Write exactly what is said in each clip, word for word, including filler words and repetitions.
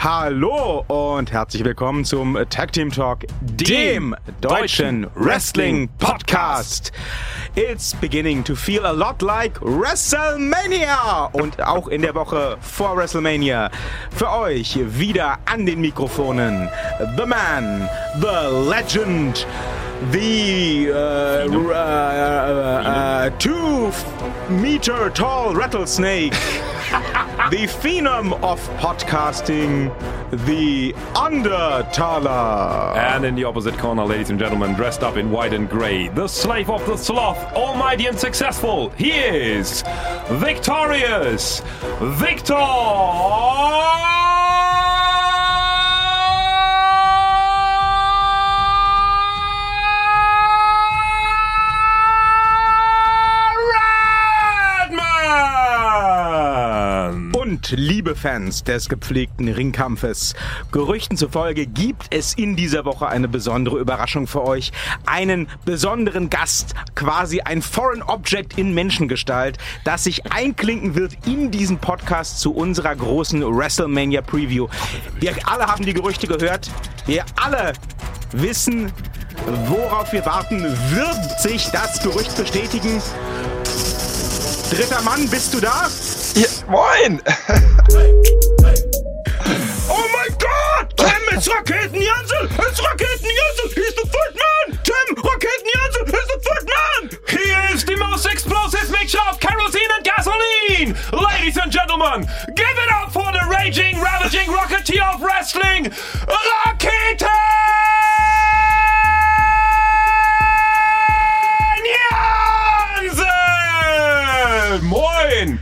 Hallo und herzlich willkommen zum Tag Team Talk, dem deutschen Wrestling Podcast. It's beginning to feel a lot like WrestleMania. Und auch in der Woche vor WrestleMania für euch wieder an den Mikrofonen The Man, The Legend, The uh, uh, uh, uh, two meter tall rattlesnake, the phenom of podcasting, the Undertaler. And in the opposite corner, ladies and gentlemen, dressed up in white and grey, the slave of the sloth, almighty and successful, he is victorious, Victor! Und liebe Fans des gepflegten Ringkampfes, Gerüchten zufolge gibt es in dieser Woche eine besondere Überraschung für euch. Einen besonderen Gast, quasi ein Foreign Object in Menschengestalt, das sich einklinken wird in diesen Podcast zu unserer großen WrestleMania Preview. Wir alle haben die Gerüchte gehört. Wir alle wissen, worauf wir warten. Wird sich das Gerücht bestätigen? Dritter Mann, bist du da? Ja, moin! Oh mein Gott! Tim, it's Raketen Jensen! It's Raketen Jensen! He's the third man! Tim, Raketen Jensen is the third man! He is the most explosive mixture of kerosene and gasoline! Ladies and gentlemen, give it up for the raging, ravaging rocketeer of wrestling, Raketen Jensen! Moin!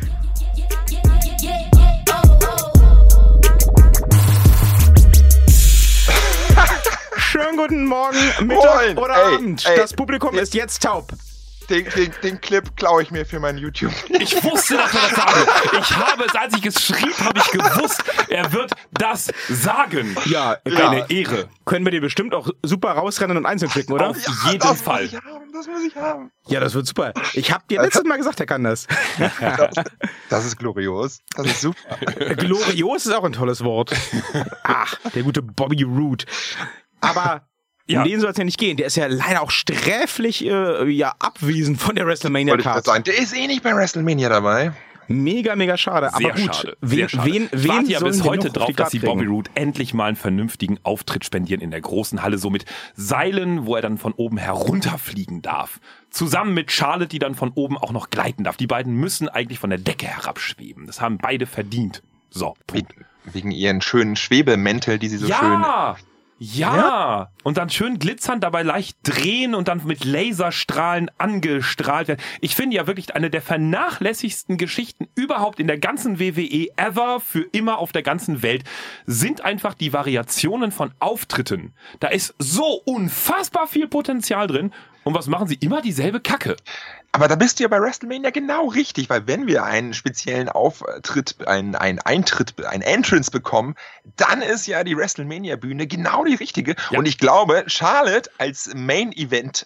Schönen guten Morgen, Mittag Moin. oder Ey, Abend. ey. Das Publikum ist jetzt taub. Den, den, den Clip klaue ich mir für mein YouTube. Ich wusste, dass er das sagen wird. Ich habe es, als ich es schrieb, habe ich gewusst, er wird das sagen. Ja, Eine ja. Ehre. Können wir dir bestimmt auch super rausrennen und einzeln klicken, oder? Auf Ja, jeden das Fall. Muss ich haben, das muss ich haben. Ja, das wird super. Ich hab dir letztes Mal gesagt, er kann das. Das ist glorios. Das ist super. Glorios ist auch ein tolles Wort. Ach, der gute Bobby Roode. Aber Ja. um den soll es ja nicht gehen. Der ist ja leider auch sträflich äh, ja, abwesend von der WrestleMania Wollte ich gerade Card. sagen, der ist eh nicht bei WrestleMania dabei. Mega, mega schade. Sehr Aber gut, schade. wen, Sehr schade. wen, ich wen warte ja sollen bis wir heute noch auf drauf, die dass Card die kriegen? Bobby Roode endlich mal einen vernünftigen Auftritt spendieren in der großen Halle, so mit Seilen, wo er dann von oben herunterfliegen darf. Zusammen mit Charlotte, die dann von oben auch noch gleiten darf. Die beiden müssen eigentlich von der Decke herabschweben. Das haben beide verdient. So, Punkt. Wegen ihren schönen Schwebemäntel, die sie so schön... Ja! Ja, und dann schön glitzernd, dabei leicht drehen und dann mit Laserstrahlen angestrahlt werden. Ich finde ja wirklich eine der vernachlässigsten Geschichten überhaupt in der ganzen W W E ever, für immer auf der ganzen Welt, sind einfach die Variationen von Auftritten. Da ist so unfassbar viel Potenzial drin. Und was machen sie? Immer dieselbe Kacke. Aber da bist du ja bei WrestleMania genau richtig, weil wenn wir einen speziellen Auftritt, einen, einen Eintritt, ein Entrance bekommen, dann ist ja die WrestleMania-Bühne genau die richtige. Ja. Und ich glaube, Charlotte als Main-Event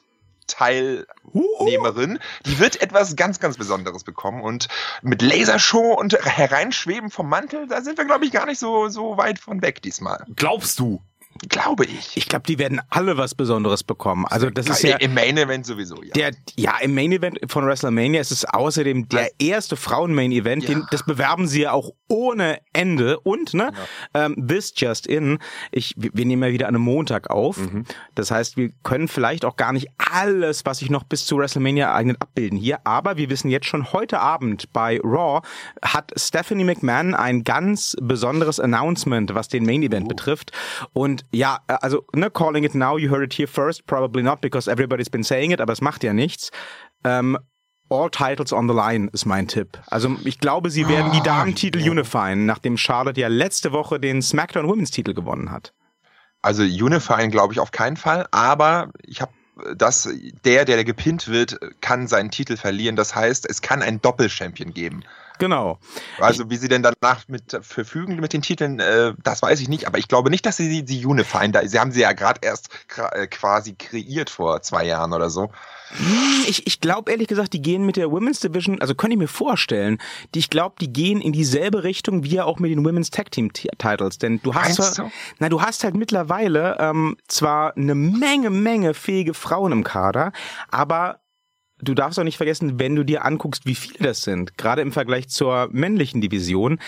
Teilnehmerin, die wird etwas ganz, ganz Besonderes bekommen und mit Lasershow und Hereinschweben vom Mantel, da sind wir, glaube ich, gar nicht so, so weit von weg diesmal. Glaubst du? Glaube ich. Ich glaube, die werden alle was Besonderes bekommen. Also das ist ja Im Main Event sowieso, ja. der, ja im Main Event von WrestleMania ist es außerdem der erste Frauen-Main Event. Ja. Den, das bewerben sie ja auch ohne Ende. Und ne, ja. ähm, this just in. Ich, wir nehmen ja wieder an einem Montag auf. Mhm. Das heißt, wir können vielleicht auch gar nicht alles, was sich noch bis zu WrestleMania eignet, abbilden hier. Aber wir wissen jetzt schon, heute Abend bei Raw hat Stephanie McMahon ein ganz besonderes Announcement, was den Main Event uh. betrifft. Und ja, also, ne, calling it now, you heard it here first, probably not, because everybody's been saying it, aber es macht ja nichts. Ähm, all titles on the line ist mein Tipp. Also, ich glaube, sie werden die Damentitel oh, unifyen, nachdem Charlotte ja letzte Woche den SmackDown Women's Titel gewonnen hat. Also, unifyen glaube ich auf keinen Fall, aber ich habe das, der, der gepinnt wird, kann seinen Titel verlieren. Das heißt, es kann einen Doppel-Champion geben. Genau. Also wie sie denn danach mit verfügen mit den Titeln, äh, das weiß ich nicht, aber ich glaube nicht, dass sie sie unifyen. Da, sie haben sie ja gerade erst quasi kreiert vor zwei Jahren oder so. Ich, ich glaube ehrlich gesagt, die gehen mit der Women's Division, also könnte ich mir vorstellen, die, ich glaube, die gehen in dieselbe Richtung wie ja auch mit den Women's Tag Team Titles, denn du hast zwar, so? na, du hast halt mittlerweile ähm, zwar eine Menge, Menge fähige Frauen im Kader, aber du darfst auch nicht vergessen, wenn du dir anguckst, wie viele das sind, gerade im Vergleich zur männlichen Division,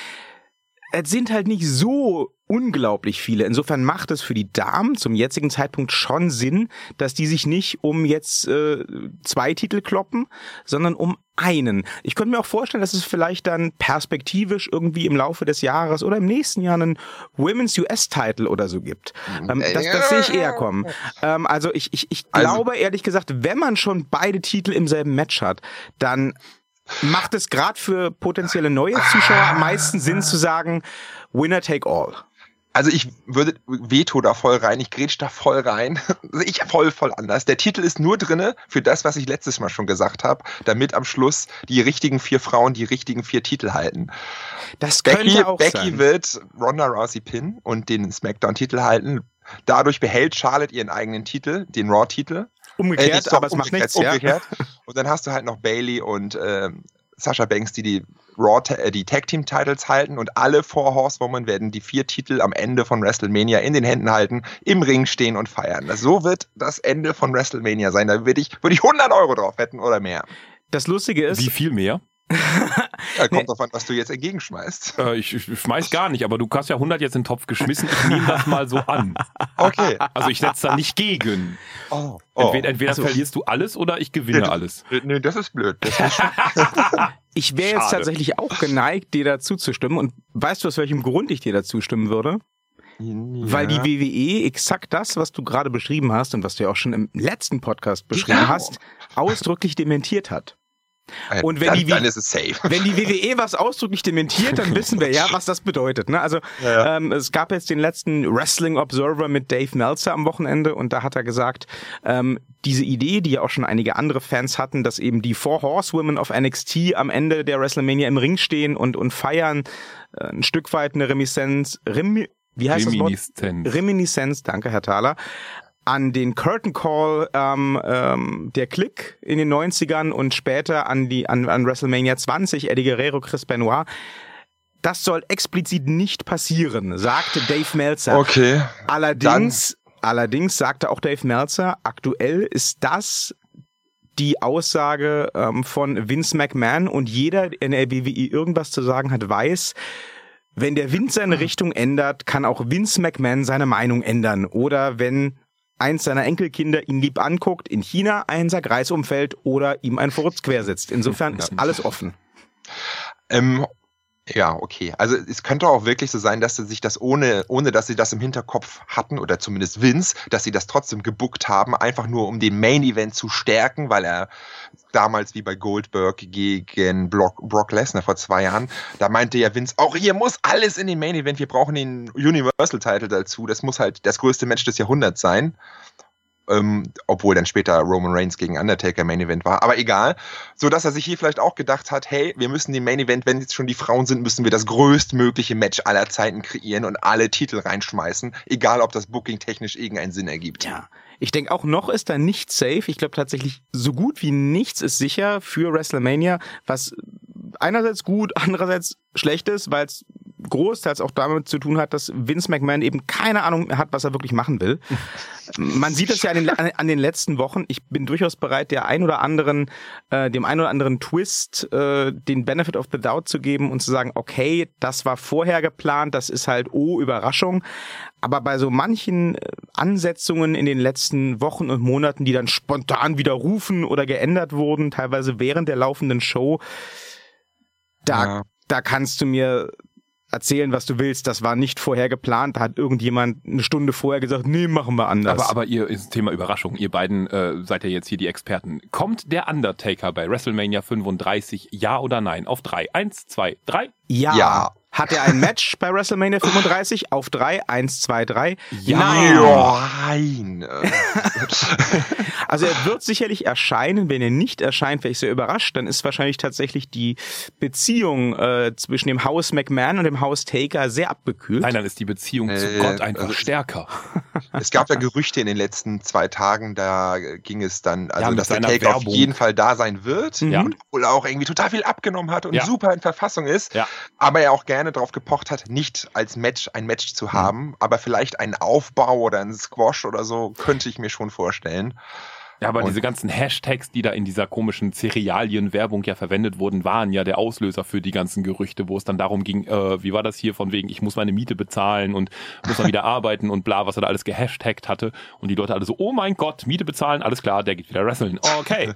es sind halt nicht so unglaublich viele. Insofern macht es für die Damen zum jetzigen Zeitpunkt schon Sinn, dass die sich nicht um jetzt äh, zwei Titel kloppen, sondern um einen. Ich könnte mir auch vorstellen, dass es vielleicht dann perspektivisch irgendwie im Laufe des Jahres oder im nächsten Jahr einen Women's U S-Title oder so gibt. Ähm, das, das sehe ich eher kommen. Ähm, also ich, ich, ich glaube also, ehrlich gesagt, wenn man schon beide Titel im selben Match hat, dann macht es gerade für potenzielle neue Zuschauer am meisten Sinn zu sagen, Winner take all. Also ich würde Veto da voll rein, ich grätsch da voll rein. Ich voll, voll anders. Der Titel ist nur drinne für das, was ich letztes Mal schon gesagt habe, damit am Schluss die richtigen vier Frauen die richtigen vier Titel halten. Das könnte Becky, auch Becky sein. Becky wird Ronda Rousey pinnen und den SmackDown-Titel halten. Dadurch behält Charlotte ihren eigenen Titel, den Raw-Titel. Umgekehrt, äh, aber es macht nichts, ja. Umgekehrt. Und dann hast du halt noch Bayley und äh, Sasha Banks, die die Raw, äh, die Tag Team Titles halten, und alle Four Horsewomen werden die vier Titel am Ende von WrestleMania in den Händen halten, im Ring stehen und feiern. So wird das Ende von WrestleMania sein. Da würde ich, würde ich hundert Euro drauf wetten oder mehr. Das Lustige ist... Wie viel mehr? Ja, kommt nee. drauf an, was du jetzt entgegenschmeißt. Äh, ich, ich schmeiß gar nicht, aber du hast ja hundert jetzt in den Topf geschmissen. Ich nehme das mal so an. Okay. Also ich setze da nicht gegen. Oh. Oh. Entweder, entweder also, verlierst du alles oder ich gewinne nee, alles. Nee, das ist blöd. Das ist ich wäre jetzt tatsächlich auch geneigt, dir dazu zu stimmen. Und weißt du, aus welchem Grund ich dir dazu stimmen würde? Ja. Weil die W W E exakt das, was du gerade beschrieben hast und was du ja auch schon im letzten Podcast beschrieben genau. hast, ausdrücklich dementiert hat. Und wenn, dann, die, dann ist es safe. wenn die W W E was ausdrücklich dementiert, dann wissen wir ja, was das bedeutet. Ne? Also ja, ja. Ähm, es gab jetzt den letzten Wrestling Observer mit Dave Meltzer am Wochenende und da hat er gesagt, ähm, diese Idee, die ja auch schon einige andere Fans hatten, dass eben die Four Horsewomen of N X T am Ende der WrestleMania im Ring stehen und, und feiern, äh, ein Stück weit eine Reminiszenz, Remi, wie heißt Reminiszenz. das Wort? Reminiszenz, danke Herr Thaler. An den Curtain Call ähm, ähm, der Klick in den neunzigern und später an die an, an WrestleMania zwanzig, Eddie Guerrero, Chris Benoit. Das soll explizit nicht passieren, sagte Dave Meltzer. Okay. Allerdings, allerdings sagte auch Dave Meltzer, aktuell ist das die Aussage ähm, von Vince McMahon, und jeder, der in der W W E irgendwas zu sagen hat, weiß, wenn der Wind seine Richtung ändert, kann auch Vince McMahon seine Meinung ändern. Oder wenn eins seiner Enkelkinder ihn lieb anguckt, in China ein Sack Reis umfällt oder ihm ein Furz quer sitzt. Insofern ist alles offen. Ähm, ja, okay. Also es könnte auch wirklich so sein, dass sie sich das ohne, ohne dass sie das im Hinterkopf hatten, oder zumindest Vince, dass sie das trotzdem gebuckt haben, einfach nur um den Main Event zu stärken, weil er damals wie bei Goldberg gegen Brock, Brock Lesnar vor zwei Jahren, da meinte ja Vince, auch hier muss alles in den Main Event, wir brauchen den Universal Title dazu, das muss halt das größte Match des Jahrhunderts sein. Ähm, obwohl dann später Roman Reigns gegen Undertaker Main Event war, aber egal, so dass er sich hier vielleicht auch gedacht hat, hey, wir müssen den Main Event, wenn jetzt schon die Frauen sind, müssen wir das größtmögliche Match aller Zeiten kreieren und alle Titel reinschmeißen, egal ob das Booking technisch irgendeinen Sinn ergibt. Ja, ich denke auch noch ist da nicht safe, ich glaube tatsächlich so gut wie nichts ist sicher für WrestleMania, was einerseits gut, andererseits schlecht ist, weil es großteils auch damit zu tun hat, dass Vince McMahon eben keine Ahnung hat, was er wirklich machen will. Man sieht das ja an den, an den letzten Wochen. Ich bin durchaus bereit, der ein oder anderen, äh, dem ein oder anderen Twist äh, den Benefit of the Doubt zu geben und zu sagen, okay, das war vorher geplant, das ist halt, oh, Überraschung. Aber bei so manchen Ansetzungen in den letzten Wochen und Monaten, die dann spontan widerrufen oder geändert wurden, teilweise während der laufenden Show, da, ja. da kannst du mir erzählen, was du willst, das war nicht vorher geplant, da hat irgendjemand eine Stunde vorher gesagt, nee, machen wir anders. Aber, aber ihr, ist Thema Überraschung, ihr beiden äh, seid ja jetzt hier die Experten. Kommt der Undertaker bei WrestleMania fünfunddreißig, ja oder nein? Auf drei. Eins, zwei, drei. Ja. ja. Hat er ein Match bei WrestleMania fünfunddreißig auf drei? Eins, zwei, drei? Ja. Nein. Also er wird sicherlich erscheinen. Wenn er nicht erscheint, wäre ich sehr überrascht. Dann ist wahrscheinlich tatsächlich die Beziehung äh, zwischen dem Haus McMahon und dem Haus Taker sehr abgekühlt. Nein, dann ist die Beziehung äh, zu Gott einfach also stärker. Es gab ja Gerüchte in den letzten zwei Tagen, da ging es dann, also ja, dass der Taker Taker auf Werbung. jeden Fall da sein wird Ja. und wohl auch irgendwie total viel abgenommen hat und Ja. super in Verfassung ist, Ja. aber er auch gerne darauf gepocht hat, nicht als Match ein Match zu haben, aber vielleicht einen Aufbau oder einen Squash oder so, könnte ich mir schon vorstellen. Ja, aber Und- diese ganzen Hashtags, die da in dieser komischen Cerealien-Werbung ja verwendet wurden, waren ja der Auslöser für die ganzen Gerüchte, wo es dann darum ging, äh, wie war das hier von wegen, ich muss meine Miete bezahlen und muss dann wieder arbeiten und bla, was er da alles gehashtagt hatte. Und die Leute alle so, oh mein Gott, Miete bezahlen, alles klar, der geht wieder wresteln. Okay.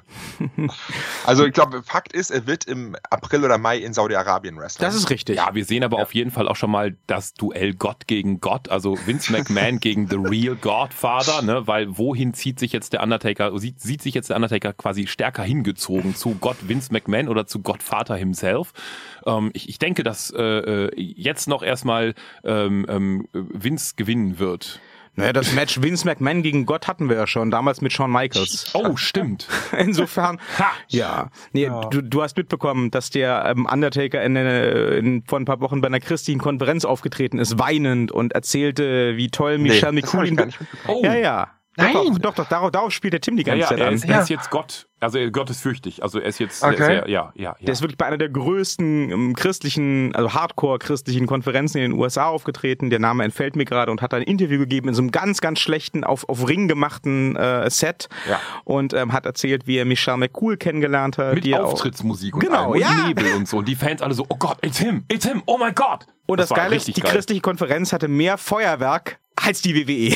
Also ich glaube, Fakt ist, er wird im April oder Mai in Saudi-Arabien wresteln. Das ist richtig. Ja, wir sehen aber auf jeden Fall auch schon mal das Duell Gott gegen Gott, also Vince McMahon gegen The Real Godfather, ne, weil wohin zieht sich jetzt der Undertaker, sieht, sieht sich jetzt der Undertaker quasi stärker hingezogen zu Gott Vince McMahon oder zu Gottvater himself. Ähm, ich, ich denke, dass äh, jetzt noch erstmal ähm, ähm, Vince gewinnen wird. Naja, das Match Vince McMahon gegen Gott hatten wir ja schon, damals mit Shawn Michaels. Oh, stimmt. Insofern, Ha. ja. Nee, Ja. Du, du hast mitbekommen, dass der ähm, Undertaker in, äh, in, vor ein paar Wochen bei einer christlichen Konferenz aufgetreten ist, weinend und erzählte, wie toll Michelle Nee, das hab ich McCool gar ihn... nicht mitbekommen. Oh. Ja, ja. Nein. Doch, doch, doch, doch darauf, darauf spielt der Tim die Ja, ganze ja, Zeit er an. ist, er ist jetzt Gott. Also Gott ist fürchtig. Also er ist jetzt Okay. sehr, ja, ja, ja. Der ist wirklich bei einer der größten ähm, christlichen, also Hardcore-christlichen Konferenzen in den U S A aufgetreten. Der Name entfällt mir gerade und hat ein Interview gegeben in so einem ganz, ganz schlechten, auf, auf Ring gemachten äh, Set. Ja. Und ähm, hat erzählt, wie er Michelle McCool kennengelernt hat. Mit die er auch- Auftrittsmusik und, Genau, allem ja. und Nebel und so. Und die Fans alle so, oh Gott, it's him, it's him, oh mein Gott. Und das, war Geile ist, richtig die geil. christliche Konferenz hatte mehr Feuerwerk als die W W E.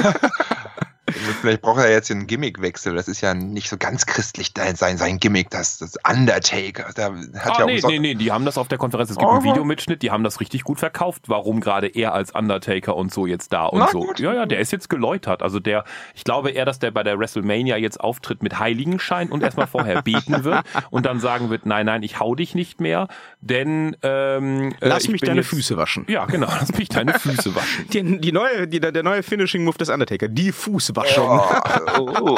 Vielleicht braucht er jetzt einen Gimmickwechsel. Das ist ja nicht so ganz christlich sein, sein Gimmick, das, das Undertaker. Da hat Ah, ja nee, umsonst- nee, nee, die haben das auf der Konferenz, es gibt Oh. einen Videomitschnitt, die haben das richtig gut verkauft, warum gerade er als Undertaker und so jetzt da und Na so. gut. Ja, ja, der ist jetzt geläutert. Also der, ich glaube eher, dass der bei der WrestleMania jetzt auftritt mit Heiligenschein und erstmal vorher beten wird und dann sagen wird, nein, nein, ich hau dich nicht mehr, denn ähm, äh, Lass ich mich bin deine jetzt, Füße waschen. Ja, genau, lass mich deine Füße waschen. Die, die neue, die, der neue Finishing-Move des Undertaker, die Fußwaschung. Oh, oh.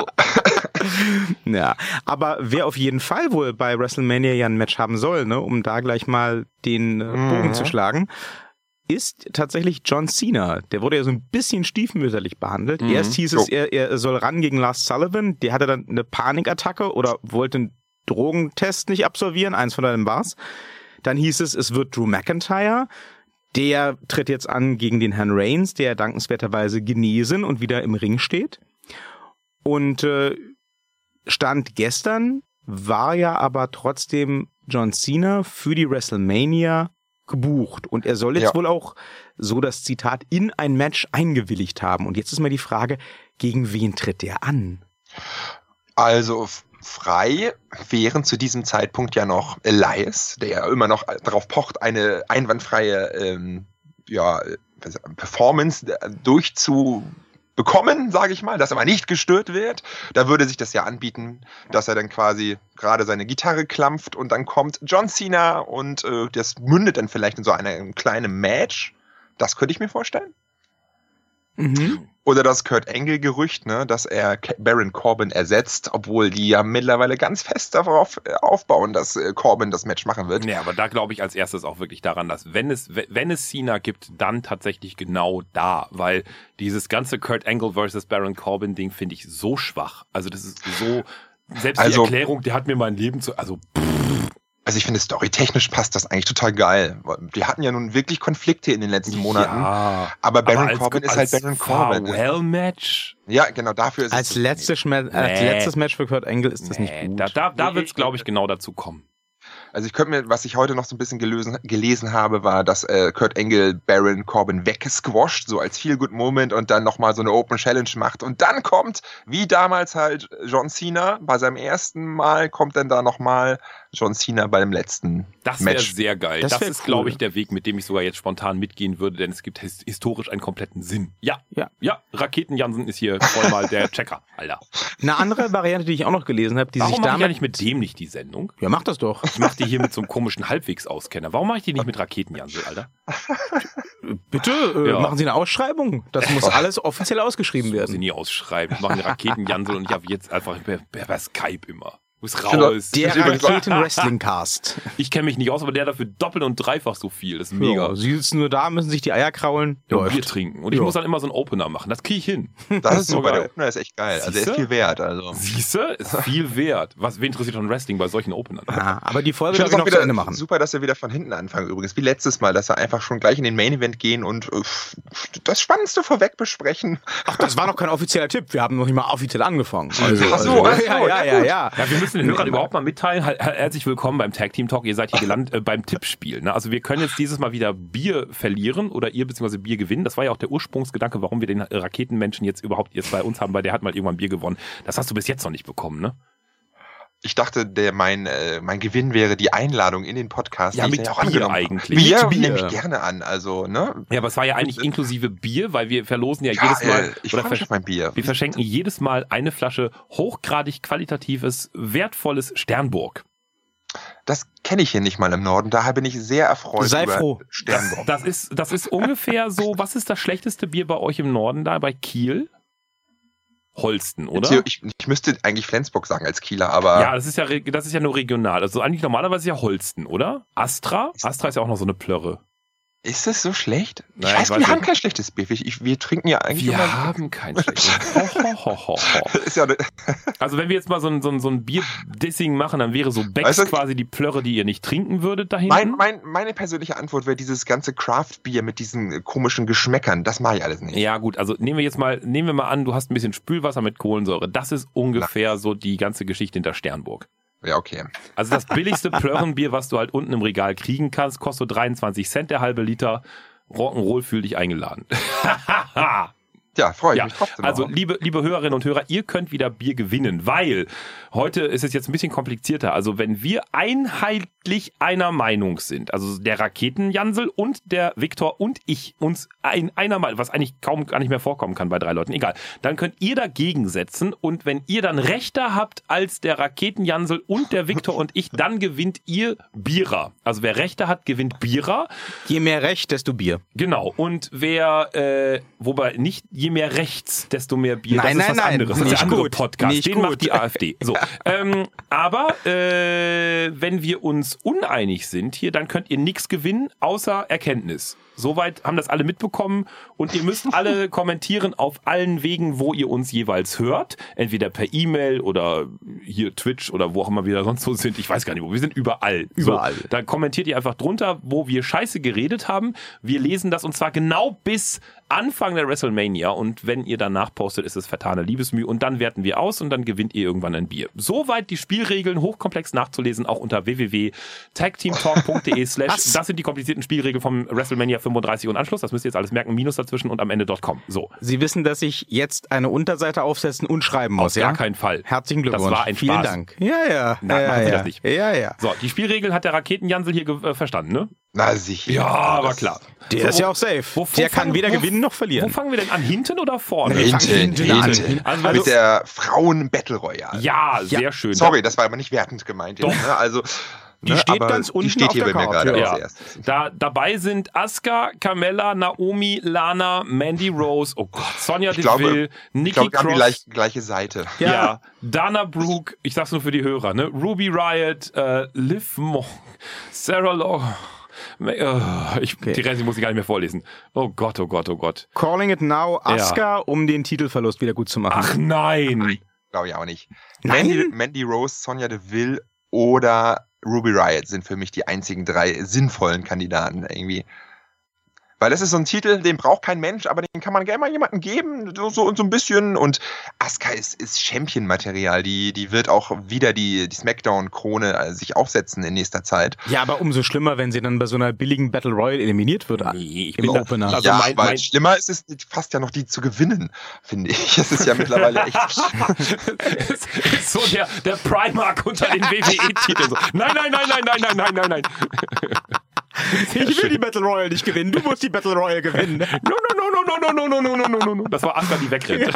Ja, aber wer auf jeden Fall wohl bei WrestleMania ja ein Match haben soll, ne, um da gleich mal den äh, Bogen Mhm. zu schlagen, ist tatsächlich John Cena. Der wurde ja so ein bisschen stiefmütterlich behandelt. Mhm. Erst hieß es, Jo. er, er soll ran gegen Lars Sullivan. Der hatte dann eine Panikattacke oder wollte einen Drogentest nicht absolvieren. Eins von beiden war's. Dann hieß es, es wird Drew McIntyre. Der tritt jetzt an gegen den Herrn Reigns, der dankenswerterweise genesen und wieder im Ring steht. Und äh, Stand gestern war ja aber trotzdem John Cena für die WrestleMania gebucht. Und er soll jetzt Ja. wohl auch, so das Zitat, in ein Match eingewilligt haben. Und jetzt ist mal die Frage, gegen wen tritt der an? Also f- frei wären zu diesem Zeitpunkt ja noch Elias, der ja immer noch darauf pocht, eine einwandfreie ähm, ja, Performance durchzubekommen, sage ich mal, dass aber nicht gestört wird. Da würde sich das ja anbieten, dass er dann quasi gerade seine Gitarre klampft und dann kommt John Cena und äh, das mündet dann vielleicht in so einem kleinen Match. Das könnte ich mir vorstellen. Mhm. Oder das Kurt Angle-Gerücht, ne, dass er Ke- Baron Corbin ersetzt, obwohl die ja mittlerweile ganz fest darauf äh, aufbauen, dass äh, Corbin das Match machen wird. Ja, aber da glaube ich als erstes auch wirklich daran, dass wenn es, wenn es Cena gibt, dann tatsächlich genau da, weil dieses ganze Kurt Angle versus Baron Corbin Ding finde ich so schwach. Also das ist so, selbst Also- die Erklärung, der hat mir mein Leben zu, also Also ich finde, storytechnisch passt das eigentlich total geil. Die hatten ja nun wirklich Konflikte in den letzten Monaten. ja, aber Baron als- Corbin ist als halt Baron Corbin. Farewell-Match? Ja, genau, dafür ist Als, es. letztes Ma- als Nee. letztes Match für Kurt Angle ist das nicht Nee, gut. da, da, da wird es, glaube ich, genau dazu kommen. Also ich könnte mir, was ich heute noch so ein bisschen gelesen, gelesen habe, war, dass äh, Kurt Angle Baron Corbin weggesquasht, so als Feel-Good-Moment und dann nochmal so eine Open Challenge macht. Und dann kommt, wie damals halt John Cena, bei seinem ersten Mal kommt dann da nochmal John Cena bei dem letzten Das wäre Match. sehr geil. Das Das, wär ist, cool. glaube ich, der Weg, mit dem ich sogar jetzt spontan mitgehen würde, denn es gibt his- historisch einen kompletten Sinn. Ja, Ja. ja, Raketen-Jansen ist hier voll mal der Checker, Alter. Eine andere Variante, die ich auch noch gelesen habe, die Warum sich mache ich damit... eigentlich mit dem nicht die Sendung? Ja, mach das doch. Ich mache die hier mit so einem komischen Halbwegs-Auskenner. Warum mache ich die nicht mit Raketen-Jansel, Alter? Bitte, äh, Ja. machen Sie eine Ausschreibung. Das muss alles offiziell ausgeschrieben Das muss ich werden. nie ausschreiben. Ich mache einen Raketen-Jansel und ich habe jetzt einfach per, per Skype immer. Muss finde, raus. Der Das ist übrigens- Raketen-Wrestling-Cast. Ich kenne mich nicht aus, aber der dafür doppelt und dreifach so viel. Das ist mega. Ja, Sie sitzen nur da, müssen sich die Eier kraulen. Ja, und Läuft. Bier trinken. Und ich Ja. muss dann immer so einen Opener machen. Das kriege ich hin. Das ist so super, geil. der Opener ist echt geil. Also der ist Siehste? viel wert. Also. Siehste, ist viel wert. Was, wen interessiert schon Wrestling bei solchen Openern? Ah, aber die Folge Ich darf finde ich es noch auch zu Ende wieder machen. super, dass wir wieder von hinten anfangen übrigens. Wie letztes Mal, dass wir einfach schon gleich in den Main Event gehen und äh, das Spannendste vorweg besprechen. Ach, das war noch kein offizieller Tipp. Wir haben noch nicht mal offiziell angefangen. Also, Ach so, also, ach so, ja, ja, ja, ja, gut. ja. Ja, wir müssen den Hörern überhaupt mal mitteilen. Her- Herzlich willkommen beim Tag Team Talk. Ihr seid hier gelandet äh, beim Tippspiel. Ne? Also wir können jetzt dieses Mal wieder Bier verlieren oder ihr beziehungsweise Bier gewinnen. Das war ja auch der Ursprungsgedanke, warum wir den äh, Raketenmenschen jetzt überhaupt jetzt bei uns haben, weil der hat mal irgendwann Bier gewonnen. Das hast du bis jetzt noch nicht bekommen, ne? Ich dachte, der, mein, äh, mein Gewinn wäre die Einladung in den Podcast. Ja, die ich mit ja auch Bier angenommen habe. eigentlich. Bier, Mit Bier. nehme ich gerne an. Also, ne? Ja, aber es war ja eigentlich inklusive Bier, weil wir verlosen ja, Ja, jedes Mal äh, ich oder freue mich versch- auf mein Bier. wir verschenken jedes Mal eine Flasche hochgradig qualitatives, wertvolles Sternburg. Das kenne ich hier nicht mal im Norden. Daher bin ich sehr erfreut Sei über froh. Das, Sternburg. das ist das ist ungefähr so. Was ist das schlechteste Bier bei euch im Norden da bei Kiel? Holsten, oder? Ich, ich müsste eigentlich Flensburg sagen als Kieler, aber Ja, das ist ja re- das ist ja nur regional. Also eigentlich normalerweise ja Holsten, oder? Astra? Astra ist ja auch noch so eine Plörre. ist es so schlecht? Nein, ich weiß, ich weiß wir haben nicht. kein schlechtes Bier. Ich, ich, wir trinken ja eigentlich Wir immer... haben kein schlechtes. Ho, ho, ho, ho, ho. Ist ja, Also wenn wir jetzt mal so ein, so ein, so ein Bier-Dissing machen, dann wäre so Becks Weißt du- quasi die Plörre, die ihr nicht trinken würdet da hinten. mein, mein, meine persönliche Antwort wäre dieses ganze Craft-Bier mit diesen komischen Geschmäckern. Das mache ich alles nicht. Ja gut, also nehmen wir jetzt mal, nehmen wir mal an, du hast ein bisschen Spülwasser mit Kohlensäure. Das ist ungefähr so die ganze Geschichte hinter Sternburg. Ja, okay. Also das billigste Plörrenbier, was du halt unten im Regal kriegen kannst, kostet so dreiundzwanzig Cent der halbe Liter. Rock'n'Roll, fühl dich eingeladen. Ja, freue ich Ja, mich trotzdem. also auch. liebe, liebe Hörerinnen und Hörer, ihr könnt wieder Bier gewinnen, weil heute ist es jetzt ein bisschen komplizierter. Also wenn wir einheitlich einer Meinung sind, also der Raketenjansel und der Viktor und ich uns ein, einer Meinung, was eigentlich kaum gar nicht mehr vorkommen kann bei drei Leuten, egal, dann könnt ihr dagegen setzen und wenn ihr dann rechter habt als der Raketenjansel und der Viktor und ich, dann gewinnt ihr Bierer. Also wer rechter hat, gewinnt Bierer. Je mehr Recht, desto Bier. Genau. Und wer, äh, wobei nicht je mehr rechts, desto mehr Bier. Nein, das ist nein, was nein, anderes. Das ist nicht der andere gut, Podcast. nicht Den gut. macht die AfD. So. ähm, aber äh, wenn wir uns uneinig sind hier, dann könnt ihr nichts gewinnen, außer Erkenntnis. Soweit haben das alle mitbekommen und ihr müsst alle kommentieren auf allen Wegen, wo ihr uns jeweils hört. Entweder per E-Mail oder hier Twitch oder wo auch immer wir da sonst so sind. Ich weiß gar nicht wo. Wir sind überall. Überall. So, da kommentiert ihr einfach drunter, wo wir Scheiße geredet haben. Wir lesen das und zwar genau bis Anfang der WrestleMania und wenn ihr danach postet, ist es vertane Liebesmüh und dann werten wir aus und dann gewinnt ihr irgendwann ein Bier. Soweit die Spielregeln hochkomplex nachzulesen, auch unter w w w punkt tagteamtalk punkt de slash. Was? Das sind die komplizierten Spielregeln vom WrestleMania fünfunddreißig und Anschluss. Das müsst ihr jetzt alles merken. Minus dazwischen und am Ende .com. So. Sie wissen, dass ich jetzt eine Unterseite aufsetzen und schreiben Auf muss, gar ja? keinen Fall. Herzlichen Glückwunsch. Das war ein Vielen Spaß. Dank. Ja, ja. Nein, ja, machen Sie ja. das nicht. Ja, ja. So, die Spielregeln hat der Raketenjansel hier ge- äh, verstanden, ne? Na sicher. Ja, Das- war klar. Der So, ist ja auch safe. wo- wo Der kann fangen- weder wo- gewinnen noch Wo verlieren. fangen wir denn an? Hinten oder vorne? Nee, Hinten, hinten hinten. an. Also, Mit der Frauen-Battle Royale. Ja, Ja. sehr schön. Sorry, das war aber nicht wertend gemeint. Jetzt, ne? Also, Die ne, steht aber ganz unten Die steht auf hier der bei mir Karte, gerade ja. als erstes. Da, dabei sind Asuka, Carmella, Naomi, Lana, Mandy Rose, oh Gott, Sonja Ich glaube- Deville, Ich Nikki glaube, wir haben die Cross, gleich, gleiche Seite. ja. Ja. Dana Brooke, ich sag's nur für die Hörer, ne? Ruby Riott, äh, Liv Mo, Sarah Law, äh, ich, Okay. die Reste muss ich gar nicht mehr vorlesen. Oh Gott, oh Gott, oh Gott. Calling it now, Asuka, um den Titelverlust wieder gut zu machen. Ach nein. Glaube ich auch nicht. Nein? Mandy, Mandy Rose, Sonja Deville oder Ruby Riott sind für mich die einzigen drei sinnvollen Kandidaten irgendwie. Weil das ist so ein Titel, den braucht kein Mensch, aber den kann man gerne mal jemandem geben, so, so, so ein bisschen. Und Asuka ist, ist Champion-Material. Die, die wird auch wieder die, die Smackdown-Krone sich aufsetzen in nächster Zeit. Ja, aber umso schlimmer, wenn sie dann bei so einer billigen Battle Royale eliminiert wird. Nee, ich im bin Opener. Da, also ja, mein, weil mein, schlimmer ist es fast ja noch, die zu gewinnen, finde ich. Es ist ja mittlerweile echt... ist, ist so der, der Primark unter den W W E-Titeln. So. Nein, nein, nein, nein, nein, nein, nein, nein, nein. Ich will die Battle Royale nicht gewinnen, du musst die Battle Royale gewinnen. No, no, no, no, no, no, no, no, no, no, no, no. Das war Asuka, die wegrennt.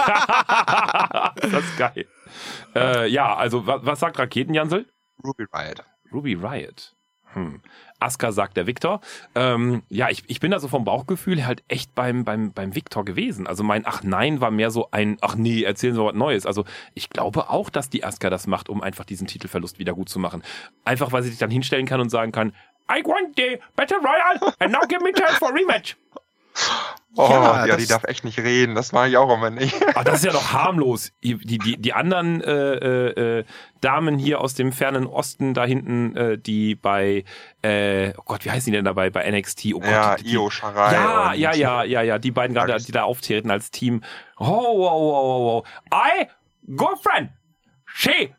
Das ist geil. Äh, ja, also was, was sagt Raketenjansel? Ruby Riott. Ruby Riott. Hm. Asuka sagt der Victor. Ähm, ja, ich, ich bin da so vom Bauchgefühl halt echt beim, beim, beim Victor gewesen. Also mein Ach nein war mehr so ein Ach nee, erzählen Sie was Neues. Also ich glaube auch, dass die Asuka das macht, um einfach diesen Titelverlust wieder gut zu machen. Einfach, weil sie sich dann hinstellen kann und sagen kann, I want the Battle Royale and now give me chance for rematch. Oh, Ja, ja, das- die darf echt nicht reden. Das mache ich auch immer nicht. Aber das ist ja doch harmlos. Die, die, die anderen äh, äh, Damen hier aus dem fernen Osten da hinten, äh, die bei, äh, oh Gott, wie heißen die denn dabei bei N X T? Oh Gott, Ja, die, Io Shirai. Ja, und- ja, ja, ja, ja, die beiden gerade, die da auftreten als Team. Oh, wow, wow, wow, wow. I, good friend, she,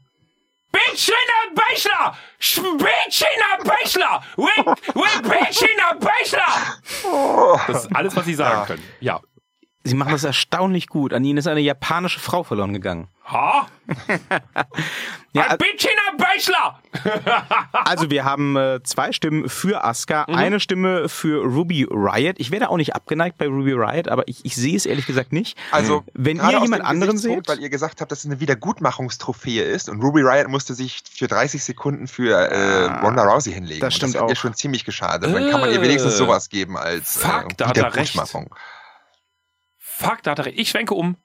Bitchina Bachelor, Bitchina Bachelor, with, with Bitchina Bachelor. Oh. Das ist alles, was sie sagen Ja. können. Ja. Sie machen das erstaunlich gut. An ihnen ist eine japanische Frau verloren gegangen. Ha? Ja, Ein Bitchina Bachelor. also wir haben äh, zwei Stimmen für Asuka, Mhm. eine Stimme für Ruby Riott. Ich wäre auch nicht abgeneigt bei Ruby Riott, aber ich, ich sehe es ehrlich gesagt nicht. Also, Wenn gerade ihr aus jemand dem anderen Gesichtspunkt, seht, weil ihr gesagt habt, dass es eine Wiedergutmachungstrophäe ist und Ruby Riott musste sich für dreißig Sekunden für äh, Ronda Rousey hinlegen. das stimmt und das hat ihr auch. schon ziemlich geschadet. Dann kann man ihr wenigstens sowas geben als Fuck, äh, da hat er recht. Wiedergutmachung. Fuck, da hat er recht. Ich schwenke um.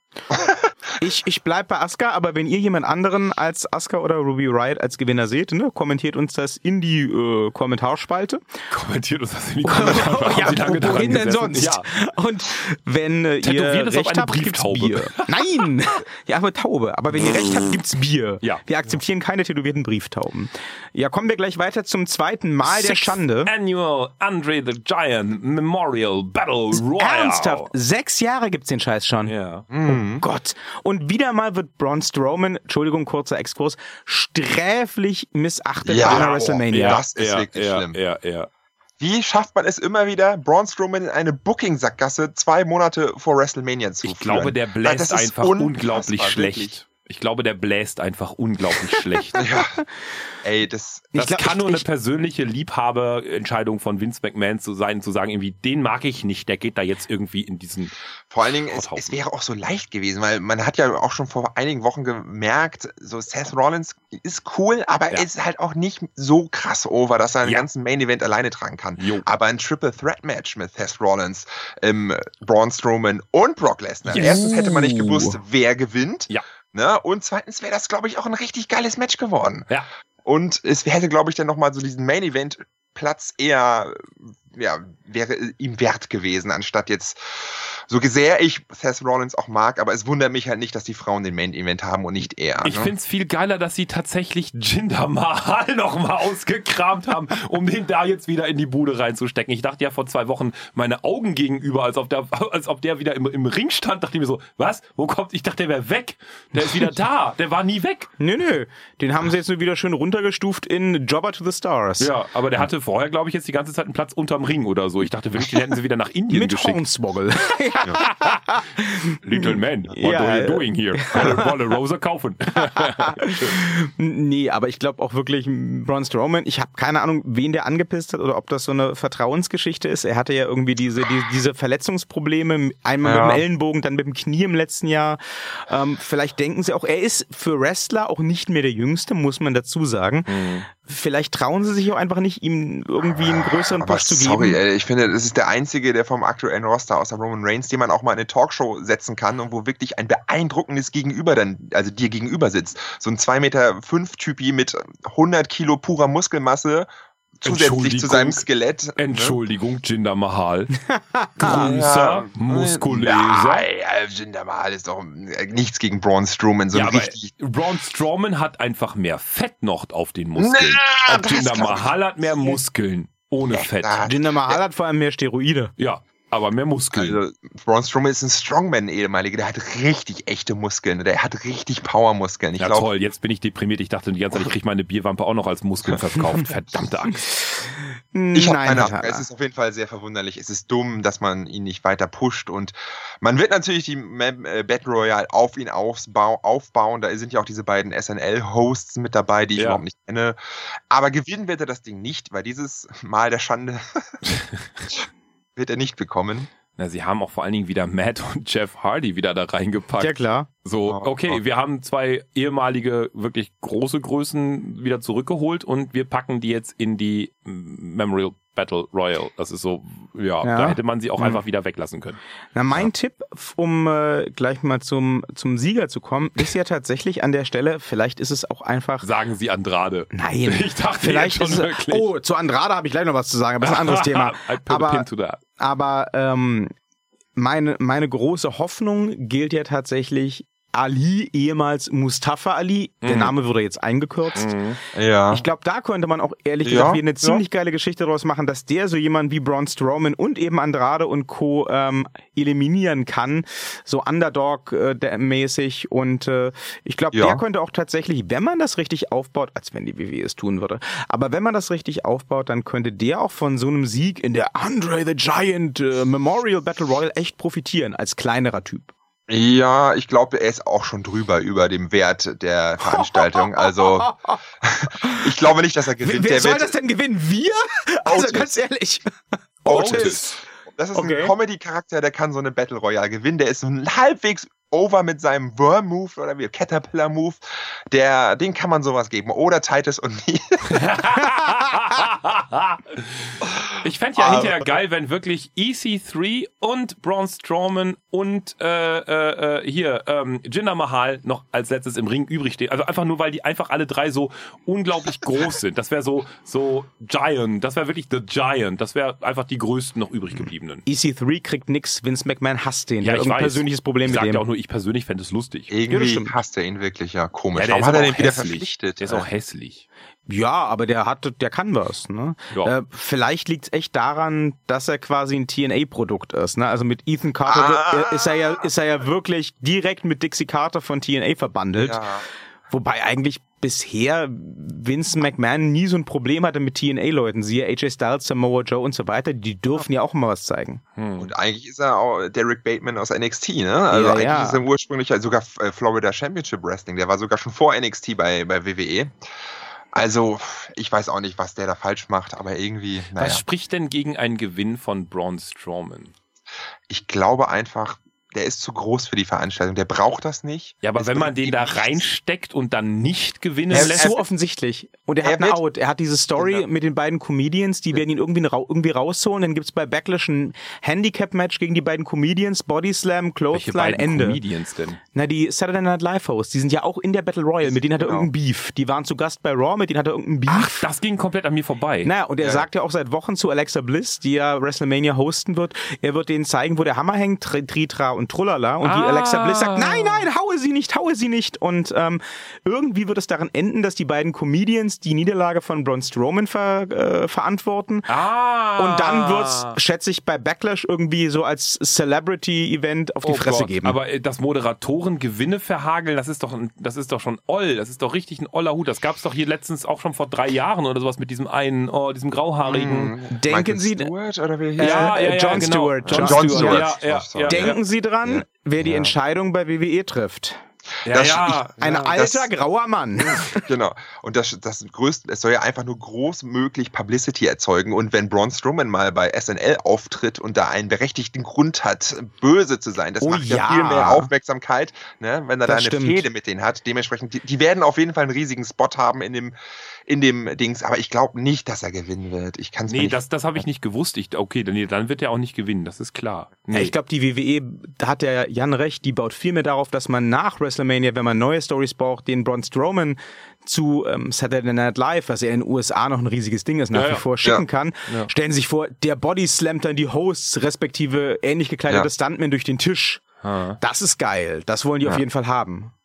ich, ich bleib bei Asuka, aber wenn ihr jemand anderen als Asuka oder Ruby Riott als Gewinner seht, ne, kommentiert uns das in die äh, Kommentarspalte. Kommentiert uns das in die Kommentare. Haben Ja, Sie lange daran wohin denn gesessen? sonst? Ja. Und wenn äh, ihr Tätowiert es auf recht eine habt, gibt's Brieftaube. Bier. Nein! Ja, aber Taube. Aber wenn ihr recht habt, gibt's Bier. Ja. Wir akzeptieren keine tätowierten Brieftauben. Ja, kommen wir gleich weiter zum zweiten Mal der Sixth Schande. Annual Andre the Giant Memorial Battle Royale. Ernsthaft? Sechs Jahre gibt's den Scheiß schon. Ja. Oh Gott. Und wieder mal wird Braun Strowman, Entschuldigung, kurzer Exkurs, sträflich missachtet Ja, bei einer oh, WrestleMania. ja. Das ist ja, wirklich ja, schlimm. Ja, ja. Wie schafft man es immer wieder, Braun Strowman in eine Booking-Sackgasse zwei Monate vor WrestleMania zu Ich führen? glaube, der Weil bläst das ist einfach unfassbar, unglaublich schlecht. wirklich. Ich glaube, der bläst einfach unglaublich schlecht. Ja, ey, das... Das Ich glaub, kann ich- nur eine ich- persönliche Liebhaberentscheidung von Vince McMahon zu sein, zu sagen, irgendwie, den mag ich nicht, der geht da jetzt irgendwie in diesen... Vor allen Dingen, es, Rothaufen. es wäre auch so leicht gewesen, weil man hat ja auch schon vor einigen Wochen gemerkt, so Seth Rollins ist cool, aber Ja. er ist halt auch nicht so krass over, dass er einen Ja. ganzen Main Event alleine tragen kann. Jo. Aber ein Triple Threat Match mit Seth Rollins, ähm, Braun Strowman und Brock Lesnar. Yes. Erstens hätte man nicht gewusst, wer gewinnt. Ja. Ne? Und zweitens wäre das, glaube ich, auch ein richtig geiles Match geworden. Ja. Und es hätte, glaube ich, dann nochmal so diesen Main Event Platz eher, ja, wäre ihm wert gewesen, anstatt jetzt, so sehr ich Seth Rollins auch mag, aber es wundert mich halt nicht, dass die Frauen den Main Event haben und nicht er. Ich ne? find's viel geiler, dass sie tatsächlich Jinder Mahal nochmal ausgekramt haben, um den da jetzt wieder in die Bude reinzustecken. Ich dachte ja vor zwei Wochen meine Augen gegenüber, als ob der, als ob der wieder im, im Ring stand, dachte ich mir so, was? Wo kommt? Ich dachte, der wäre weg. Der ist wieder da. Der war nie weg. Nö, nö. Den haben sie jetzt nur wieder schön runtergestuft in Jobber to the Stars. Ja, aber der hatte vorher, glaube ich, jetzt die ganze Zeit einen Platz unterm Ring oder so. Ich dachte wirklich, den hätten sie wieder nach Indien Mit geschickt. Hornswoggle. Little man, what Ja, are you äh. doing here? Wolle, Wolle Rosa kaufen. Nee, aber ich glaube auch wirklich, Braun Strowman, ich habe keine Ahnung, wen der angepisst hat oder ob das so eine Vertrauensgeschichte ist. Er hatte ja irgendwie diese die, diese Verletzungsprobleme, einmal Ja. mit dem Ellenbogen, dann mit dem Knie im letzten Jahr. Ähm, vielleicht denken sie auch, er ist für Wrestler auch nicht mehr der Jüngste, muss man dazu sagen. Mhm. Vielleicht trauen sie sich auch einfach nicht, ihm irgendwie einen größeren Aber Push zu sorry, geben. ey, ich finde, das ist der einzige, der vom aktuellen Roster außer Roman Reigns, den man auch mal in eine Talkshow setzen kann und wo wirklich ein beeindruckendes Gegenüber dann, also dir gegenüber sitzt. So ein zwei Meter fünf Typi mit hundert Kilo purer Muskelmasse zusätzlich zu seinem Skelett. Ne? Entschuldigung, Jinder Mahal. Ja. Größer, muskulöser. Nein, Jinder Mahal ist doch äh, nichts gegen Braun Strowman, so Ja, ein aber richtig... Braun Strowman hat einfach mehr Fett noch auf den Muskeln. Na, Und das Jinder glaub ich Mahal hat mehr Muskeln. ohne Fett. Jinder Mahal hat vor allem mehr Steroide. Ja, aber mehr Muskeln. Also, Braun Strowman ist ein Strongman-Ehemaliger, der hat richtig echte Muskeln, der hat richtig Powermuskeln. Ich ja glaub, toll, jetzt bin ich deprimiert. Ich dachte die ganze Zeit, ich kriege meine Bierwampe auch noch als Muskeln verkauft. Verdammte Angst. Ich habe Nein, keine hat Ahnung. er. Es ist auf jeden Fall sehr verwunderlich. Es ist dumm, dass man ihn nicht weiter pusht und man wird natürlich die äh, Battle Royale auf ihn aufbau- aufbauen. Da sind ja auch diese beiden S N L-Hosts mit dabei, die ich Ja. überhaupt nicht kenne. Aber gewinnen wird er das Ding nicht, weil dieses Mal der Schande wird er nicht bekommen. Na, sie haben auch vor allen Dingen wieder Matt und Jeff Hardy wieder da reingepackt. Ja, klar. So, Oh, okay, oh. wir haben zwei ehemalige, wirklich große Größen wieder zurückgeholt und wir packen die jetzt in die Memorial Battle Royale. Das ist so, ja, Ja. da hätte man sie auch Hm. einfach wieder weglassen können. Na, mein Tipp, um äh, gleich mal zum, zum Sieger zu kommen, ist ja tatsächlich an der Stelle, vielleicht ist es auch einfach... Sagen Sie Andrade. Nein, Ich dachte vielleicht jetzt schon ist es, wirklich. Oh, zu Andrade habe ich gleich noch was zu sagen, aber das ist ein anderes Thema. I put a Aber, pin to that. aber ähm, meine, meine große Hoffnung gilt ja tatsächlich Ali, ehemals Mustafa Ali. Der Mhm. Name wurde jetzt eingekürzt. Mhm. Ja. Ich glaube, da könnte man auch ehrlich Ja, gesagt wieder eine ja. ziemlich geile Geschichte daraus machen, dass der so jemand wie Braun Strowman und eben Andrade und Co. Ähm, eliminieren kann, so Underdog-mäßig. Und äh, ich glaube, Ja. der könnte auch tatsächlich, wenn man das richtig aufbaut, als wenn die W W E es tun würde, aber wenn man das richtig aufbaut, dann könnte der auch von so einem Sieg in der Andre the Giant äh, Memorial Battle Royale echt profitieren, als kleinerer Typ. Ja, ich glaube, er ist auch schon drüber über dem Wert der Veranstaltung. Also ich glaube nicht, dass er gewinnt. Wer Der soll wird das denn gewinnen? Wir? Also Otis. ganz ehrlich. Otis. Das ist Okay. ein Comedy-Charakter, der kann so eine Battle Royale gewinnen. Der ist so ein halbwegs over mit seinem Worm-Move oder wie Caterpillar-Move. Der, den kann man sowas geben. Oder Titus und nie. Ich fände ja Aber- hinterher geil, wenn wirklich E C drei und Braun Strowman und äh, äh, äh, hier ähm, Jinder Mahal noch als letztes im Ring übrig stehen. Also einfach nur, weil die einfach alle drei so unglaublich groß sind. Das wäre so so Giant. Das wäre wirklich The Giant. Das wäre einfach die größten noch übrig gebliebenen. E C drei kriegt nix, Vince McMahon hasst den. Der hat ich irgendein weiß. persönliches Problem ich mit sag dem. ja auch nur, ich persönlich fände es lustig. Ja, das Irgendwie stimmt. hasst er ihn wirklich, ja, komisch. Ja, der Warum ist hat er aber den auch wieder hässlich. verpflichtet? Der ist auch hässlich. Ja, aber der hat, der kann was. Ne? Ja. Äh, vielleicht liegt es echt daran, dass er quasi ein T N A-Produkt ist. Ne? Also mit Ethan Carter Ah. äh, ist er ja, ist er ja wirklich direkt mit Dixie Carter von T N A verbandelt. Ja. Wobei eigentlich bisher Vince McMahon nie so ein Problem hatte mit T N A-Leuten. Siehe A J Styles, Samoa Joe und so weiter. Die dürfen ja auch mal was zeigen. Hm. Und eigentlich ist er auch Derek Bateman aus N X T, ne? Also Ja, eigentlich ja. ist er ursprünglich sogar äh, Florida Championship Wrestling. Der war sogar schon vor N X T bei, bei W W E. Also, ich weiß auch nicht, was der da falsch macht, aber irgendwie, naja. Was spricht denn gegen einen Gewinn von Braun Strowman? Ich glaube einfach, der ist zu groß für die Veranstaltung. Der braucht das nicht. Ja, aber Es wenn man bringt den ihm da nichts. reinsteckt und dann nicht gewinnen Es Er- lässt. ist so offensichtlich. Und er hat er eine wird- Out. Er hat diese Story Genau. mit den beiden Comedians, die werden ihn irgendwie, rau- irgendwie rausholen. Dann gibt's bei Backlash ein Handicap-Match gegen die beiden Comedians, Body Slam, Welche Clothesline, beiden Ende. Comedians denn? Na, die Saturday Night Live Hosts, die sind ja auch in der Battle Royale. Mit denen hat er Genau. irgendein Beef. Die waren zu Gast bei Raw, mit denen hat er irgendein Beef. Ach, das ging komplett an mir vorbei. Naja, und er Ja. sagt ja auch seit Wochen zu Alexa Bliss, die ja WrestleMania hosten wird, er wird denen zeigen, wo der Hammer hängt, Tri- Tritra und Trullala. Und die Ah. Alexa Bliss sagt, nein, nein, haue sie nicht, haue sie nicht. Und ähm, irgendwie wird es darin enden, dass die beiden Comedians die Niederlage von Braun Strowman ver, äh, verantworten. Ah. Und dann wird's, schätze ich, bei Backlash irgendwie so als Celebrity-Event auf die Oh Fresse Gott, geben. Aber äh, das Moderatoren Gewinne verhageln, das ist doch ein, das ist doch schon oll, das ist doch richtig ein oller Hut. Das gab's doch hier letztens auch schon vor drei Jahren oder sowas mit diesem einen, oh, diesem grauhaarigen. Denken Michael Sie- Stewart oder wie Ja, ja, ja, John genau. Stewart. John, John Stewart. Stewart. Ja, ja, Sorry. ja, Denken Sie dran, Ja. wer die Ja. Entscheidung bei W W E trifft. ja, Das- ja, Ein ja. alter, das- grauer Mann. Genau. Und das, das größte, es soll ja einfach nur großmöglich Publicity erzeugen. Und wenn Braun Strowman mal bei S N L auftritt und da einen berechtigten Grund hat, böse zu sein, das Oh macht ja, ja. viel mehr Aufmerksamkeit, ne, wenn er da Das eine stimmt. Fehde mit denen hat. Dementsprechend, die, die werden auf jeden Fall einen riesigen Spot haben in dem, in dem Dings. Aber ich glaube nicht, dass er gewinnen wird. Ich kann es Nee, nicht. das, das habe ich nicht gewusst. Ich, okay, dann, nee, dann wird er auch nicht gewinnen, das ist klar. Nee. Ja, ich glaube, die W W E, da hat der Jan recht, die baut viel mehr darauf, dass man nach WrestleMania, wenn man neue Stories braucht, den Braun Strowman zu ähm, Saturday Night Live, was ja in den U S A noch ein riesiges Ding ist, nach Ja, wie ja. vor schicken Ja. kann. Ja. Stellen Sie sich vor, der Body slammt dann die Hosts, respektive ähnlich gekleidete Ja. Stuntmen durch den Tisch. Ah. Das ist geil. Das wollen die Ja. auf jeden Fall haben.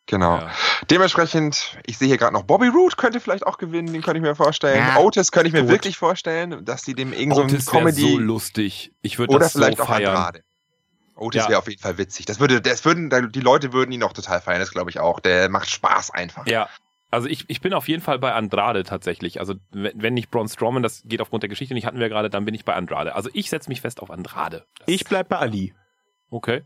Genau. Ja. Dementsprechend, ich sehe hier gerade noch Bobby Roode könnte vielleicht auch gewinnen, den könnte ich mir vorstellen. Ja, Otis könnte ich mir gut. wirklich vorstellen, dass die dem irgend so ein Otis wäre Comedy so lustig. Ich würde oder das vielleicht so auch feiern. Andrade. Otis Ja. wäre auf jeden Fall witzig. Das würde, das würden, die Leute würden ihn auch total feiern, das glaube ich auch. Der macht Spaß einfach. Ja, also ich, ich bin auf jeden Fall bei Andrade tatsächlich. Also wenn wenn nicht Braun Strowman, das geht aufgrund der Geschichte nicht, hatten wir gerade, dann bin ich bei Andrade. Also ich setze mich fest auf Andrade. Das, Ich bleib bei Ali. okay.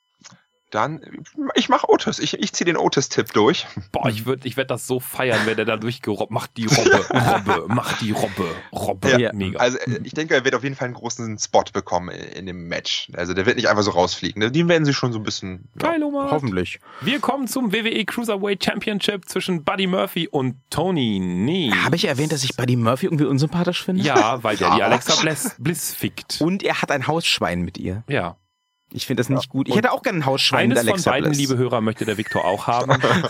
Dann, ich mache Otis. Ich, ich ziehe den Otis-Tipp durch. Boah, ich würde ich werd das so feiern, wenn der da durchgerobbt. Mach die Robbe, Robbe, mach die Robbe, Robbe. Ja. Mega. Also ich denke, er wird auf jeden Fall einen großen Spot bekommen in dem Match. Also der wird nicht einfach so rausfliegen. Den werden sie schon so ein bisschen... Ja. Geil, Omar. Hoffentlich. Wir kommen zum W W E Cruiserweight Championship zwischen Buddy Murphy und Tony Nese. Habe ich erwähnt, dass ich Buddy Murphy irgendwie unsympathisch finde? Ja, weil der Ja. die Alexa Bliss, Bliss fickt. Und er hat ein Hausschwein mit ihr. Ja. Ich finde das nicht gut. Ich Und hätte auch gerne ein Hausschwein mit Eines von Alexa beiden, Bliss. liebe Hörer, möchte der Viktor auch haben.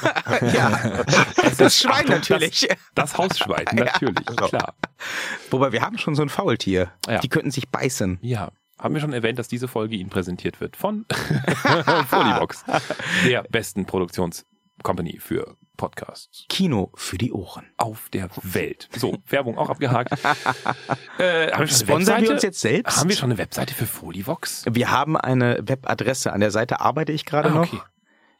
Ja, Es das ist- Schwein Achtung, natürlich. Das, das Hausschwein, natürlich, genau. klar. Wobei, wir haben schon so ein Faultier. Ja. Die könnten sich beißen. Ja, haben wir schon erwähnt, dass diese Folge Ihnen präsentiert wird von Foliebox, der besten Produktionscompany für Podcasts Kino für die Ohren. auf der Welt. So, Werbung auch abgehakt. äh, haben wir schon eine Sponsern wir Webseite? uns jetzt selbst? Haben wir schon eine Webseite für Folivox? Wir haben eine Webadresse. An der Seite arbeite ich gerade Ah, noch. okay.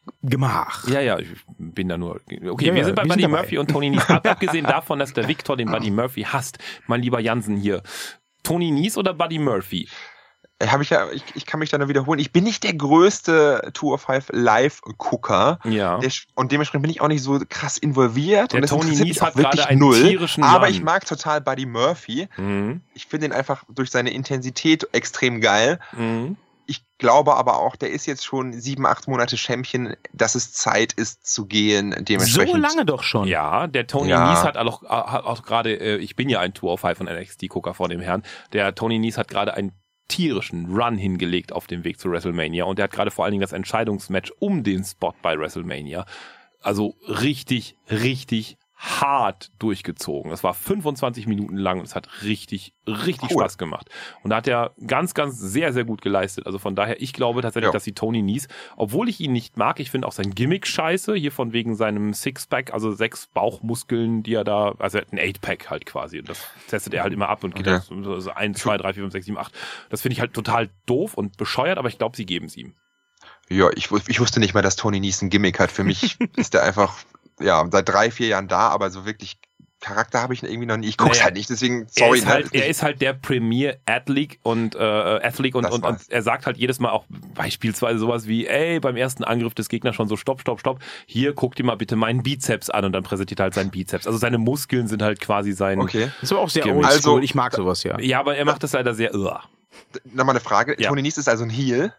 Gemach. Ja, ja, ich bin da nur. Okay, Ja, wir ja, sind bei wir Buddy sind dabei. Murphy und Tony Nese. Ab- Abgesehen davon, dass der Viktor den Buddy Murphy hasst, mein lieber Jansen hier. Tony Nese oder Buddy Murphy? Habe ich ja, ich, ich kann mich da nur wiederholen. Ich bin nicht der größte Tour of Five Live-Gucker. Ja. Der, und dementsprechend bin ich auch nicht so krass involviert. Der und das Tony interessiert Nese mich auch hat gerade wirklich einen null. tierischen Aber Run. ich mag total Buddy Murphy. Mhm. Ich finde ihn einfach durch seine Intensität extrem geil. Mhm. Ich glaube aber auch, der ist jetzt schon sieben, acht Monate Champion, dass es Zeit ist zu gehen. So Dementsprechend. lange doch schon. Ja, der Tony Ja. Nese hat auch, hat auch gerade, äh, ich bin ja ein Tour of Five von N X T-Gucker vor dem Herrn, der Tony Nese hat gerade einen tierischen Run hingelegt auf dem Weg zu WrestleMania und der hat gerade vor allen Dingen das Entscheidungsmatch um den Spot bei WrestleMania also richtig, richtig hart durchgezogen. Das war fünfundzwanzig Minuten lang und es hat richtig, richtig Cool. Spaß gemacht. Und da hat er ganz, ganz sehr, sehr gut geleistet. Also von daher, ich glaube tatsächlich, Ja. dass die Tony Nese, obwohl ich ihn nicht mag, ich finde auch sein Gimmick scheiße, hier von wegen seinem Sixpack, also sechs Bauchmuskeln, die er da, also er hat ein Eight-Pack halt quasi. Und das testet er halt immer ab und geht Okay. dann so, so eins, zwei, drei, vier, fünf, sechs, sieben, acht. Das finde ich halt total doof und bescheuert, aber ich glaube, sie geben es ihm. Ja, ich, wu- ich wusste nicht mal, dass Tony Nese ein Gimmick hat. Für mich ist der einfach, ja, seit drei, vier Jahren da, aber so wirklich Charakter habe ich irgendwie noch nie. Ich guck's Naja, halt nicht, deswegen, Er sorry. ist, halt, ne? er ist halt der Premier Athlet und, äh, Athlet und, Das und, und war's. er sagt halt jedes Mal auch beispielsweise sowas wie, ey, beim ersten Angriff des Gegners schon so, stopp, stopp, stopp, hier, guck dir mal bitte meinen Bizeps an und dann präsentiert er halt seinen Bizeps. Also seine Muskeln sind halt quasi sein... Okay. Das war auch sehr Gimmick. oldschool. Also- Ich mag sowas ja. Ja, aber er macht das leider sehr... Uh. Nochmal eine Frage. Ja. Tony Nese ist also ein Heel?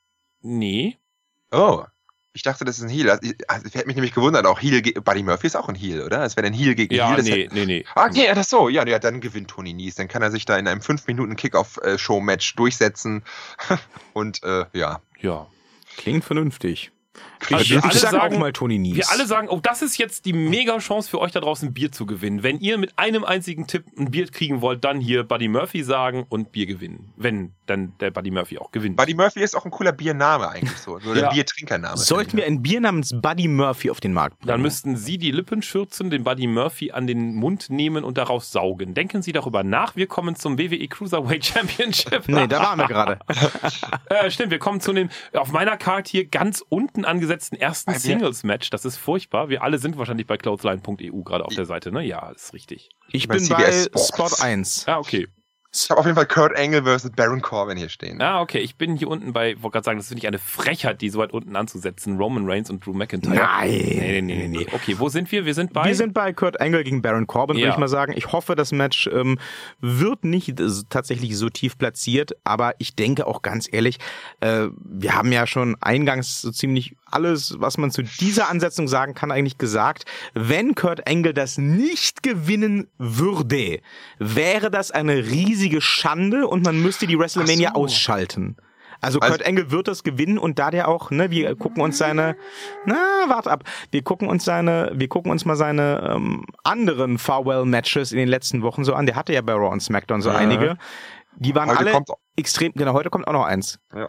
Nee. Oh. Ich dachte, das ist ein Heel. Also, ich- also, ich hätte mich nämlich gewundert, auch Heel, ge- Buddy Murphy ist auch ein Heel, oder? Es wäre ein Heel gegen Ja, Heel. das nee, hätte- nee, nee. Ah, okay, ja, das so. Ja, ja, dann gewinnt Tony Nese. Dann kann er sich da in einem fünf Minuten Kick-Off-Show-Match durchsetzen. Und, äh, ja. Ja. Klingt vernünftig. Also ich wir alle sage sagen- auch mal Tony Nese. Wir alle sagen, oh, das ist jetzt die mega Chance für euch da draußen, Bier zu gewinnen. Wenn ihr mit einem einzigen Tipp ein Bier kriegen wollt, dann hier Buddy Murphy sagen und Bier gewinnen. Wenn dann der Buddy Murphy auch gewinnt. Buddy Murphy ist auch ein cooler Biername eigentlich so. So Ja. ein Biertrinkername. Sollten wir ein Bier namens Buddy Murphy auf den Markt bringen? Dann müssten Sie die Lippen schürzen, den Buddy Murphy an den Mund nehmen und daraus saugen. Denken Sie darüber nach. Wir kommen zum W W E Cruiserweight Championship. Nee, da waren wir gerade. äh, stimmt, wir kommen zu dem auf meiner Card hier ganz unten angesetzten ersten Bei mir- Singles-Match. Das ist furchtbar. Wir alle sind wahrscheinlich bei clothesline punkt e u gerade auf der Seite, ne? Ja, ist richtig. Ich Bei bin C B bei S Sports. Spot eins. Ah, okay. Ich habe auf jeden Fall Kurt Angle versus Baron Corbin hier stehen. Ah, okay. Ich bin hier unten bei, wollte gerade sagen, das finde ich eine Frechheit, die so weit unten anzusetzen. Roman Reigns und Drew McIntyre. Nein. Nee, nee, nee, nee. Okay, wo sind wir? Wir sind bei... Wir sind bei Kurt Angle gegen Baron Corbin, Ja. würde ich mal sagen. Ich hoffe, das Match ähm, wird nicht äh, tatsächlich so tief platziert, aber ich denke auch ganz ehrlich, äh, wir haben ja schon eingangs so ziemlich alles, was man zu dieser Ansetzung sagen kann, eigentlich gesagt. Wenn Kurt Angle das nicht gewinnen würde, wäre das eine riesige Schande und man müsste die WrestleMania Ach so. ausschalten. Also Also- Kurt Angle wird das gewinnen und da der auch, ne, wir gucken uns seine, na, warte ab, wir gucken uns seine, wir gucken uns mal seine ähm, anderen Farewell-Matches in den letzten Wochen so an. Der hatte ja bei Raw und SmackDown so Ja. einige. Die waren Heute alle kommt- extrem, genau, heute kommt auch noch eins. Ja.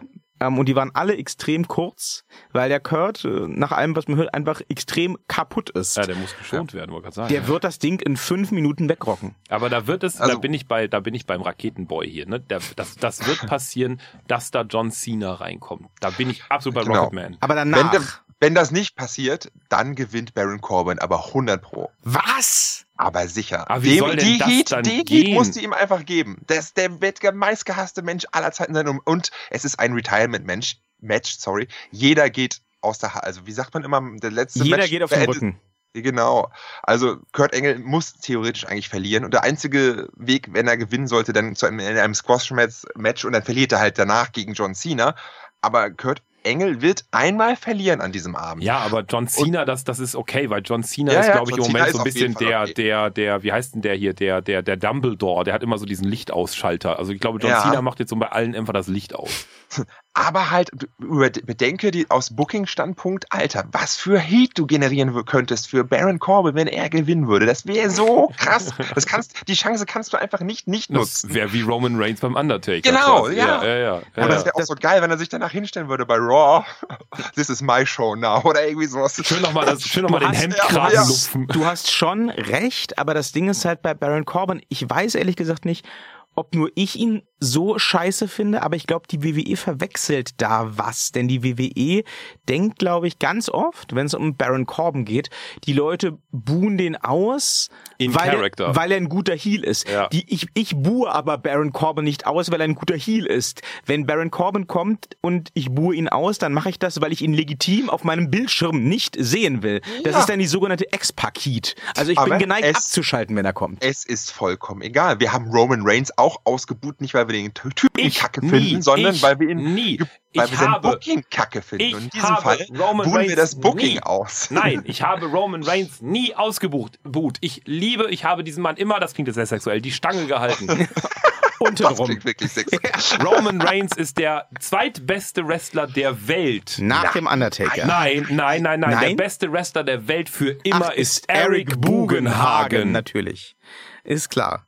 Ähm, und die waren alle extrem kurz, weil der Kurt, äh, nach allem, was man hört, einfach extrem kaputt ist. Ja, der muss geschont werden, wollte ich gerade sagen. Der wird das Ding in fünf Minuten wegrocken. Aber da wird es, Also, da bin ich bei, da bin ich beim Raketenboy hier, ne? Der, das, das wird passieren, dass da John Cena reinkommt. Da bin ich absolut bei Genau. Rocketman. Aber Wenn, danach... der, wenn das nicht passiert, dann gewinnt Baron Corbin, aber hundert Pro. Was? Aber sicher. Aber wie soll denn die das Heat, dann die gehen? Heat musst du ihm einfach geben. Das ist der wird der meistgehasste Mensch aller Zeiten sein. Und es ist ein Retirement-Match. Match, sorry. Jeder geht aus der, ha- also wie sagt man immer, der letzte Jeder Match geht auf den beendet- Rücken. Genau. Also Kurt Angle muss theoretisch eigentlich verlieren. Und der einzige Weg, wenn er gewinnen sollte, dann zu einem, in einem Squash-Match und dann verliert er halt danach gegen John Cena. Aber Kurt Angle wird einmal verlieren an diesem Abend. Ja, aber John Cena, das, das ist okay, weil John Cena Ja, ist, ja, glaube ich, im John Cena Moment ist so ein auf jeden bisschen Fall der, okay. der, der, wie heißt denn der hier, der, der, der Dumbledore, der hat immer so diesen Lichtausschalter. Also ich glaube, John Ja. Cena macht jetzt so bei allen einfach das Licht aus. Aber halt, über, bedenke die aus Booking-Standpunkt, Alter, was für Heat du generieren w- könntest für Baron Corbin, wenn er gewinnen würde. Das wäre so krass. Das kannst, die Chance kannst du einfach nicht nicht Das nutzen. wäre wie Roman Reigns beim Undertaker. Genau, quasi. ja. ja, ja, ja, Aber ja. das wäre auch so geil, wenn er sich danach hinstellen würde bei Raw. This is my show now. Oder irgendwie sowas. Schön nochmal das, schön noch mal Du den hast- Hemdkragen ja, ja. lupfen. Du hast schon recht, aber das Ding ist halt bei Baron Corbin, ich weiß ehrlich gesagt nicht, ob nur ich ihn so scheiße finde, aber ich glaube, die W W E verwechselt da was. Denn die W W E denkt, glaube ich, ganz oft, wenn es um Baron Corbin geht, die Leute buhen den aus, In weil, Character. Er, weil er ein guter Heel ist. Ja. Die, ich, ich buhe aber Baron Corbin nicht aus, weil er ein guter Heel ist. Wenn Baron Corbin kommt und ich buhe ihn aus, dann mache ich das, weil ich ihn legitim auf meinem Bildschirm nicht sehen will. Das Ja. ist dann die sogenannte Ex-Pack-Heat. Also ich Aber bin geneigt es- abzuschalten, wenn er kommt. Es ist vollkommen egal. Wir haben Roman Reigns auch ausgebuht, nicht weil wir den Ty- Typen Ich kacke nie, finden, sondern ich weil wir ihn nie. ge- weil Ich wir sein habe- Booking kacke finden. ich Und in diesem habe Fall Roman buhen wir Reigns das Booking nie. aus. Nein, ich habe Roman Reigns nie ausgebucht. Buht. Ich liebe, ich habe diesen Mann immer, das klingt jetzt sehr sexuell, die Stange gehalten. Das Untenrum. klingt wirklich sexy. Roman Reigns ist der zweitbeste Wrestler der Welt. Nach dem Undertaker. Nein, nein, nein, nein, Nein? Der beste Wrestler der Welt für immer Ach, ist Eric Bugenhagen. Natürlich. Ist klar.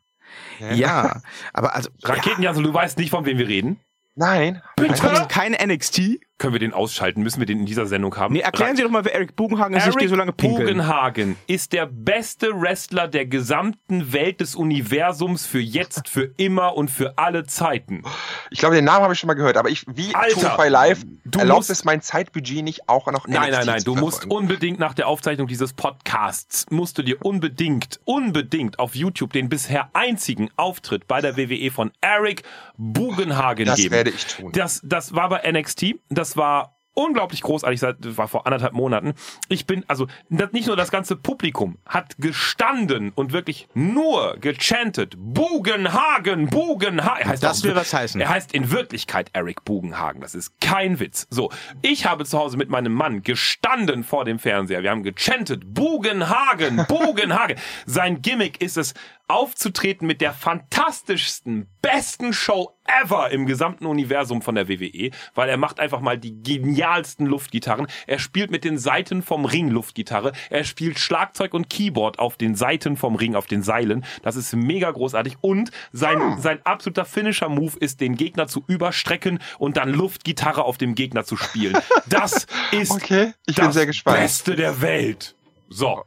Ja, aber also Raketenjansel, du weißt nicht, von wem wir reden? Nein. ja, kein N X T. Können wir den ausschalten? Müssen wir den in dieser Sendung haben? Nee, erklären Sie doch mal, wer Eric Bugenhagen ist. Ich Eric gehe so lange pinkeln. Bugenhagen ist der beste Wrestler der gesamten Welt des Universums für jetzt, für immer und für alle Zeiten. Ich glaube, den Namen habe ich schon mal gehört, aber ich, wie Alter, Two Live, du erlaubt musst- es mein Zeitbudget nicht auch noch Nein, N X T nein, nein, zu du musst verfolgen? unbedingt nach der Aufzeichnung dieses Podcasts, musst du dir unbedingt, unbedingt auf YouTube den bisher einzigen Auftritt bei der W W E von Eric Bugenhagen Das geben. werde ich tun. Das, das war bei N X T, das war unglaublich großartig, das war vor anderthalb Monaten. Ich bin, also das, nicht nur das ganze Publikum hat gestanden und wirklich nur gechantet, Bugenhagen, Bugenhagen. Er heißt Das auch- will was heißen. Er heißt in Wirklichkeit Eric Bugenhagen, das ist kein Witz. So, ich habe zu Hause mit meinem Mann gestanden vor dem Fernseher, wir haben gechantet, Bugenhagen, Bugenhagen. Sein Gimmick ist es, aufzutreten mit der fantastischsten, besten Show ever im gesamten Universum von der W W E, weil er macht einfach mal die genialsten Luftgitarren. Er spielt mit den Seiten vom Ring Luftgitarre. Er spielt Schlagzeug und Keyboard auf den Seiten vom Ring, auf den Seilen. Das ist mega großartig. Und sein, sein absoluter Finisher-Move ist, den Gegner zu überstrecken und dann Luftgitarre auf dem Gegner zu spielen. Das ist Okay, ich das bin sehr gespannt. Beste der Welt. So.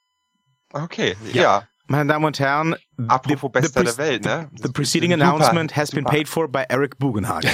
Okay, ja. Meine Damen und Herren, Apropos the- the Bester pre- der Welt, ne? the preceding Super, announcement has been super. paid for by Eric Bugenhagen.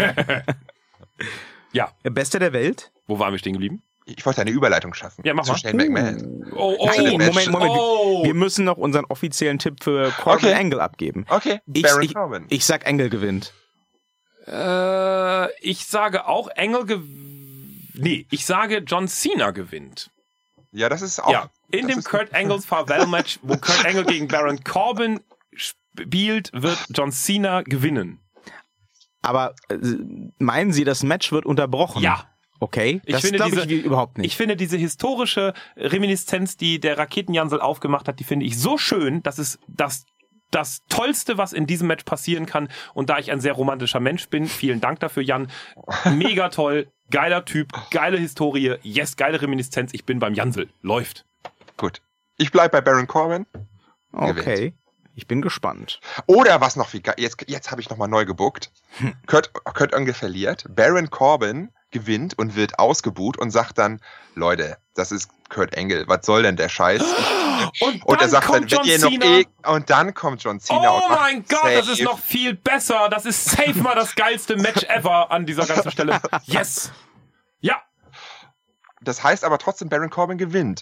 Ja, Der Beste der Welt? wo waren wir stehen geblieben? Ich wollte eine Überleitung schaffen. Ja, mach zu mal. Shane McMahon. Oh, oh, Nein, Match. Moment, Moment. Oh. Wir müssen noch unseren offiziellen Tipp für Corbin Okay. Angle abgeben. Okay, Ich, Baron ich, Corbin. ich sag, Angle gewinnt. Äh, ich sage auch Engel gewinnt. Nee, ich sage John Cena gewinnt. Ja, das ist auch. Ja, in das dem ist- Kurt Angles Farewell-Match, wo Kurt Angle gegen Baron Corbin spielt, wird John Cena gewinnen. Aber äh, meinen Sie, das Match wird unterbrochen? Ja. Okay, Ich das finde glaube diese- ich wie- überhaupt nicht. Ich finde diese historische Reminiszenz, die der Raketenjansel aufgemacht hat, die finde ich so schön, dass es das das Tollste, was in diesem Match passieren kann. Und da ich ein sehr romantischer Mensch bin, vielen Dank dafür, Jan. Mega toll, geiler Typ, geile Historie, yes, geile Reminiszenz. Ich bin beim Jansel. Läuft. Gut. Ich bleib bei Baron Corbin. Okay. Ich bin gespannt. Oder was noch viel geil, jetzt, jetzt habe ich nochmal neu gebuckt. Hm. Kurt, Kurt Angle verliert, Baron Corbin gewinnt und wird ausgebuht und sagt dann, Leute, das ist Kurt Angle, was soll denn der Scheiß? Ich, und, und er sagt dann, wenn ihr noch eh, und dann kommt John Cena. Oh und macht mein Gott, safe. Das ist noch viel besser. Das ist safe mal das geilste Match ever an dieser ganzen Stelle. Yes. Ja. Das heißt aber trotzdem, Baron Corbin gewinnt.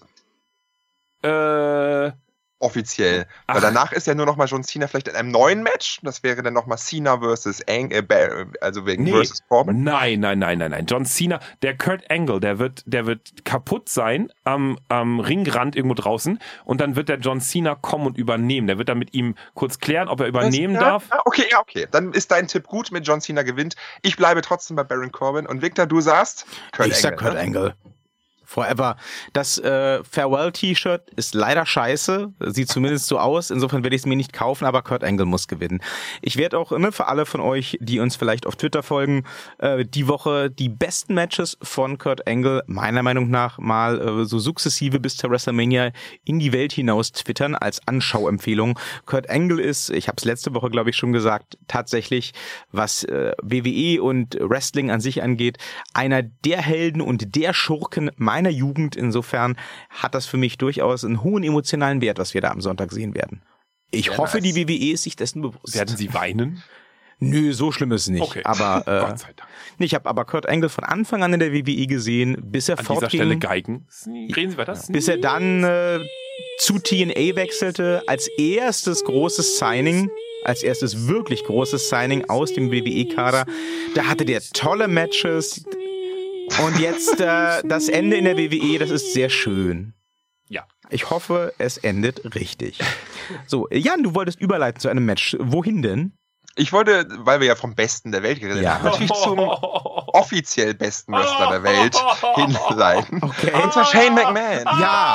Äh... Offiziell. Ach. Weil danach ist ja nur noch mal John Cena vielleicht in einem neuen Match. Das wäre dann noch mal Cena versus Angle, äh, also wegen Nee. versus Corbin. Nein, nein, nein, nein, nein. John Cena, der Kurt Angle, der wird, der wird kaputt sein am, am Ringrand irgendwo draußen und dann wird der John Cena kommen und übernehmen. Der wird dann mit ihm kurz klären, ob er übernehmen ja, darf. Ja, okay, ja, okay. Dann ist dein Tipp gut, mit John Cena gewinnt. Ich bleibe trotzdem bei Baron Corbin. Und Victor, du sagst Kurt ich Angle. sag Kurt ne? Angle. Forever. Das äh, Farewell-T-Shirt ist leider scheiße. Sieht zumindest so aus. Insofern werde ich es mir nicht kaufen, aber Kurt Angle muss gewinnen. Ich werde auch, ne, für alle von euch, die uns vielleicht auf Twitter folgen, äh, die Woche die besten Matches von Kurt Angle meiner Meinung nach mal äh, so sukzessive bis zur WrestleMania in die Welt hinaus twittern als Anschauempfehlung. Kurt Angle ist, ich habe es letzte Woche, glaube ich, schon gesagt, tatsächlich, was äh, W W E und Wrestling an sich angeht, einer der Helden und der Schurken meiner Jugend. Insofern hat das für mich durchaus einen hohen emotionalen Wert, was wir da am Sonntag sehen werden. Ich Sehr hoffe, nice. die W W E ist sich dessen bewusst. Werden Sie weinen? Nö, so schlimm ist es nicht. Okay. Aber äh, Gott sei Dank. ich habe aber Kurt Angle von Anfang an in der W W E gesehen, bis er An dieser fortging, Stelle Geigen. Reden Sie weiter. bis er dann äh, zu T N A wechselte, als erstes großes Signing, als erstes wirklich großes Signing aus dem W W E-Kader. Da hatte der tolle Matches. Und jetzt äh, das Ende in der W W E, das ist sehr schön. Ja. Ich hoffe, es endet richtig. So, Jan, du wolltest überleiten zu einem Match. Wohin denn? Ich wollte, weil wir ja vom Besten der Welt geredet Ja. haben, natürlich zum offiziell besten Wrestler der Welt hinleiten. Okay. Und zwar Shane McMahon.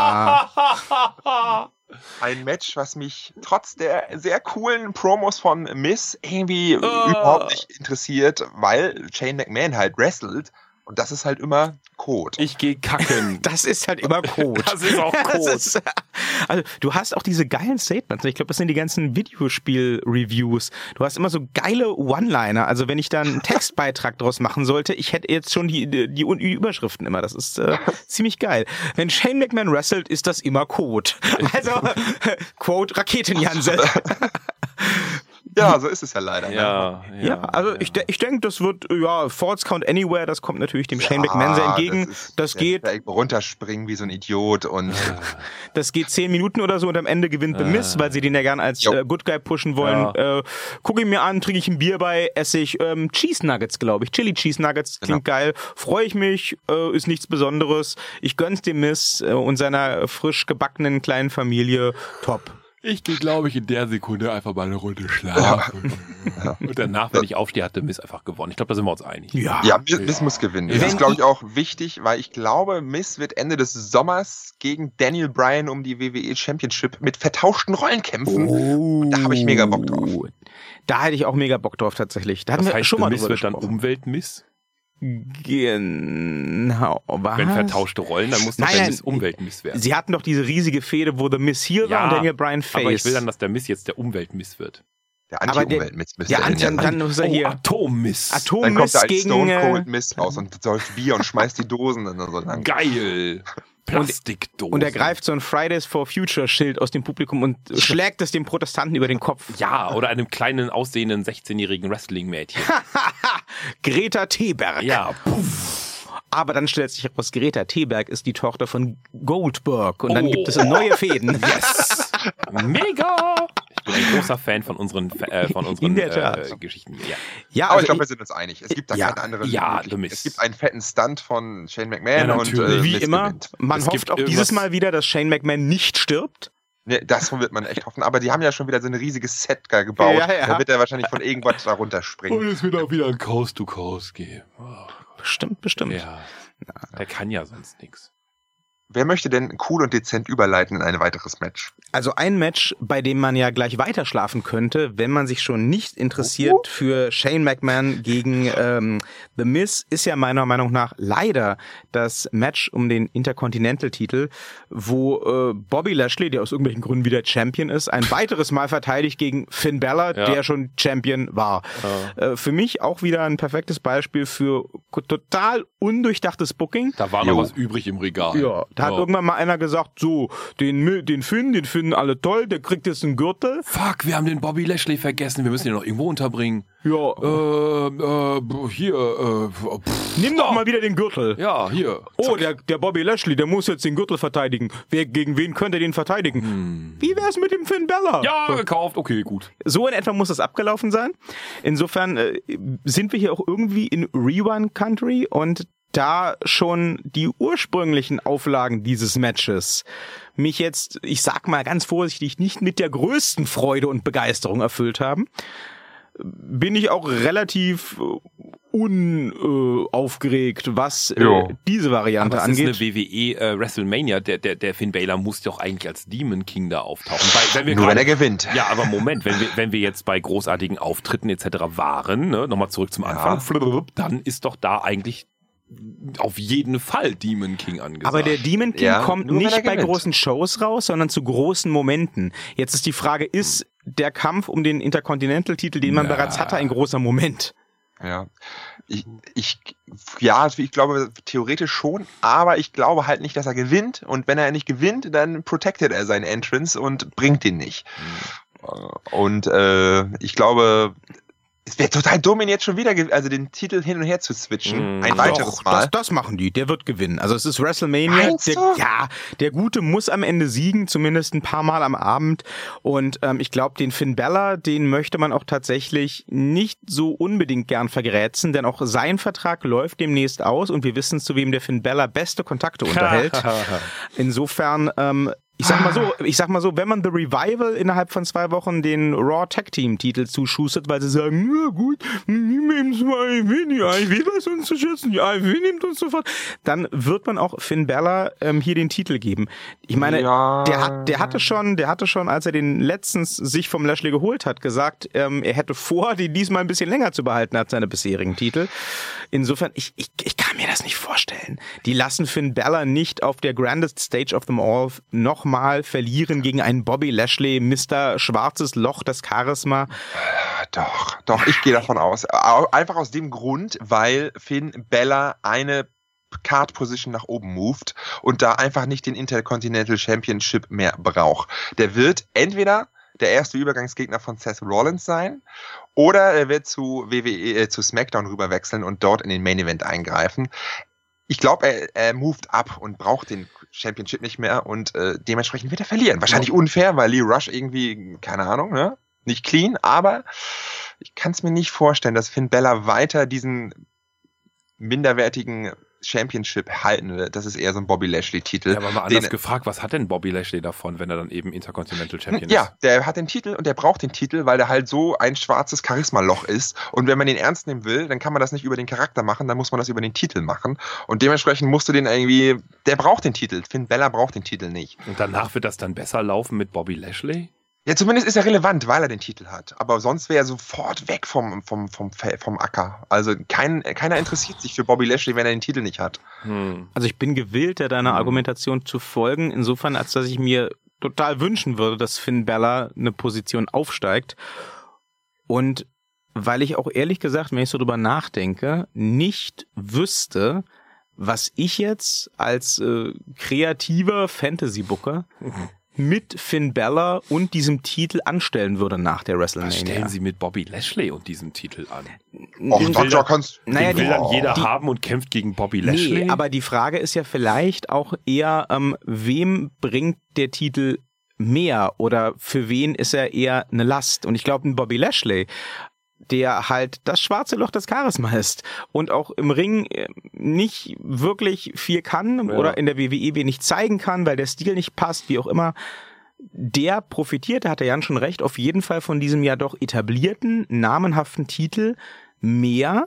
Ja. Ein Match, was mich trotz der sehr coolen Promos von Miz irgendwie überhaupt nicht interessiert, weil Shane McMahon halt wrestelt. Und das ist halt immer Code. Ich gehe kacken. Das ist halt immer Code. Das ist auch Code. Das ist, also du hast auch diese geilen Statements. Ich glaube, das sind die ganzen Videospiel-Reviews. Du hast immer so geile One-Liner. Also wenn ich da einen Textbeitrag draus machen sollte, ich hätte jetzt schon die, die, die Überschriften immer. Das ist äh, ziemlich geil. Wenn Shane McMahon wrestelt, ist das immer Code. Also, Quote Raketenjanse. Ja, so ist es ja leider. Ja, ne? Ja, also ja. ich, de- ich denke, das wird, ja, Falls Count Anywhere, das kommt natürlich dem Shane Ja, McMahon sehr entgegen. Das, ist, Das der geht, wird da runterspringen wie so ein Idiot und das geht zehn Minuten oder so und am Ende gewinnt The Miz, weil sie den ja gern als Jo. äh, Good Guy pushen wollen. Äh, gucke ich mir an, trinke ich ein Bier bei, esse ich ähm, Cheese Nuggets, glaube ich. Chili Cheese Nuggets, klingt geil. Freue ich mich, äh, ist nichts Besonderes. Ich gönn's dem Miz äh, und seiner frisch gebackenen kleinen Familie. Top. Ich gehe, glaube ich, in der Sekunde einfach mal eine Runde schlafen. Und danach, wenn ich aufstehe, hat der Miss einfach gewonnen. Ich glaube, da sind wir uns einig. Ja. ja, Miz, Miz muss gewinnen. Das Wenn ist, glaube ich, ich- auch wichtig, weil ich glaube, Miz wird Ende des Sommers gegen Daniel Bryan um die W W E Championship mit vertauschten Rollen kämpfen. Oh. Da habe ich mega Bock drauf. Da hätte ich auch mega Bock drauf tatsächlich. Da hatten Das wir heißt, schon der mal Miss drüber wird dann gesprochen. Umweltmiss. Genau. Was? Wenn vertauschte Rollen, dann muss doch Nein, der nein. Miss Umweltmiss werden. Sie hatten doch diese riesige Fehde, wo The Miz Heel war Ja, und Daniel Bryan Face. Aber ich will dann, dass der Miss jetzt der Umweltmiss wird. Der Aber der- Anti-Umwelt-Miz müsste ja, er dann, denn dann, sein. dann muss er Oh, hier Atommiss. Dann kommt Atommiss er als gegen Stone äh, Cold Mist raus und säuft Bier und schmeißt die Dosen dann so lang. Geil. Plastikdose. und er greift so ein Fridays for Future Schild aus dem Publikum und schlägt es dem Protestanten über den Kopf. Ja, oder einem kleinen, aussehenden sechzehnjährigen Wrestling-Mädchen. Greta Thunberg. Ja, puff. Aber dann stellt sich heraus, Greta Thunberg ist die Tochter von Goldberg und dann Oh. gibt es neue Fäden. Yes. Mega. Ich bin ein großer Fan von unseren, äh, von unseren In der Tat. äh, Geschichten. Ja. Ja, Aber also ich glaube, wir ich, sind uns einig. Es gibt da Ja, keine andere ja, Möglichkeit. The Miz. Es gibt einen fetten Stunt von Shane McMahon Ja, und natürlich. äh, wie Miz immer, gewinnt. man Es hofft gibt auch irgendwas- dieses Mal wieder, dass Shane McMahon nicht stirbt. Ne, das wird man echt hoffen. Aber die haben ja schon wieder so ein riesiges Set da gebaut. Ja, ja. Da wird er wahrscheinlich von irgendwas da runterspringen. es wird auch wieder ein Coast to Coast geben. Oh, Bestimmt, bestimmt. ja. Der kann ja sonst nichts. wer möchte denn cool und dezent überleiten in ein weiteres Match? Also ein Match, bei dem man ja gleich weiter schlafen könnte, wenn man sich schon nicht interessiert uh-huh. für Shane McMahon gegen ähm, The Miz, ist ja meiner Meinung nach leider das Match um den Intercontinental-Titel, wo äh, Bobby Lashley, der aus irgendwelchen Gründen wieder Champion ist, ein weiteres Mal verteidigt gegen Finn Balor, ja. der schon Champion war. Ja. Äh, für mich auch wieder ein perfektes Beispiel für total undurchdachtes Booking. Da war noch jo. was übrig im Regal. Ja, da hat ja. irgendwann mal einer gesagt, so, den, den Finn, den finden alle toll, der kriegt jetzt einen Gürtel. Fuck, wir haben den Bobby Lashley vergessen, wir müssen ihn noch irgendwo unterbringen. Ja. Äh, äh, hier, äh, pff. Nimm doch oh. mal wieder den Gürtel. Ja, hier. Oh, der, der Bobby Lashley, der muss jetzt den Gürtel verteidigen. Wer, gegen wen könnte er den verteidigen? Hm. Wie wär's mit dem Finn Balor? Ja, gekauft, okay, gut. So in etwa muss das abgelaufen sein. Insofern äh, sind wir hier auch irgendwie in Rewind Country und da schon die ursprünglichen Auflagen dieses Matches mich jetzt, ich sag mal ganz vorsichtig, nicht mit der größten Freude und Begeisterung erfüllt haben, bin ich auch relativ unaufgeregt, äh, was äh, diese Variante Aber es angeht. Das ist eine W W E äh, WrestleMania, der, der, der Finn Balor muss doch eigentlich als Demon King da auftauchen. Weil, wenn wir Nur grade, wenn er gewinnt. Ja, aber Moment, wenn wir, wenn wir jetzt bei großartigen Auftritten et cetera waren, ne, nochmal zurück zum Anfang, ja. dann ist doch da eigentlich auf jeden Fall Demon King angesagt. Aber der Demon King ja, kommt nicht bei großen Shows raus, sondern zu großen Momenten. Jetzt ist die Frage, ist der Kampf um den Intercontinental-Titel, den man ja. bereits hatte, ein großer Moment? Ja, ich, ich, ja, ich glaube theoretisch schon, aber ich glaube halt nicht, dass er gewinnt. Und wenn er nicht gewinnt, dann protected er seinen Entrance und bringt ihn nicht. Mhm. Und äh, ich glaube, es wäre total dumm, ihn jetzt schon wieder, also den Titel hin und her zu switchen. Mm, ein weiteres doch, Mal. Das, das machen die. Der wird gewinnen. Also es ist WrestleMania. Der, ja, der Gute muss am Ende siegen, zumindest ein paar Mal am Abend. Und ähm, ich glaube, den Finn Balor, den möchte man auch tatsächlich nicht so unbedingt gern vergrätzen, denn auch sein Vertrag läuft demnächst aus und wir wissen, zu wem der Finn Balor beste Kontakte unterhält. Insofern ähm, Ich sag mal so, ich sag mal so, wenn man The Revival innerhalb von zwei Wochen den Raw Tag Team Titel zuschustert, weil sie sagen, na gut, nehmen Sie mal I W, die I W weiß uns zu schätzen, die I W nimmt uns sofort, dann wird man auch Finn Balor ähm, hier den Titel geben. Ich meine, ja. der hat, der hatte schon, der hatte schon, als er den letztens sich vom Lashley geholt hat, gesagt, ähm, er hätte vor, den diesmal ein bisschen länger zu behalten als seine bisherigen Titel. Insofern, ich, ich, ich kann mir das nicht vorstellen. Die lassen Finn Balor nicht auf der grandest stage of them all noch mal verlieren gegen einen Bobby Lashley, Mister Schwarzes Loch, das Charisma. Äh, doch, doch, ich gehe davon aus. Einfach aus dem Grund, weil Finn Balor eine Card Position nach oben moved und da einfach nicht den Intercontinental Championship mehr braucht. Der wird entweder der erste Übergangsgegner von Seth Rollins sein oder er wird zu W W E, äh, zu SmackDown rüber wechseln und dort in den Main Event eingreifen. Ich glaube, er, er moved ab und braucht den Championship nicht mehr und äh, dementsprechend wird er verlieren. Wahrscheinlich unfair, weil Lee Rush irgendwie, keine Ahnung, ne, nicht clean, aber ich kann es mir nicht vorstellen, dass Finn Balor weiter diesen minderwertigen Championship halten wird. Das ist eher so ein Bobby Lashley-Titel. Ja, aber mal anders den, gefragt, was hat denn Bobby Lashley davon, wenn er dann eben Intercontinental Champion ist? Ja, der hat den Titel und der braucht den Titel, weil der halt so ein schwarzes Charisma-Loch ist. Und wenn man den ernst nehmen will, dann kann man das nicht über den Charakter machen, dann muss man das über den Titel machen. Und dementsprechend musst du den irgendwie, der braucht den Titel. Finn Balor braucht den Titel nicht. Und danach wird das dann besser laufen mit Bobby Lashley? Ja, zumindest ist er relevant, weil er den Titel hat. Aber sonst wäre er sofort weg vom, vom, vom, vom Acker. Also kein, keiner interessiert sich für Bobby Lashley, wenn er den Titel nicht hat. Hm. Also ich bin gewillt, deiner hm. Argumentation zu folgen, insofern, als dass ich mir total wünschen würde, dass Finn Balor eine Position aufsteigt. Und weil ich auch ehrlich gesagt, wenn ich so drüber nachdenke, nicht wüsste, was ich jetzt als äh, kreativer Fantasy-Booker mhm. mit Finn Balor und diesem Titel anstellen würde nach der WrestleMania. Was stellen Sie mit Bobby Lashley und diesem Titel an? Och, den will, dann, kannst, naja, den will dann jeder die, haben und kämpft gegen Bobby Lashley? Nee, aber die Frage ist ja vielleicht auch eher, ähm, wem bringt der Titel mehr oder für wen ist er eher eine Last? Und ich glaube, ein Bobby Lashley, der halt das schwarze Loch des Charisma ist und auch im Ring nicht wirklich viel kann ja. oder in der W W E wenig zeigen kann, weil der Stil nicht passt, wie auch immer, der profitiert, da hat der Jan schon recht, auf jeden Fall von diesem ja doch etablierten, namenhaften Titel mehr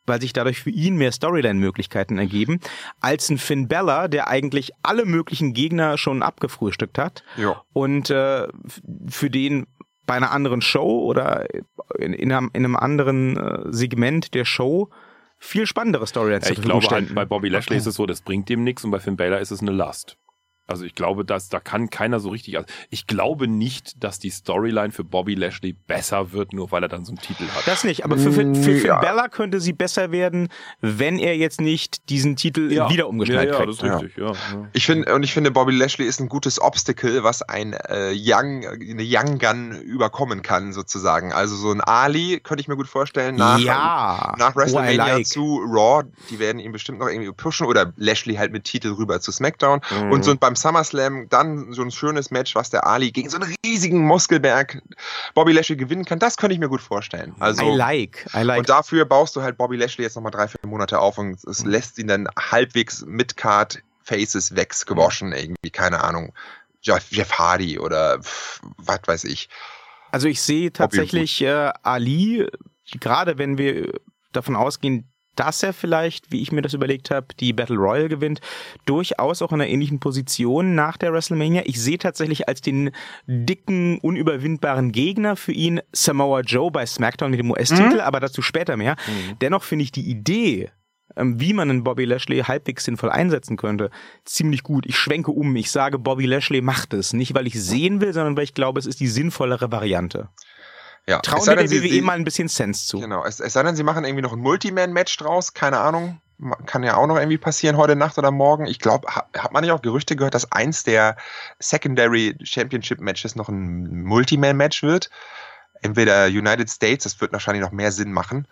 weil sich dadurch für ihn mehr Storyline-Möglichkeiten ergeben, als ein Finn Balor, der eigentlich alle möglichen Gegner schon abgefrühstückt hat Ja. und äh, für den bei einer anderen Show oder in, in, einem, in einem anderen äh, Segment der Show viel spannendere Storylines Ja, zur ich Verfügung glaube halt, ständen. bei Bobby Lashley ist es so, das bringt dem nichts und bei Finn Balor ist es eine Last. Also ich glaube, dass da kann keiner so richtig. Also ich glaube nicht, dass die Storyline für Bobby Lashley besser wird, nur weil er dann so einen Titel hat. Das nicht, aber für, für, für Finn Ja. Balor könnte sie besser werden, wenn er jetzt nicht diesen Titel wieder umgeschnallt ja, ja, kriegt. das ist richtig. Ja. Ja. Ich finde, und ich finde, Bobby Lashley ist ein gutes Obstacle, was ein äh, Young, eine Young Gun überkommen kann, sozusagen. Also so ein Ali könnte ich mir gut vorstellen, nach, Ja. nach WrestleMania Oh, I like. zu Raw. Die werden ihn bestimmt noch irgendwie pushen oder Lashley halt mit Titel rüber zu SmackDown. Mhm. Und so beim SummerSlam dann so ein schönes Match, was der Ali gegen so einen riesigen Muskelberg Bobby Lashley gewinnen kann. Das könnte ich mir gut vorstellen. Also, I like, I like. und dafür baust du halt Bobby Lashley jetzt nochmal drei, vier Monate auf und es lässt ihn dann halbwegs mit Card Faces weggewaschen, irgendwie, keine Ahnung. Jeff, Jeff Hardy oder pff, was weiß ich. Also ich sehe tatsächlich äh, Ali, gerade wenn wir davon ausgehen, dass er vielleicht, wie ich mir das überlegt habe, die Battle Royal gewinnt, durchaus auch in einer ähnlichen Position nach der WrestleMania. Ich sehe tatsächlich als den dicken, unüberwindbaren Gegner für ihn Samoa Joe bei SmackDown mit dem U S-Titel, mhm. aber dazu später mehr. Mhm. Dennoch finde ich die Idee, wie man einen Bobby Lashley halbwegs sinnvoll einsetzen könnte, ziemlich gut. Ich schwenke um, ich sage, Bobby Lashley macht es. Nicht, weil ich sehen will, sondern weil ich glaube, es ist die sinnvollere Variante. Ja, trauen wir der W W E mal ein bisschen Sense zu. Genau, es, es sei denn, sie machen irgendwie noch ein Multiman-Match draus, keine Ahnung, kann ja auch noch irgendwie passieren heute Nacht oder morgen. Ich glaube, ha, hat man nicht auch Gerüchte gehört, dass eins der Secondary Championship Matches noch ein Multiman-Match wird? Entweder United States, das wird wahrscheinlich noch mehr Sinn machen,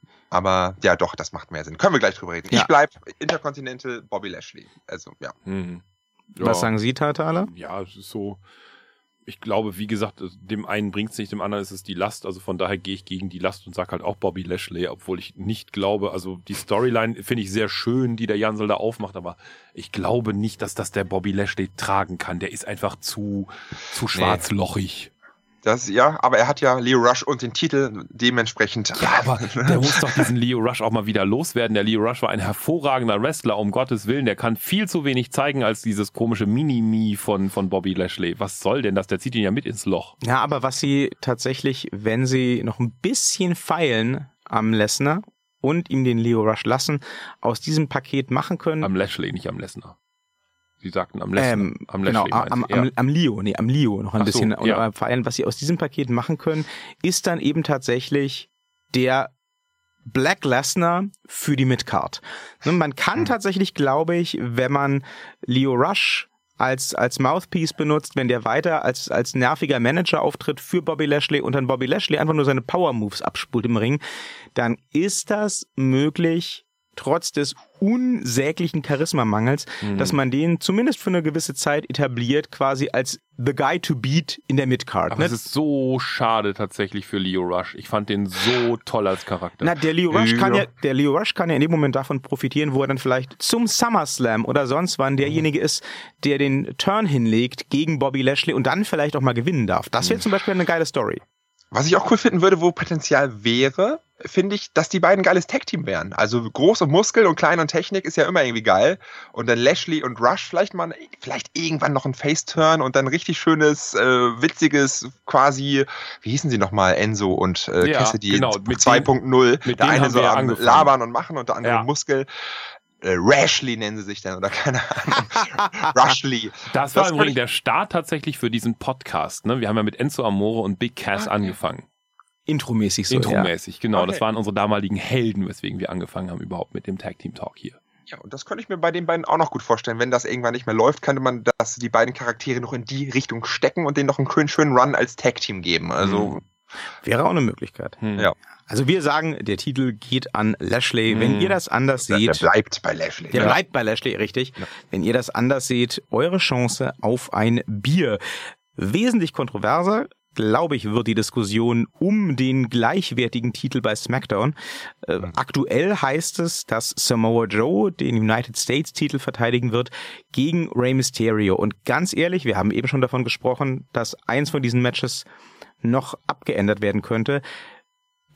aber ja doch, das macht mehr Sinn. Können wir gleich drüber reden. Ja. Ich bleib Intercontinental Bobby Lashley, also ja. Mhm. Ja. Was sagen Sie, Tatala? Ja, es ist so... Ich glaube, wie gesagt, dem einen bringt es nicht, dem anderen ist es die Last. Also von daher gehe ich gegen die Last und sage halt auch Bobby Lashley, obwohl ich nicht glaube, also die Storyline finde ich sehr schön, die der Jansel da aufmacht, aber ich glaube nicht, dass das der Bobby Lashley tragen kann. Der ist einfach zu, zu schwarzlochig. Das, ja, aber er hat ja Leo Rush und den Titel dementsprechend. Ja, aber der muss doch diesen Leo Rush auch mal wieder loswerden. Der Leo Rush war ein hervorragender Wrestler, um Gottes Willen. Der kann viel zu wenig zeigen als dieses komische Mini-Me von, von Bobby Lashley. Was soll denn das? Der zieht ihn ja mit ins Loch. Ja, aber was sie tatsächlich, wenn sie noch ein bisschen feilen am Lesnar und ihm den Leo Rush lassen, aus diesem Paket machen können. Am Lashley, nicht am Lesnar. Sie sagten am Lesnar. Ähm, am genau, Lashley, am, Sie, ja. am, am Leo, nee, am Leo noch ein Ach so, bisschen. ja. Und vor allem, was sie aus diesem Paket machen können, ist dann eben tatsächlich der Black Lesnar für die Midcard. Ne, man kann Mhm. tatsächlich, glaube ich, wenn man Leo Rush als als Mouthpiece benutzt, wenn der weiter als als nerviger Manager auftritt für Bobby Lashley und dann Bobby Lashley einfach nur seine Power Moves abspult im Ring, dann ist das möglich, trotz des unsäglichen Charismamangels, Mhm. dass man den zumindest für eine gewisse Zeit etabliert, quasi als the guy to beat in der Midcard. Aber Ne? es ist so schade tatsächlich für Leo Rush. Ich fand den so toll als Charakter. Na, der Leo Rush kann Ja. ja, der Leo Rush kann ja in dem Moment davon profitieren, wo er dann vielleicht zum SummerSlam oder sonst wann derjenige ist, der den Turn hinlegt gegen Bobby Lashley und dann vielleicht auch mal gewinnen darf. Das wäre zum Beispiel eine geile Story. Was ich auch cool finden würde, wo Potenzial wäre, finde ich, dass die beiden ein geiles Tag-Team wären. Also groß und Muskel und klein und Technik ist ja immer irgendwie geil. Und dann Lashley und Rush vielleicht mal, vielleicht irgendwann noch ein Face-Turn und dann richtig schönes, äh, witziges, quasi, wie hießen sie nochmal, Enzo und äh, Ja, Cassidy genau, mit zwei Punkt null. mit Der denen eine haben so wir ja am angefangen. Labern und Machen und der andere Ja. Muskel. Äh, Rashley nennen sie sich dann oder keine Ahnung. Rushley. das war das im fand Übrigen ich- der Start tatsächlich für diesen Podcast. Ne? Wir haben ja mit Enzo Amore und Big Cass Okay. angefangen. Intromäßig so, Intromäßig, genau. Okay. Das waren unsere damaligen Helden, weswegen wir angefangen haben überhaupt mit dem Tag Team Talk hier. Ja, und das könnte ich mir bei den beiden auch noch gut vorstellen. Wenn das irgendwann nicht mehr läuft, könnte man das, die beiden Charaktere noch in die Richtung stecken und denen noch einen schönen, schönen Run als Tag-Team geben. Also, Mhm. Wäre auch eine Möglichkeit. Hm. Ja. Also wir sagen, der Titel geht an Lashley. Hm. Wenn ihr das anders der, der seht, bleibt bei Lashley. der Ja. bleibt bei Lashley, richtig. Ja. Wenn ihr das anders seht, eure Chance auf ein Bier. Wesentlich kontroverser, glaube ich, wird die Diskussion um den gleichwertigen Titel bei SmackDown. Äh, Mhm. Aktuell heißt es, dass Samoa Joe den United States Titel verteidigen wird gegen Rey Mysterio. Und ganz ehrlich, wir haben eben schon davon gesprochen, dass eins von diesen Matches noch abgeändert werden könnte.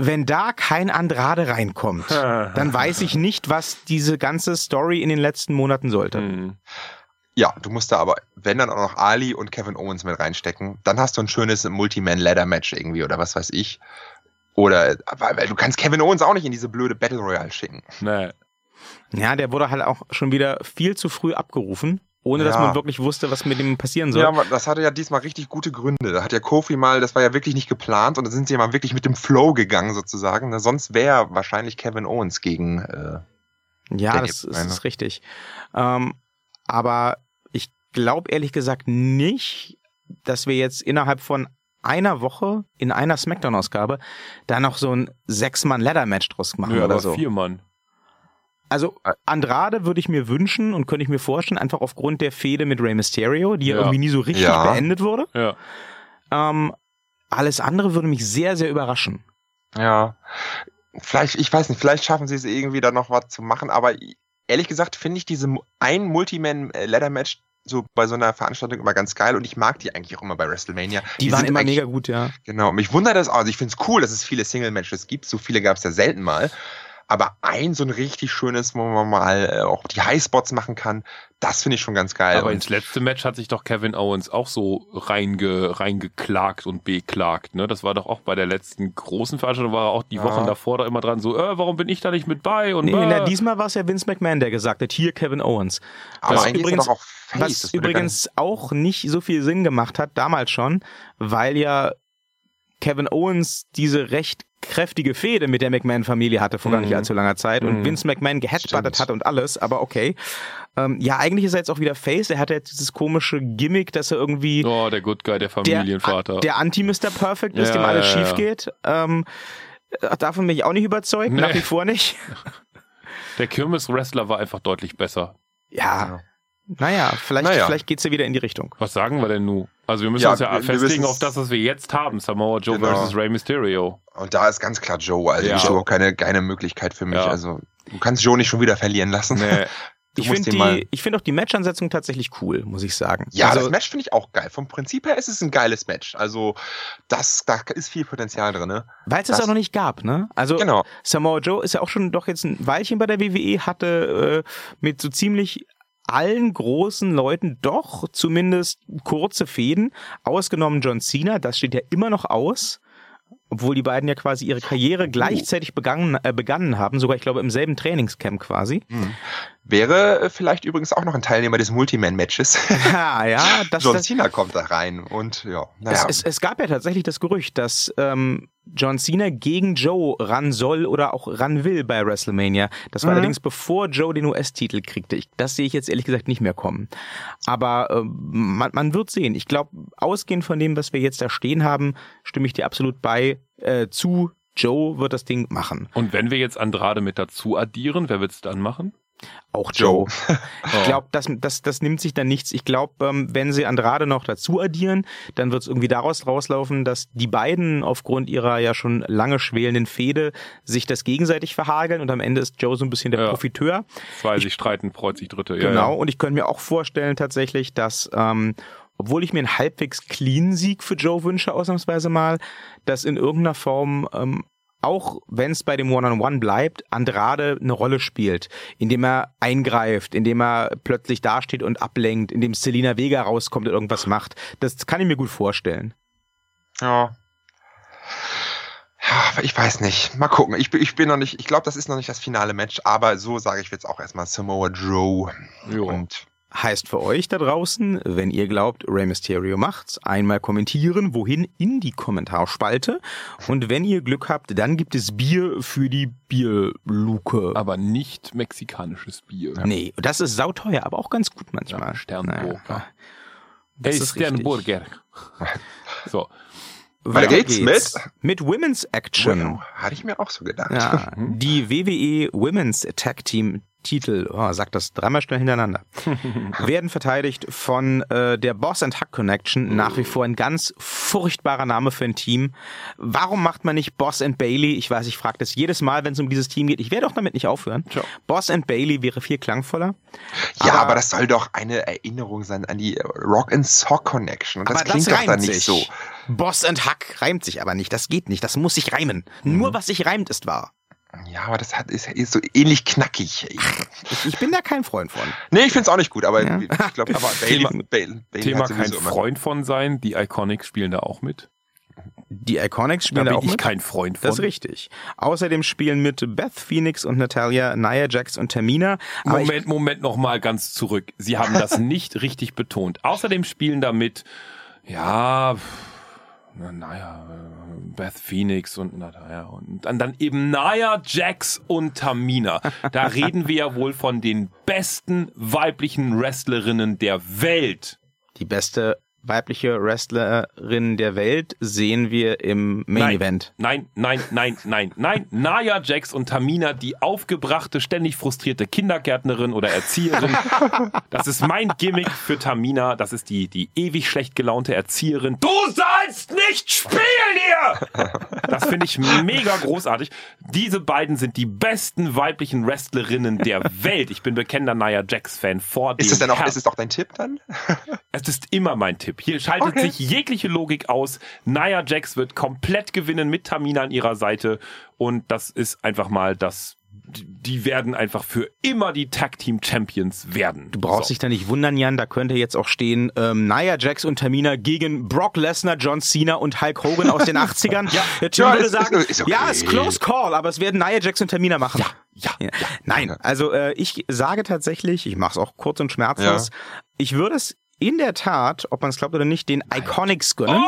wenn da kein Andrade reinkommt, dann weiß ich nicht, was diese ganze Story in den letzten Monaten sollte. Hm. Ja, du musst da aber, wenn dann auch noch Ali und Kevin Owens mit reinstecken, dann hast du ein schönes Multi-Man-Ladder-Match irgendwie oder was weiß ich. Oder, weil, weil du kannst Kevin Owens auch nicht in diese blöde Battle Royale schicken. Nee. Ja, der wurde halt auch schon wieder viel zu früh abgerufen, ohne ja. dass man wirklich wusste, was mit ihm passieren soll. Ja, aber das hatte ja diesmal richtig gute Gründe. Da hat ja Kofi mal, das war ja wirklich nicht geplant und da sind sie ja mal wirklich mit dem Flow gegangen sozusagen. Na, sonst wäre wahrscheinlich Kevin Owens gegen äh, Ja, das ist, ist richtig. Ähm, aber ich glaube ehrlich gesagt nicht, dass wir jetzt innerhalb von einer Woche in einer Smackdown-Ausgabe da noch so ein Sechs-Mann-Ladder-Match draus machen ja, oder aber so. vier Mann. Also Andrade würde ich mir wünschen und könnte ich mir vorstellen, einfach aufgrund der Fehde mit Rey Mysterio, die ja, ja irgendwie nie so richtig ja. beendet wurde. Ja. Ähm, alles andere würde mich sehr, sehr überraschen. Ja, vielleicht, ich weiß nicht, vielleicht schaffen sie es irgendwie da noch was zu machen, aber ehrlich gesagt finde ich diese ein Multi-Man-Ladder-Match so bei so einer Veranstaltung immer ganz geil und ich mag die eigentlich auch immer bei WrestleMania. Die, die waren immer mega gut, ja. Genau, mich wundert das auch. Also ich finde es cool, dass es viele Single-Matches gibt, so viele gab es ja selten mal. Aber ein so ein richtig schönes, wo man mal äh, auch die Highspots machen kann, das finde ich schon ganz geil. Aber und ins letzte Match hat sich doch Kevin Owens auch so reinge, reingeklagt und beklagt, ne? Das war doch auch bei der letzten großen Veranstaltung, war er auch die ja. Wochen davor da immer dran so, äh, warum bin ich da nicht mit bei? Und nee, äh. na, diesmal war es ja Vince McMahon, der gesagt hat, hier Kevin Owens. Aber was eigentlich übrigens, ist er doch auch Face. was übrigens auch nicht so viel Sinn gemacht hat, damals schon, weil ja Kevin Owens diese recht kräftige Fehde mit der McMahon-Familie hatte vor mm. gar nicht allzu langer Zeit und mm. Vince McMahon geheadbuttet hat und alles, aber okay. Ähm, ja, eigentlich ist er jetzt auch wieder Face. Er hat jetzt dieses komische Gimmick, dass er irgendwie oh, der Good Guy, der Familienvater. Der, der Anti-Mister Perfect ist, ja, dem alles ja, schief ja. geht. Ähm, davon bin ich auch nicht überzeugt, nee. nach wie vor nicht. Der Kirmes-Wrestler war einfach deutlich besser. Ja. ja. Naja, vielleicht, naja. vielleicht geht's ja wieder in die Richtung. Was sagen wir denn nun? Also wir müssen Ja, uns ja wir- wir festlegen wissen's- auf das, was wir jetzt haben. Samoa Joe Genau. versus Rey Mysterio. Und da ist ganz klar Joe. Also Ja. ich sehe keine, keine Möglichkeit für mich. Ja. Also du kannst Joe nicht schon wieder verlieren lassen. Nee. Du Ich musst finde ihn mal- die, ich finde auch die Match-Ansetzung tatsächlich cool, muss ich sagen. Ja, also, das Match finde ich auch geil. Vom Prinzip her ist es ein geiles Match. Also das, da ist viel Potenzial drin. Ne? weil es das das- auch noch nicht gab, ne? Also Genau. Samoa Joe ist ja auch schon doch jetzt ein Weilchen bei der W W E, hatte äh, mit so ziemlich allen großen Leuten doch zumindest kurze Fäden, ausgenommen John Cena, das steht ja immer noch aus, obwohl die beiden ja quasi ihre Karriere gleichzeitig begangen, äh, begannen haben, sogar ich glaube im selben Trainingscamp quasi. Hm. Wäre äh, vielleicht übrigens auch noch ein Teilnehmer des Multiman-Matches. Ja, ja, das, John das Cena kommt da rein und ja, naja. es, es, es gab ja tatsächlich das Gerücht, dass ähm, John Cena gegen Joe ran soll oder auch ran will bei WrestleMania. Das war Mhm. allerdings bevor Joe den U S-Titel kriegte. Ich, das sehe ich jetzt ehrlich gesagt nicht mehr kommen. Aber ähm, man, man wird sehen. Ich glaube, ausgehend von dem, was wir jetzt da stehen haben, stimme ich dir absolut bei äh, zu. Joe wird das Ding machen. Und wenn wir jetzt Andrade mit dazu addieren, wer wird's dann machen? Auch Joe. Joe. Ich glaube, das, das, das nimmt sich dann nichts. Ich glaube, ähm, wenn sie Andrade noch dazu addieren, dann wird es irgendwie daraus rauslaufen, dass die beiden aufgrund ihrer ja schon lange schwelenden Fehde sich das gegenseitig verhageln und am Ende ist Joe so ein bisschen der Ja. Profiteur. Zwei sich streiten, freut sich Dritte. Ja, Genau. Ja. Und ich könnte mir auch vorstellen tatsächlich, dass ähm, obwohl ich mir einen halbwegs clean Sieg für Joe wünsche, ausnahmsweise mal, dass in irgendeiner Form ähm, auch wenn es bei dem One-on-One bleibt, Andrade eine Rolle spielt, indem er eingreift, indem er plötzlich dasteht und ablenkt, indem Selena Vega rauskommt und irgendwas macht. Das kann ich mir gut vorstellen. Ja. Ja, ich weiß nicht. Mal gucken. Ich, bin- ich bin noch nicht, ich glaube, das ist noch nicht das finale Match, aber so sage ich jetzt auch erstmal Samoa Joe. Jo. Und Heißt für euch da draußen, wenn ihr glaubt, Rey Mysterio macht's, einmal kommentieren, wohin in die Kommentarspalte. Und wenn ihr Glück habt, dann gibt es Bier für die Bierluke. Aber nicht mexikanisches Bier. Nee, das ist sauteuer, aber auch ganz gut manchmal. Ja, Sternburger. Naja, Hey, das ist richtig. Sternburger. So. Weiter geht's mit? Mit Women's Action. Wow, hatte ich mir auch so gedacht. Ja, die W W E Women's Tag Team Titel, oh, sagt das dreimal schnell hintereinander, werden verteidigt von äh, der Boss and Hack Connection, nach wie vor ein ganz furchtbarer Name für ein Team. Warum macht man nicht Boss and Bailey? Ich weiß, ich frage das jedes Mal, wenn es um dieses Team geht. Ich werde auch damit nicht aufhören. Tja. Boss and Bailey wäre viel klangvoller. Ja, aber, das soll doch eine Erinnerung sein an die Rock and Sock Connection. Und das Aber klingt das doch dann reimt nicht sich. so. Boss and Hack reimt sich aber nicht. Das geht nicht. Das muss sich reimen. Mhm. Nur was sich reimt, ist wahr. Ja, aber das hat, ist, ist so ähnlich knackig. Ich, ich bin da kein Freund von. Nee, ich find's auch nicht gut, aber ja. ich glaube, aber Thema, Bailey, Bailey, Bailey Thema kein Freund von sein. Die Iconics spielen da auch mit. Die Iconics spielen da da bin auch ich mit. kein Freund von. Das ist richtig. Außerdem spielen mit Beth Phoenix und Natalia, Nia Jax und Tamina. Aber Moment, ich, Moment, noch mal ganz zurück. Sie haben das nicht richtig betont. Außerdem spielen da mit, ja, naja, Beth Phoenix und naja, und dann, dann eben Nia Jax und Tamina. Da reden wir ja wohl von den besten weiblichen Wrestlerinnen der Welt. Die beste weibliche Wrestlerin der Welt sehen wir im Main nein, Event. Nein, nein, nein, nein, nein. Nia Jax und Tamina, die aufgebrachte, ständig frustrierte Kindergärtnerin oder Erzieherin. Das ist mein Gimmick für Tamina. Das ist die, die ewig schlecht gelaunte Erzieherin. Du sollst nicht spielen hier! Das finde ich mega großartig. Diese beiden sind die besten weiblichen Wrestlerinnen der Welt. Ich bin bekennender Nia Jax-Fan vor dem Ist es denn auch, Herr- ist es doch dein Tipp dann? Es ist immer mein Tipp. Hier schaltet Okay. sich jegliche Logik aus. Nia Jax wird komplett gewinnen mit Tamina an ihrer Seite. Und das ist einfach mal das. Die werden einfach für immer die Tag Team Champions werden. Du brauchst so. dich da nicht wundern, Jan, da könnte jetzt auch stehen, ähm, Nia Jax und Tamina gegen Brock Lesnar, John Cena und Hulk Hogan aus den achtzigern. Ja, der Tim Ja, würde ist- sagen, ist- ist okay. ja, ist close call, aber es werden Nia Jax und Tamina machen. Ja, ja, Ja. ja. Nein, also äh, ich sage tatsächlich, ich mache es auch kurz und schmerzlos, Ja. ich würde es in der Tat, ob man es glaubt oder nicht, den Iconics gönnen.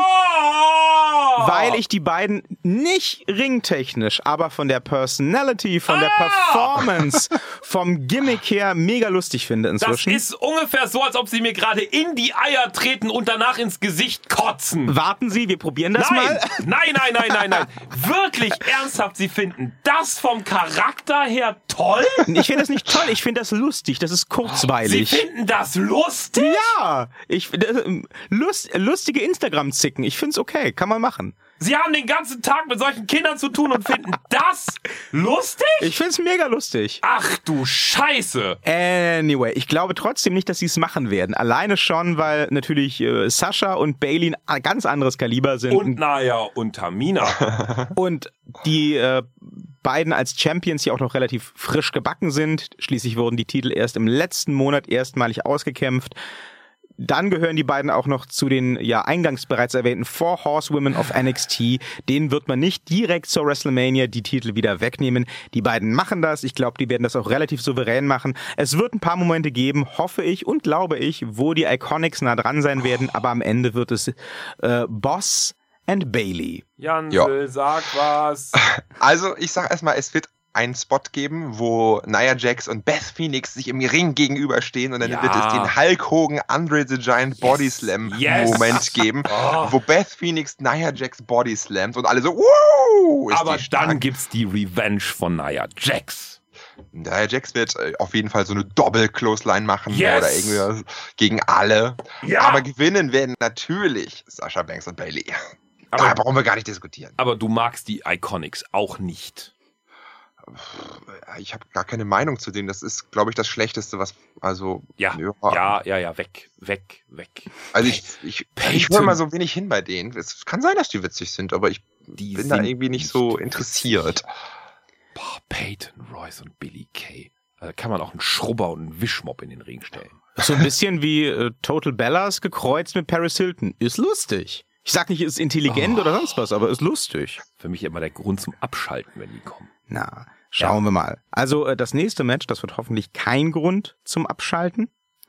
Oh! Weil ich die beiden nicht ringtechnisch, aber von der Personality, von der Performance, vom Gimmick her mega lustig finde Das inzwischen. ist ungefähr so, als ob sie mir gerade in die Eier treten und danach ins Gesicht kotzen. Warten Sie, wir probieren das Nein, mal. nein, nein, nein, nein, nein. Wirklich ernsthaft, Sie finden das vom Charakter her toll? Ich finde das nicht toll, ich finde das lustig, das ist Sie kurzweilig. finden das lustig? Ja, ich das, ähm, lust, lustige Instagram-Zicken, ich find's okay, kann man machen. Sie haben den ganzen Tag mit solchen Kindern zu tun und finden das lustig? Ich find's mega lustig. Ach du Scheiße. Anyway, ich glaube trotzdem nicht, dass sie es machen werden. Alleine schon, weil natürlich äh, Sasha und Bayley ein ganz anderes Kaliber sind. Und Naya und Tamina. Und die äh, beiden als Champions hier auch noch relativ frisch gebacken sind. Schließlich wurden die Titel erst im letzten Monat erstmalig ausgekämpft. Dann gehören die beiden auch noch zu den ja eingangs bereits erwähnten Four Horsewomen of N X T. Denen wird man nicht direkt zur WrestleMania die Titel wieder wegnehmen. Die beiden machen das. Ich glaube, die werden das auch relativ souverän machen. Es wird ein paar Momente geben, hoffe ich und glaube ich, wo die Iconics nah dran sein werden. Aber am Ende wird es äh, Boss and Bayley. Jansel, ja. Sag was. Also, ich sag erstmal, es wird einen Spot geben, wo Nia Jax und Beth Phoenix sich im Ring gegenüberstehen und dann Ja. wird es den Hulk Hogan Andre the Giant Body Slam Yes. Moment geben, Oh. wo Beth Phoenix Nia Jax Body slammt und alle so, wuh, ist Aber die stark. dann gibt's die Revenge von Nia Jax. Nia Jax wird äh, auf jeden Fall so eine Doppel-Clothesline machen Yes. oder irgendwie gegen alle. Ja. Aber gewinnen werden natürlich Sasha Banks und Bayley. Aber- Da brauchen wir gar nicht diskutieren. Aber du magst die Iconics auch nicht. Ich habe gar keine Meinung zu denen. Das ist, glaube ich, das Schlechteste, was, also, Ja, ja, ja, ja, weg, weg, weg. Also ich, ich, ich höre mal so wenig hin bei denen. Es kann sein, dass die witzig sind, aber ich Die bin da sind irgendwie nicht so interessiert. Boah, Peyton Royce und Billy Kay. Da kann man auch einen Schrubber und einen Wischmopp in den Ring stellen. So ein bisschen wie äh, Total Bellas gekreuzt mit Paris Hilton. Ist lustig. Ich sag nicht, ist intelligent Oh. oder sonst was, aber ist lustig. Für mich immer der Grund zum Abschalten, wenn die kommen. Na, schauen wir mal. Also äh, das nächste Match, das wird hoffentlich kein Grund zum Abschalten.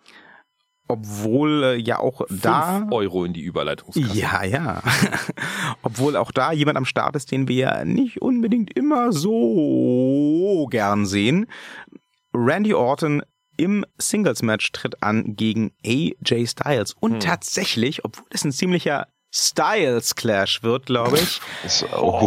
Obwohl äh, ja auch da... Fünf Euro in die Überleitungskasse. Ja, ja. Obwohl auch da jemand am Start ist, den wir ja nicht unbedingt immer so gern sehen. Randy Orton im Singles-Match tritt an gegen A J Styles. Und Hm. tatsächlich, obwohl es ein ziemlicher Styles-Clash wird, glaube ich, Das,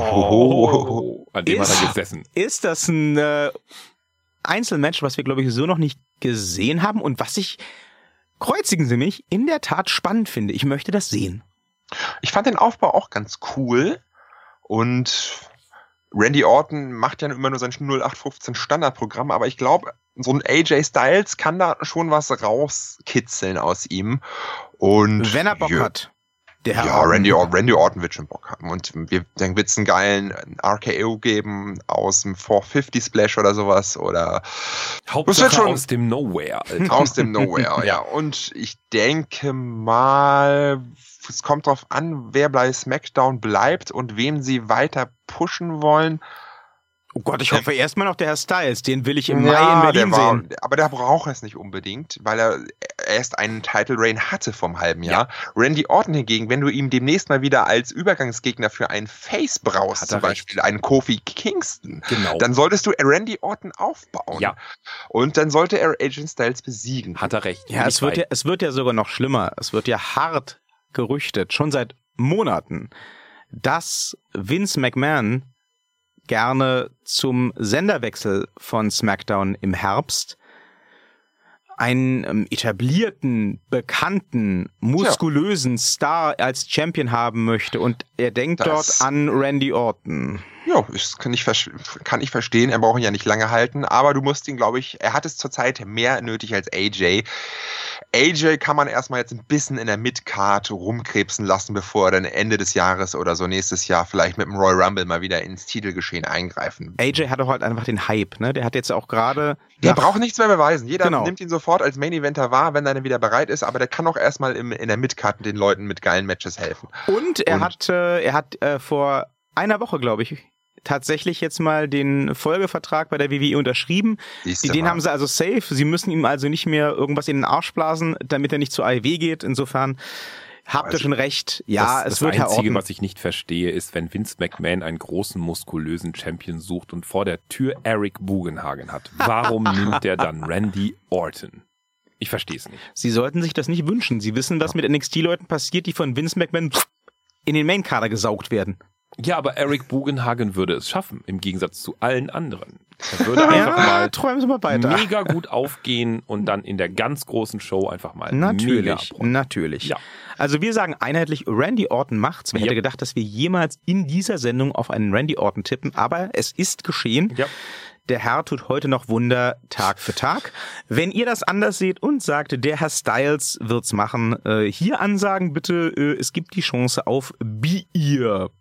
oh, An dem hat Ist- er gesessen. ist das ein äh, Einzelmatch, was wir, glaube ich, so noch nicht gesehen haben und was ich, kreuzigen Sie mich, in der Tat spannend finde. Ich möchte das sehen. Ich fand den Aufbau auch ganz cool und Randy Orton macht ja immer nur sein null acht fünfzehn Standardprogramm, aber ich glaube, so ein A J Styles kann da schon was rauskitzeln aus ihm. Und Wenn er Bock ja, hat. Der Herr Ja, Orton. Randy, Or- Randy Orton wird schon Bock haben. Und wir, dann wird es einen geilen R K O geben aus dem vierhundertfünfzig Splash oder sowas. Oder Hauptsache schon- aus dem Nowhere, Alter. aus dem Nowhere, ja. Und ich denke mal, es kommt drauf an, wer bei SmackDown bleibt und wem sie weiter pushen wollen. Oh Gott, ich hoffe erstmal noch der Herr Styles. Den will ich im Mai Ja, in Berlin der war, sehen. aber der braucht es nicht unbedingt, weil er erst einen Title Reign hatte vom halben Jahr. Randy Orton hingegen, wenn du ihm demnächst mal wieder als Übergangsgegner für einen Face brauchst, Hat zum er Beispiel einen Kofi Kingston, Genau. dann solltest du Randy Orton aufbauen. Ja. Und dann sollte er A J Styles besiegen. Hat er recht. Ja, Bin es ich wird bei. ja, es wird ja sogar noch schlimmer. Es wird ja hart gerüchtet, schon seit Monaten, dass Vince McMahon gerne zum Senderwechsel von SmackDown im Herbst einen ähm, etablierten, bekannten, muskulösen Star als Champion haben möchte und er denkt Das- dort an Randy Orton. Ja, das kann ich, vers- kann ich verstehen. Er braucht ihn ja nicht lange halten, aber du musst ihn, glaube ich, er hat es zurzeit mehr nötig als A J. A J kann man erstmal jetzt ein bisschen in der Midcard rumkrebsen lassen, bevor er dann Ende des Jahres oder so nächstes Jahr vielleicht mit dem Royal Rumble mal wieder ins Titelgeschehen eingreifen. A J hat doch halt einfach den Hype, ne? Der hat jetzt auch gerade... Der nach- braucht nichts mehr beweisen. Jeder Genau. nimmt ihn sofort als Main Eventer wahr, wenn er dann wieder bereit ist, aber der kann auch erstmal im, in der Midcard den Leuten mit geilen Matches helfen. Und er Und- hat, äh, er hat äh, vor einer Woche, glaube ich, tatsächlich jetzt mal den Folgevertrag bei der W W E unterschrieben. Siehste Den mal. haben sie also safe. Sie müssen ihm also nicht mehr irgendwas in den Arsch blasen, damit er nicht zur A E W geht. Insofern habt ihr Also, schon recht. Ja, das, es das wird Herr Einzige, Orton. was ich nicht verstehe, ist, wenn Vince McMahon einen großen, muskulösen Champion sucht und vor der Tür Eric Bugenhagen hat. Warum nimmt er dann Randy Orton? Ich verstehe es nicht. Sie sollten sich das nicht wünschen. Sie wissen, was mit N X T-Leuten passiert, die von Vince McMahon in den Main-Kader gesaugt werden. Ja, aber Eric Bugenhagen würde es schaffen, im Gegensatz zu allen anderen. Er würde einfach mal träumen Sie mal weiter. mega gut aufgehen und dann in der ganz großen Show einfach mal mega Natürlich, abräumen. natürlich. Ja. Also wir sagen einheitlich, Randy Orton macht's. Wer Ja. hätte gedacht, dass wir jemals in dieser Sendung auf einen Randy Orton tippen, aber es ist geschehen. Ja. Der Herr tut heute noch Wunder Tag für Tag. Wenn ihr das anders seht und sagt, der Herr Styles wird's machen, äh, hier ansagen bitte, äh, es gibt die Chance auf Bier.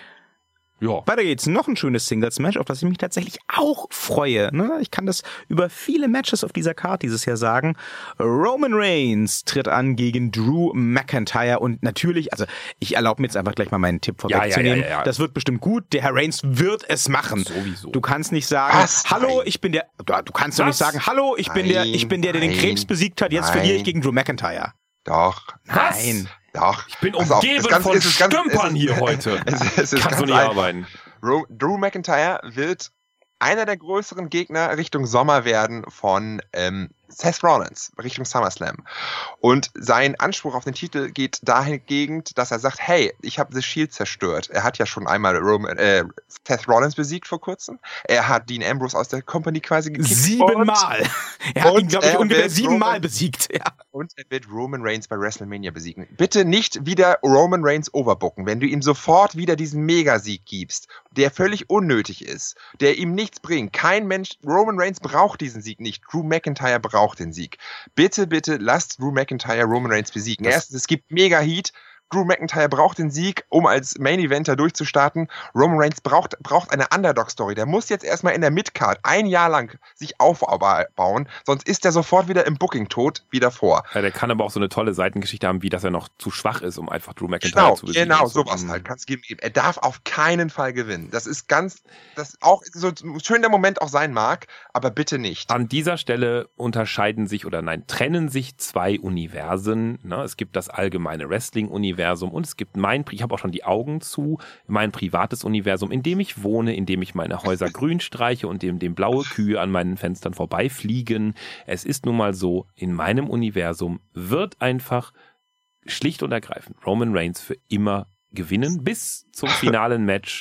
Ja. Weiter geht's. Noch ein schönes Singles-Match, auf das ich mich tatsächlich auch freue. Ne? Ich kann das über viele Matches auf dieser Karte dieses Jahr sagen. Roman Reigns tritt an gegen Drew McIntyre und natürlich, also ich erlaube mir jetzt einfach gleich mal meinen Tipp Ja, vorwegzunehmen. ja, ja, ja. Das wird bestimmt gut. Der Herr Reigns wird es machen. Sowieso. Du kannst nicht sagen, Was? hallo, Nein. ich bin der, du, du kannst doch nicht Was? sagen, hallo, ich bin der, Nein, ich bin der, der den nein, Krebs besiegt hat, jetzt nein. verliere ich gegen Drew McIntyre. Doch, Was? Nein. doch. Ich bin Pass auf, umgeben das Ganze- von es ist ganz- Stümpern es ist- hier heute. Es, es ist Kannst du ganz nicht einfach. arbeiten. Ro- Drew McIntyre wird einer der größeren Gegner Richtung Sommer werden von ähm, Seth Rollins, Richtung SummerSlam. Und sein Anspruch auf den Titel geht dahingehend, dass er sagt, hey, ich habe The Shield zerstört. Er hat ja schon einmal Roman, äh, Seth Rollins besiegt vor kurzem. Er hat Dean Ambrose aus der Company quasi gekickt. Siebenmal. Er hat Und ihn, glaube ich, er ungefähr wird siebenmal Roman- besiegt. Ja. Und er wird Roman Reigns bei WrestleMania besiegen. Bitte nicht wieder Roman Reigns overbooken, wenn du ihm sofort wieder diesen Megasieg gibst, der völlig unnötig ist, der ihm nichts bringt. Kein Mensch, Roman Reigns braucht diesen Sieg nicht. Drew McIntyre braucht den Sieg. Bitte, bitte lasst Drew McIntyre Roman Reigns besiegen. Das- Erstens, es gibt Mega-Heat. Drew McIntyre braucht den Sieg, um als Main-Eventer durchzustarten. Roman Reigns braucht, braucht eine Underdog-Story. Der muss jetzt erstmal in der Midcard ein Jahr lang sich aufbauen, sonst ist er sofort wieder im Booking-Tod wie davor. Ja, der kann aber auch so eine tolle Seitengeschichte haben, wie dass er noch zu schwach ist, um einfach Drew McIntyre Genau, zu besiegen. genau, und so. sowas halt. Kannst geben. Er darf auf keinen Fall gewinnen. Das ist ganz, das auch so schön der Moment auch sein mag, aber bitte nicht. An dieser Stelle unterscheiden sich oder nein, trennen sich zwei Universen. Ne? Es gibt das allgemeine Wrestling-Universum und es gibt mein, ich habe auch schon die Augen zu, mein privates Universum, in dem ich wohne, in dem ich meine Häuser grün streiche und in dem blaue Kühe an meinen Fenstern vorbeifliegen. Es ist nun mal so, in meinem Universum wird einfach schlicht und ergreifend Roman Reigns für immer gewinnen bis zum finalen Match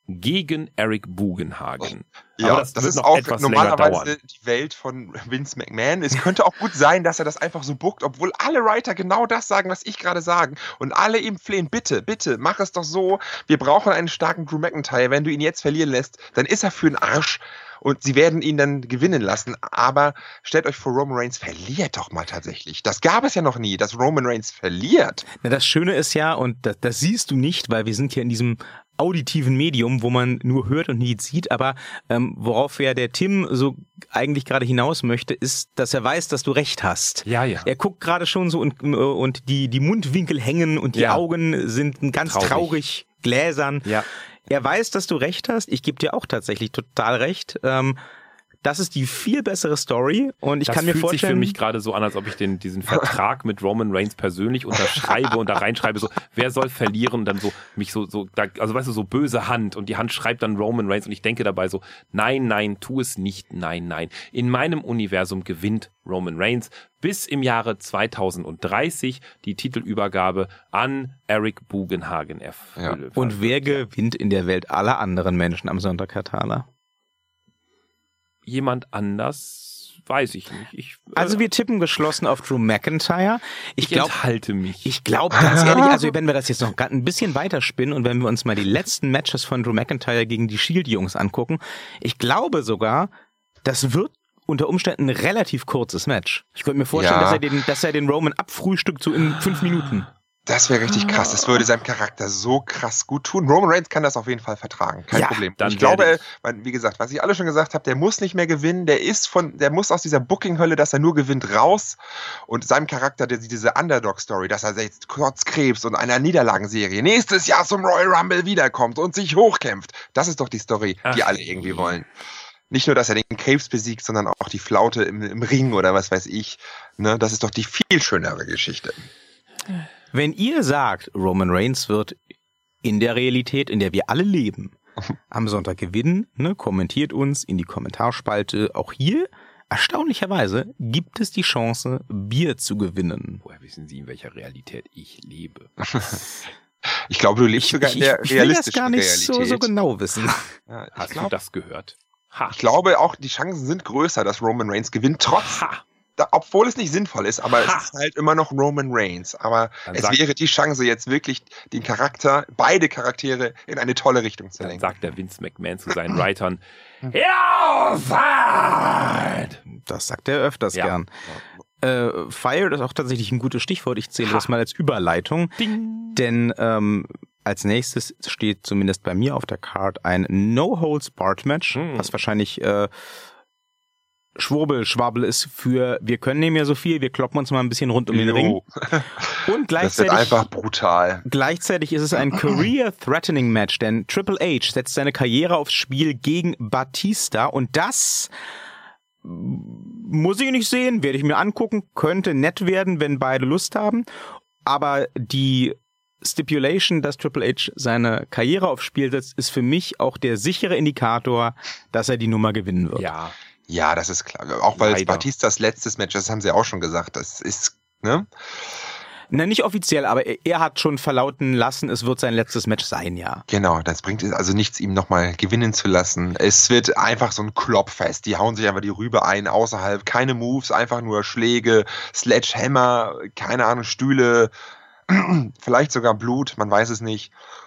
gegen Eric Bugenhagen. Ja, aber das, das wird ist noch auch etwas länger normalerweise dauern. die Welt von Vince McMahon. Es könnte auch gut sein, dass er das einfach so bookt, obwohl alle Writer genau das sagen, was ich gerade sage. Und alle ihm flehen, bitte, bitte, mach es doch so. Wir brauchen einen starken Drew McIntyre. Wenn du ihn jetzt verlieren lässt, dann ist er für den Arsch. Und sie werden ihn dann gewinnen lassen. Aber stellt euch vor, Roman Reigns verliert doch mal tatsächlich. Das gab es ja noch nie, dass Roman Reigns verliert. Na, das Schöne ist ja, und das, das siehst du nicht, weil wir sind hier in diesem auditiven Medium, wo man nur hört und nie sieht, aber ähm, worauf ja der Tim so eigentlich gerade hinaus möchte, ist, dass er weiß, dass du recht hast. Ja, ja. Er guckt gerade schon so und, und die, die Mundwinkel hängen und die Ja. Augen sind ganz traurig, Traurig. gläsern. Ja. Er weiß, dass du recht hast. Ich gebe dir auch tatsächlich total recht. Ähm, das ist die viel bessere Story und ich das kann mir fühlt vorstellen, sich für mich gerade so an, als ob ich den, diesen Vertrag mit Roman Reigns persönlich unterschreibe und da reinschreibe so, wer soll verlieren und dann so mich so, so da, also weißt du, so böse Hand und die Hand schreibt dann Roman Reigns und ich denke dabei so, nein, nein, tu es nicht, nein, nein. In meinem Universum gewinnt Roman Reigns bis im Jahre zweitausenddreißig die Titelübergabe an Eric Bugenhagen erfüllen. Ja. Und wer gewinnt in der Welt aller anderen Menschen am Sonntag, Herr Thaler? Jemand anders, weiß ich nicht. Ich, äh, Also wir tippen geschlossen auf Drew McIntyre. Ich ich glaube, enthalte mich. ich glaube ganz ehrlich, also wenn wir das jetzt noch ein bisschen weiter spinnen und wenn wir uns mal die letzten Matches von Drew McIntyre gegen die Shield-Jungs angucken, ich glaube sogar, das wird unter Umständen ein relativ kurzes Match. Ich könnte mir vorstellen, Ja. dass er den, dass er den Roman abfrühstückt so in fünf Minuten. Das wäre richtig krass. Das würde seinem Charakter so krass gut tun. Roman Reigns kann das auf jeden Fall vertragen. Kein Ja, Problem. dann Ich glaube, werde ich- weil, wie gesagt, was ich alle schon gesagt habe, der muss nicht mehr gewinnen. Der ist von, der muss aus dieser Booking-Hölle, dass er nur gewinnt, raus. Und seinem Charakter, der, diese Underdog-Story, dass er jetzt trotz Krebs und einer Niederlagenserie nächstes Jahr zum Royal Rumble wiederkommt und sich hochkämpft. Das ist doch die Story, die Ach, alle irgendwie wollen. Nicht nur, dass er den Krebs besiegt, sondern auch die Flaute im, im Ring oder was weiß ich. Ne, das ist doch die viel schönere Geschichte. Wenn ihr sagt, Roman Reigns wird in der Realität, in der wir alle leben, am Sonntag gewinnen, ne, kommentiert uns in die Kommentarspalte. Auch hier, erstaunlicherweise, gibt es die Chance, Bier zu gewinnen. Woher wissen Sie, in welcher Realität ich lebe? Ich glaube, du lebst sogar in der ich will das realistischen gar nicht Realität. so, so genau wissen. Ja, ich, Hast glaub, du das gehört? Ha. ich glaube auch, die Chancen sind größer, dass Roman Reigns gewinnt, trotz, Ha. da, obwohl es nicht sinnvoll ist, aber Ha. es ist halt immer noch Roman Reigns. Aber Dann es sag- wäre die Chance, jetzt wirklich den Charakter, beide Charaktere in eine tolle Richtung zu Dann lenken. sagt der Vince McMahon zu seinen Writern, ja, fired! Das sagt er öfters Ja. gern. Äh, Fired ist auch tatsächlich ein gutes Stichwort. Ich zähle Ha. das mal als Überleitung. Ding. Denn ähm, als nächstes steht zumindest bei mir auf der Card ein No-Holds-Barred-Match, Hm. was wahrscheinlich äh, Schwurbel, Schwabbel ist für wir können nicht mehr so viel, wir kloppen uns mal ein bisschen rund um den Jo. Ring. Und Das wird gleichzeitig, einfach brutal. gleichzeitig ist es ein Career-Threatening-Match, denn Triple H setzt seine Karriere aufs Spiel gegen Batista und das muss ich nicht sehen, werde ich mir angucken, könnte nett werden, wenn beide Lust haben, aber die Stipulation, dass Triple H seine Karriere aufs Spiel setzt, ist für mich auch der sichere Indikator, dass er die Nummer gewinnen wird. Ja, Ja, das ist klar. Auch weil es Leider. Batistas letztes Match, das haben sie auch schon gesagt, das ist, ne? Na, nicht offiziell, aber er, er hat schon verlauten lassen, es wird sein letztes Match sein, ja. Genau, das bringt es also nichts, ihm nochmal gewinnen zu lassen. Es wird einfach so ein Kloppfest. Die hauen sich einfach die Rübe ein, außerhalb. Keine Moves, einfach nur Schläge, Sledgehammer, keine Ahnung, Stühle, vielleicht sogar Blut, man weiß es nicht.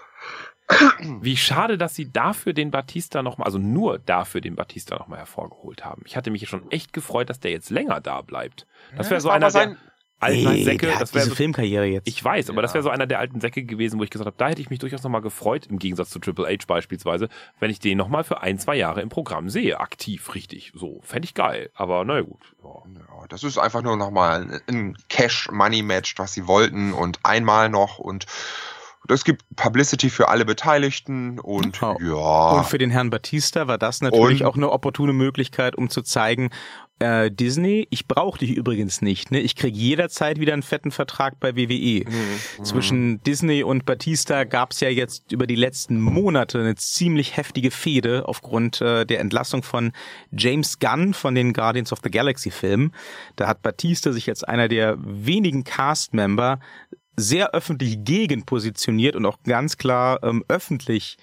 wie schade, dass sie dafür den Batista nochmal, also nur dafür den Batista nochmal hervorgeholt haben. Ich hatte mich schon echt gefreut, dass der jetzt länger da bleibt. Das wäre so war einer aber sein- der alten Ey, Säcke. der hat Das wäre diese so, Filmkarriere jetzt. ich weiß, aber Ja. das wäre so einer der alten Säcke gewesen, wo ich gesagt habe, da hätte ich mich durchaus nochmal gefreut, im Gegensatz zu Triple H beispielsweise, wenn ich den nochmal für ein, zwei Jahre im Programm sehe, aktiv, richtig. So, fände ich geil. Aber naja gut. Ja. Ja, das ist einfach nur nochmal ein, ein Cash-Money-Match, was sie wollten und einmal noch und es gibt Publicity für alle Beteiligten und Oh. ja. Und für den Herrn Batista war das natürlich Und- auch eine opportune Möglichkeit, um zu zeigen, äh, Disney, ich brauche dich übrigens nicht. Ne? Ich kriege jederzeit wieder einen fetten Vertrag bei W W E. Mhm. Zwischen Disney und Batista gab es ja jetzt über die letzten Monate eine ziemlich heftige Fehde aufgrund äh, der Entlassung von James Gunn von den Guardians of the Galaxy Filmen. Da hat Batista sich als einer der wenigen Cast-Member sehr öffentlich gegen positioniert und auch ganz klar ähm, öffentlich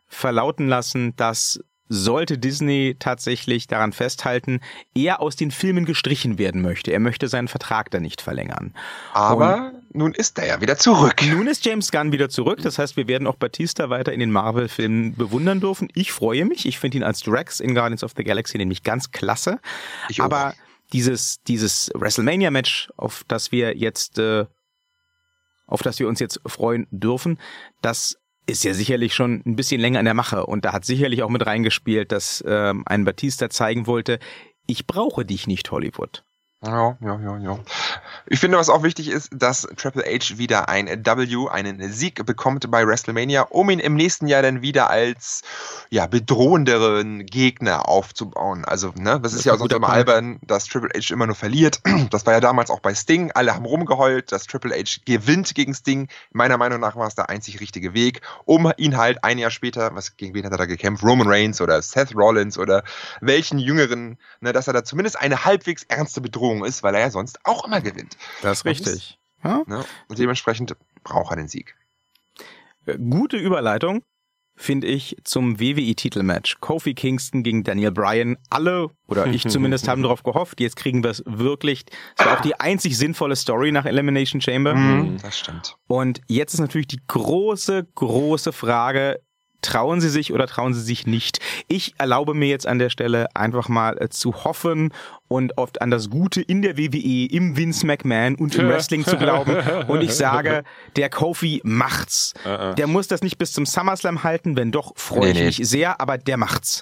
verlauten lassen, dass sollte Disney tatsächlich daran festhalten, er aus den Filmen gestrichen werden möchte. Er möchte seinen Vertrag da nicht verlängern. Aber und nun ist er ja wieder zurück. Nun ist James Gunn wieder zurück. Das heißt, wir werden auch Batista weiter in den Marvel-Filmen bewundern dürfen. Ich freue mich. Ich finde ihn als Drax in Guardians of the Galaxy nämlich ganz klasse. Ich auch. Aber dieses, dieses WrestleMania-Match, auf das wir jetzt, äh, auf das wir uns jetzt freuen dürfen, das ist ja sicherlich schon ein bisschen länger in der Mache. Und da hat sicherlich auch mit reingespielt, dass ähm, ein Batista zeigen wollte, ich brauche dich nicht, Hollywood. Ja, ja, ja, ja. Ich finde, was auch wichtig ist, dass Triple H wieder ein W, einen Sieg bekommt bei WrestleMania, um ihn im nächsten Jahr dann wieder als ja bedrohenderen Gegner aufzubauen. Also, ne, das ist ja auch sonst immer albern, dass Triple H immer nur verliert. Das war ja damals auch bei Sting. Alle haben rumgeheult, dass Triple H gewinnt gegen Sting. Meiner Meinung nach war es der einzig richtige Weg, um ihn halt ein Jahr später, was gegen wen hat er da gekämpft? Roman Reigns oder Seth Rollins oder welchen Jüngeren, ne, dass er da zumindest eine halbwegs ernste Bedrohung ist, weil er ja sonst auch immer gewinnt. Das ist richtig. Ja? Ne? Und dementsprechend braucht er den Sieg. Gute Überleitung, finde ich, zum W W E-Titelmatch. Kofi Kingston gegen Daniel Bryan. Alle, oder ich zumindest, haben darauf gehofft. Jetzt kriegen wir es wirklich. Es war auch die einzig sinnvolle Story nach Elimination Chamber. Mm, das stimmt. Und jetzt ist natürlich die große, große Frage, trauen sie sich oder trauen sie sich nicht? Ich erlaube mir jetzt an der Stelle einfach mal äh, zu hoffen und oft an das Gute in der W W E, im Vince McMahon und im Wrestling zu glauben. Und ich sage, der Kofi macht's. Der muss das nicht bis zum SummerSlam halten, wenn doch, freue nee, ich nee. mich sehr, aber der macht's.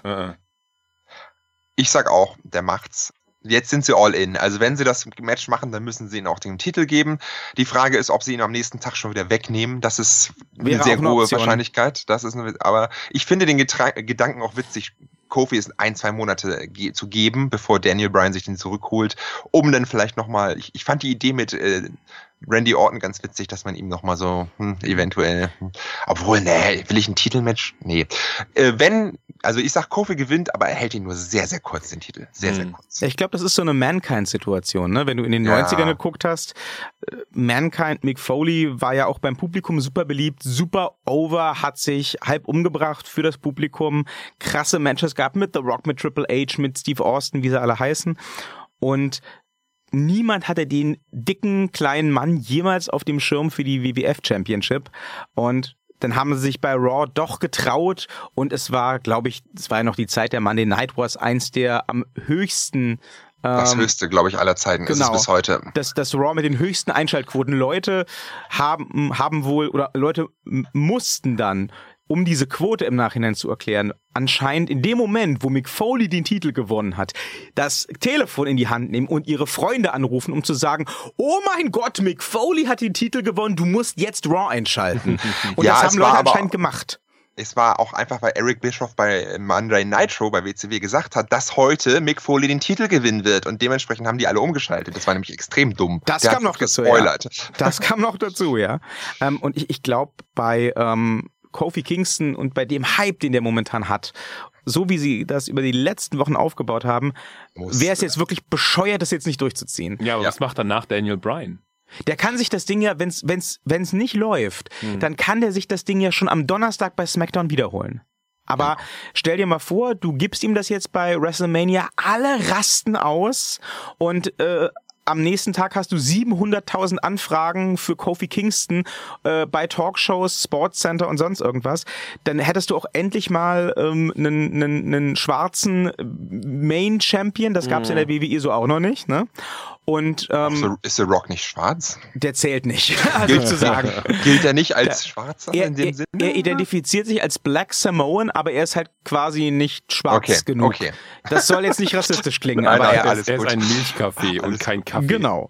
Ich sag auch, der macht's. Jetzt sind sie all in. Also wenn sie das Match machen, dann müssen sie ihnen auch den Titel geben. Die Frage ist, ob sie ihn am nächsten Tag schon wieder wegnehmen. Das ist eine Wäre sehr auch eine hohe Option. Wahrscheinlichkeit. Das ist eine, aber ich finde den Getra- Gedanken auch witzig, Kofi ist ein, zwei Monate ge- zu geben, bevor Daniel Bryan sich den zurückholt, um dann vielleicht nochmal, ich, ich fand die Idee mit äh, Randy Orton ganz witzig, dass man ihm nochmal so hm, eventuell, hm, obwohl, nee, will ich ein Titelmatch? Nee. Äh, wenn, also ich sag, Kofi gewinnt, aber er hält ihn nur sehr, sehr kurz, den Titel. Sehr, hm. sehr kurz. Ich glaube, das ist so eine Mankind-Situation, ne? Wenn du in den Ja. neunzigern geguckt hast, äh, Mankind, Mick Foley war ja auch beim Publikum super beliebt, super over, hat sich halb umgebracht für das Publikum, krasse Matches gab mit The Rock, mit Triple H, mit Steve Austin, wie sie alle heißen. Und niemand hatte den dicken, kleinen Mann jemals auf dem Schirm für die W W F Championship. Und dann haben sie sich bei Raw doch getraut. Und es war, glaube ich, es war ja noch die Zeit der Monday Night Wars, eins der am höchsten Das ähm, höchste, glaube ich, aller Zeiten genau. ist es bis heute. Das, das Raw mit den höchsten Einschaltquoten. Leute haben, haben wohl, oder Leute m- mussten dann, um diese Quote im Nachhinein zu erklären, anscheinend in dem Moment, wo Mick Foley den Titel gewonnen hat, das Telefon in die Hand nehmen und ihre Freunde anrufen, um zu sagen, oh mein Gott, Mick Foley hat den Titel gewonnen, du musst jetzt Raw einschalten. Und Ja, das es haben war Leute aber- anscheinend gemacht. Es war auch einfach, weil Eric Bischoff bei Monday Nitro bei W C W gesagt hat, dass heute Mick Foley den Titel gewinnen wird und dementsprechend haben die alle umgeschaltet. Das war nämlich extrem dumm. Das Der kam hat noch dazu, gespoilert. Das kam noch dazu, ja. Ähm, und ich, ich glaube, bei ähm, Kofi Kingston und bei dem Hype, den der momentan hat, so wie sie das über die letzten Wochen aufgebaut haben, Muss- wäre es jetzt wirklich bescheuert, das jetzt nicht durchzuziehen. Ja, aber Ja. was macht danach Daniel Bryan? Der kann sich das Ding ja, wenn's, wenn's, wenn's nicht läuft, Hm. dann kann der sich das Ding ja schon am Donnerstag bei SmackDown wiederholen. Aber stell dir mal vor, du gibst ihm das jetzt bei WrestleMania, alle rasten aus und äh, am nächsten Tag hast du siebenhunderttausend Anfragen für Kofi Kingston äh, bei Talkshows, Sportscenter und sonst irgendwas. Dann hättest du auch endlich mal ähm, einen, einen, einen schwarzen Main Champion. Das gab's in der W W E so auch noch nicht, ne? Und ähm, So, ist The Rock nicht schwarz? der zählt nicht, also zu sagen. Gilt er nicht als Schwarzer Er, in dem er, Sinne? er identifiziert sich als Black Samoan, aber er ist halt quasi nicht schwarz Okay, genug. okay. Das soll jetzt nicht rassistisch klingen, Nein, aber nein, er Er alles ist, er ist gut. ein Milchkaffee und kein Kaffee. Genau.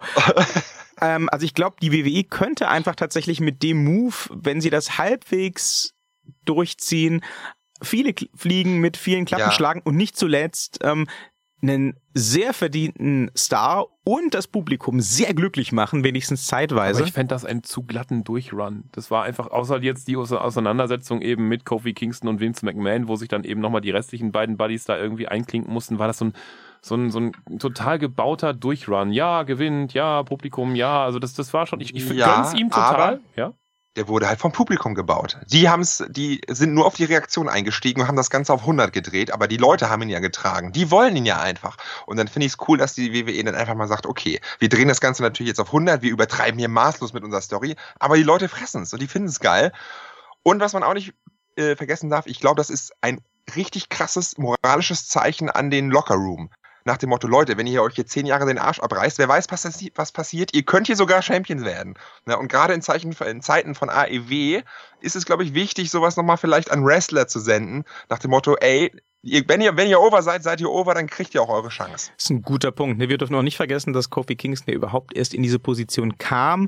ähm, also ich glaube, die W W E könnte einfach tatsächlich mit dem Move, wenn sie das halbwegs durchziehen, viele K- Fliegen mit vielen Klappen Ja. schlagen und nicht zuletzt ähm, einen sehr verdienten Star und das Publikum sehr glücklich machen, wenigstens zeitweise. Aber ich fände das einen zu glatten Durchrun. Das war einfach, außer jetzt die Ause- Auseinandersetzung eben mit Kofi Kingston und Vince McMahon, wo sich dann eben nochmal die restlichen beiden Buddies da irgendwie einklinken mussten, war das so ein, so ein, so ein total gebauter Durchrun. Ja, gewinnt, ja, Publikum, ja, also das, das war schon, ich, ich Ja, gönn's ihm total. aber- Ja? der wurde halt vom Publikum gebaut. Die haben's, die sind nur auf die Reaktion eingestiegen und haben das Ganze auf hundert gedreht, aber die Leute haben ihn ja getragen. Die wollen ihn ja einfach. Und dann finde ich es cool, dass die W W E dann einfach mal sagt, okay, wir drehen das Ganze natürlich jetzt auf hundert, wir übertreiben hier maßlos mit unserer Story, aber die Leute fressen es und die finden es geil. Und was man auch nicht äh, vergessen darf, ich glaube, das ist ein richtig krasses moralisches Zeichen an den Lockerroom. Nach dem Motto, Leute, wenn ihr euch jetzt zehn Jahre den Arsch abreißt, wer weiß, was passiert, ihr könnt hier sogar Champions werden. Ja, und gerade in, Zeichen, in Zeiten von A E W ist es, glaube ich, wichtig, sowas nochmal vielleicht an Wrestler zu senden, nach dem Motto, ey, ihr, wenn, ihr, wenn ihr over seid, seid ihr over, dann kriegt ihr auch eure Chance. Das ist ein guter Punkt. Wir dürfen auch nicht vergessen, dass Kofi Kingston ja überhaupt erst in diese Position kam,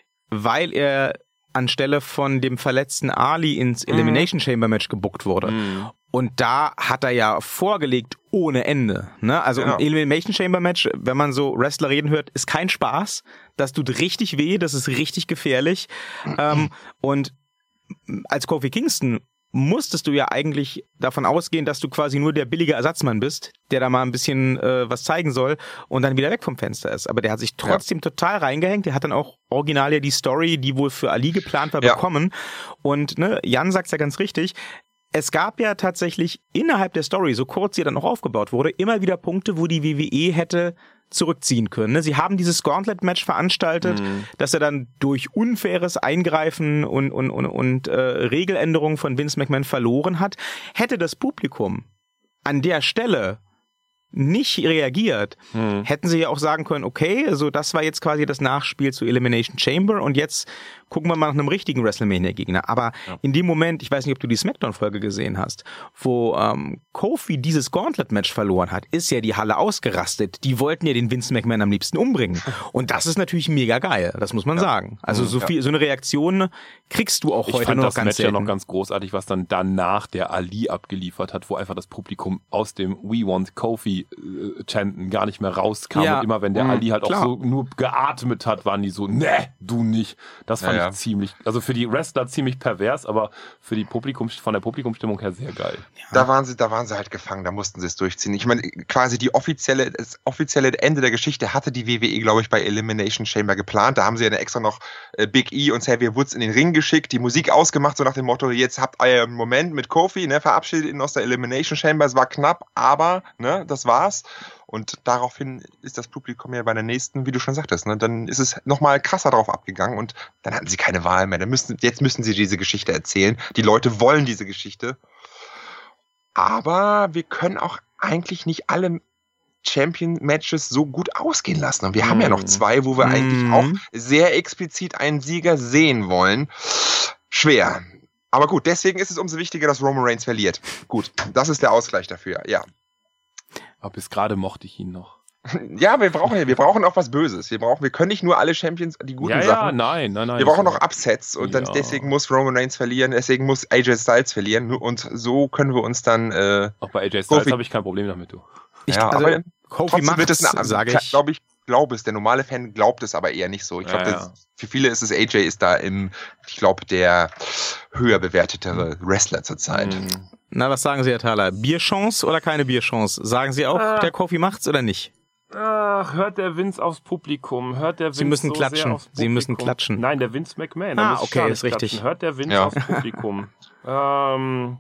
weil er anstelle von dem verletzten Ali ins Elimination Chamber Match gebuckt wurde. Mhm. Und da hat er ja vorgelegt ohne Ende. Ne? Also ja. Ein Elimination Chamber Match, wenn man so Wrestler reden hört, ist kein Spaß. Das tut richtig weh, das ist richtig gefährlich. Mhm. Ähm, und als Kofi Kingston musstest du ja eigentlich davon ausgehen, dass du quasi nur der billige Ersatzmann bist, der da mal ein bisschen äh, was zeigen soll und dann wieder weg vom Fenster ist. Aber der hat sich trotzdem ja. total reingehängt. Der hat dann auch original ja die Story, die wohl für Ali geplant war, ja. bekommen. Und ne, Jan sagt's ja ganz richtig, es gab ja tatsächlich innerhalb der Story, so kurz sie dann noch aufgebaut wurde, immer wieder Punkte, wo die W W E hätte zurückziehen können. Sie haben dieses Gauntlet-Match veranstaltet, mhm. dass er dann durch unfaires Eingreifen und, und, und, und äh, Regeländerungen von Vince McMahon verloren hat. Hätte das Publikum an der Stelle nicht reagiert, hm. hätten sie ja auch sagen können, okay, also das war jetzt quasi das Nachspiel zu Elimination Chamber und jetzt gucken wir mal nach einem richtigen WrestleMania-Gegner. Aber ja. in dem Moment, ich weiß nicht, ob du die Smackdown-Folge gesehen hast, wo ähm, Kofi dieses Gauntlet-Match verloren hat, ist ja die Halle ausgerastet. Die wollten ja den Vince McMahon am liebsten umbringen. Und das ist natürlich mega geil, das muss man ja. sagen. Also so viel, so eine Reaktion kriegst du auch ich heute fand nur das noch ganz Match selten. Ja noch ganz großartig, was dann danach der Ali abgeliefert hat, wo einfach das Publikum aus dem We Want Kofi äh, chanten gar nicht mehr rauskam. Ja. Und immer wenn der mhm, Ali halt klar. auch so nur geatmet hat, waren die so, ne, du nicht. Das fand ja, ich ja. ziemlich, also für die Wrestler ziemlich pervers, aber für die Publikum, von der Publikumsstimmung her sehr geil. Ja. Da waren sie, da waren sie halt gefangen, da mussten sie es durchziehen. Ich meine, quasi die offizielle, das offizielle Ende der Geschichte hatte die W W E, glaube ich, bei Elimination Chamber geplant. Da haben sie ja extra noch äh, Big E und Xavier Woods in den Ring geschickt, die Musik ausgemacht, so nach dem Motto, jetzt habt ihr einen Moment mit Kofi, ne, verabschiedet ihn aus der Elimination Chamber. Es war knapp, aber, ne, das war's. Und daraufhin ist das Publikum ja bei der nächsten, wie du schon sagtest, ne, dann ist es nochmal krasser drauf abgegangen und dann hatten sie keine Wahl mehr. Dann müssen, jetzt müssen sie diese Geschichte erzählen. Die Leute wollen diese Geschichte. Aber wir können auch eigentlich nicht alle Champion-Matches so gut ausgehen lassen. Und wir mm. haben ja noch zwei, wo wir mm. eigentlich auch sehr explizit einen Sieger sehen wollen. Schwer. Aber gut, deswegen ist es umso wichtiger, dass Roman Reigns verliert. Gut, das ist der Ausgleich dafür, ja. Aber bis gerade mochte ich ihn noch. Ja, wir brauchen ja, wir brauchen auch was Böses. Wir brauchen, wir können nicht nur alle Champions, die guten ja, Sachen. Ja, nein, nein, nein. Wir brauchen noch Upsets und dann ja. deswegen muss Roman Reigns verlieren, deswegen muss A J Styles verlieren und so können wir uns dann. Äh, auch bei A J Styles habe ich kein Problem damit, du. Ich, ja, also, aber Kofi macht es, sage ich. Glaube ich, glaube es. Der normale Fan glaubt es aber eher nicht so. Ich glaube, ja, ja. für viele ist es A J ist da im, ich glaube, der höher bewertetere Wrestler zurzeit. Mhm. Na, was sagen Sie, Herr Thaler? Bierchance oder keine Bierchance? Sagen Sie auch, ah. der Kofi macht's oder nicht? Ach, hört der Vince aufs Publikum? Hört der Vince Sie müssen so klatschen. Sehr aufs Publikum? Sie müssen klatschen. Nein, der Vince McMahon. Ah, okay, ist richtig. Klatschen. Hört der Vince ja. aufs Publikum? ähm...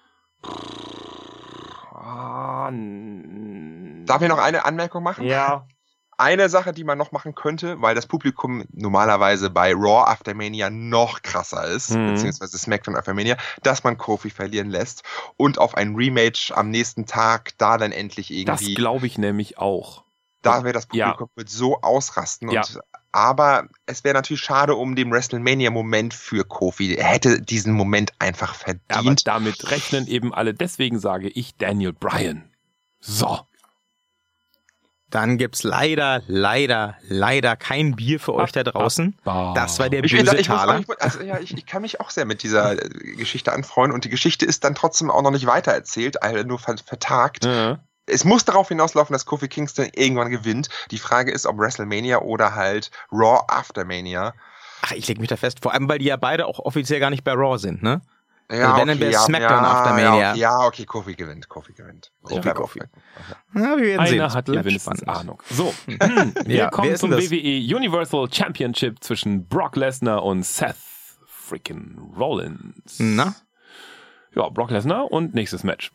Ah, Darf ich noch eine Anmerkung machen? Ja. Eine Sache, die man noch machen könnte, weil das Publikum normalerweise bei Raw After Mania noch krasser ist, mhm. beziehungsweise SmackDown After Mania, dass man Kofi verlieren lässt und auf ein Rematch am nächsten Tag da dann endlich irgendwie... Das glaube ich nämlich auch. Da wäre das Publikum ja. wird so ausrasten. Ja. Und, aber es wäre natürlich schade um den WrestleMania-Moment für Kofi. Er hätte diesen Moment einfach verdient. Ja, aber damit rechnen eben alle. Deswegen sage ich Daniel Bryan. So. Dann gibt's leider, leider, leider kein Bier für euch da draußen. Das war der ich, böse ich, Taler. Muss, also, ja, ich, ich kann mich auch sehr mit dieser Geschichte anfreuen und die Geschichte ist dann trotzdem auch noch nicht weitererzählt, also nur vertagt. Mhm. Es muss darauf hinauslaufen, dass Kofi Kingston irgendwann gewinnt. Die Frage ist, ob WrestleMania oder halt Raw After Mania. Ach, ich leg mich da fest. Vor allem, weil die ja beide auch offiziell gar nicht bei Raw sind, ne? Ja, also wenn okay, dann ja, SmackDown ja, After Mania. Ja, ja, okay, Kofi gewinnt, Kofi gewinnt. Kofi, Kofi. Ja, wir werden Einer sehen. hat hier wenigstens Ahnung. So, wir ja, kommen zum W W E Universal Championship zwischen Brock Lesnar und Seth freaking Rollins. Na? Ja, Brock Lesnar und nächstes Match.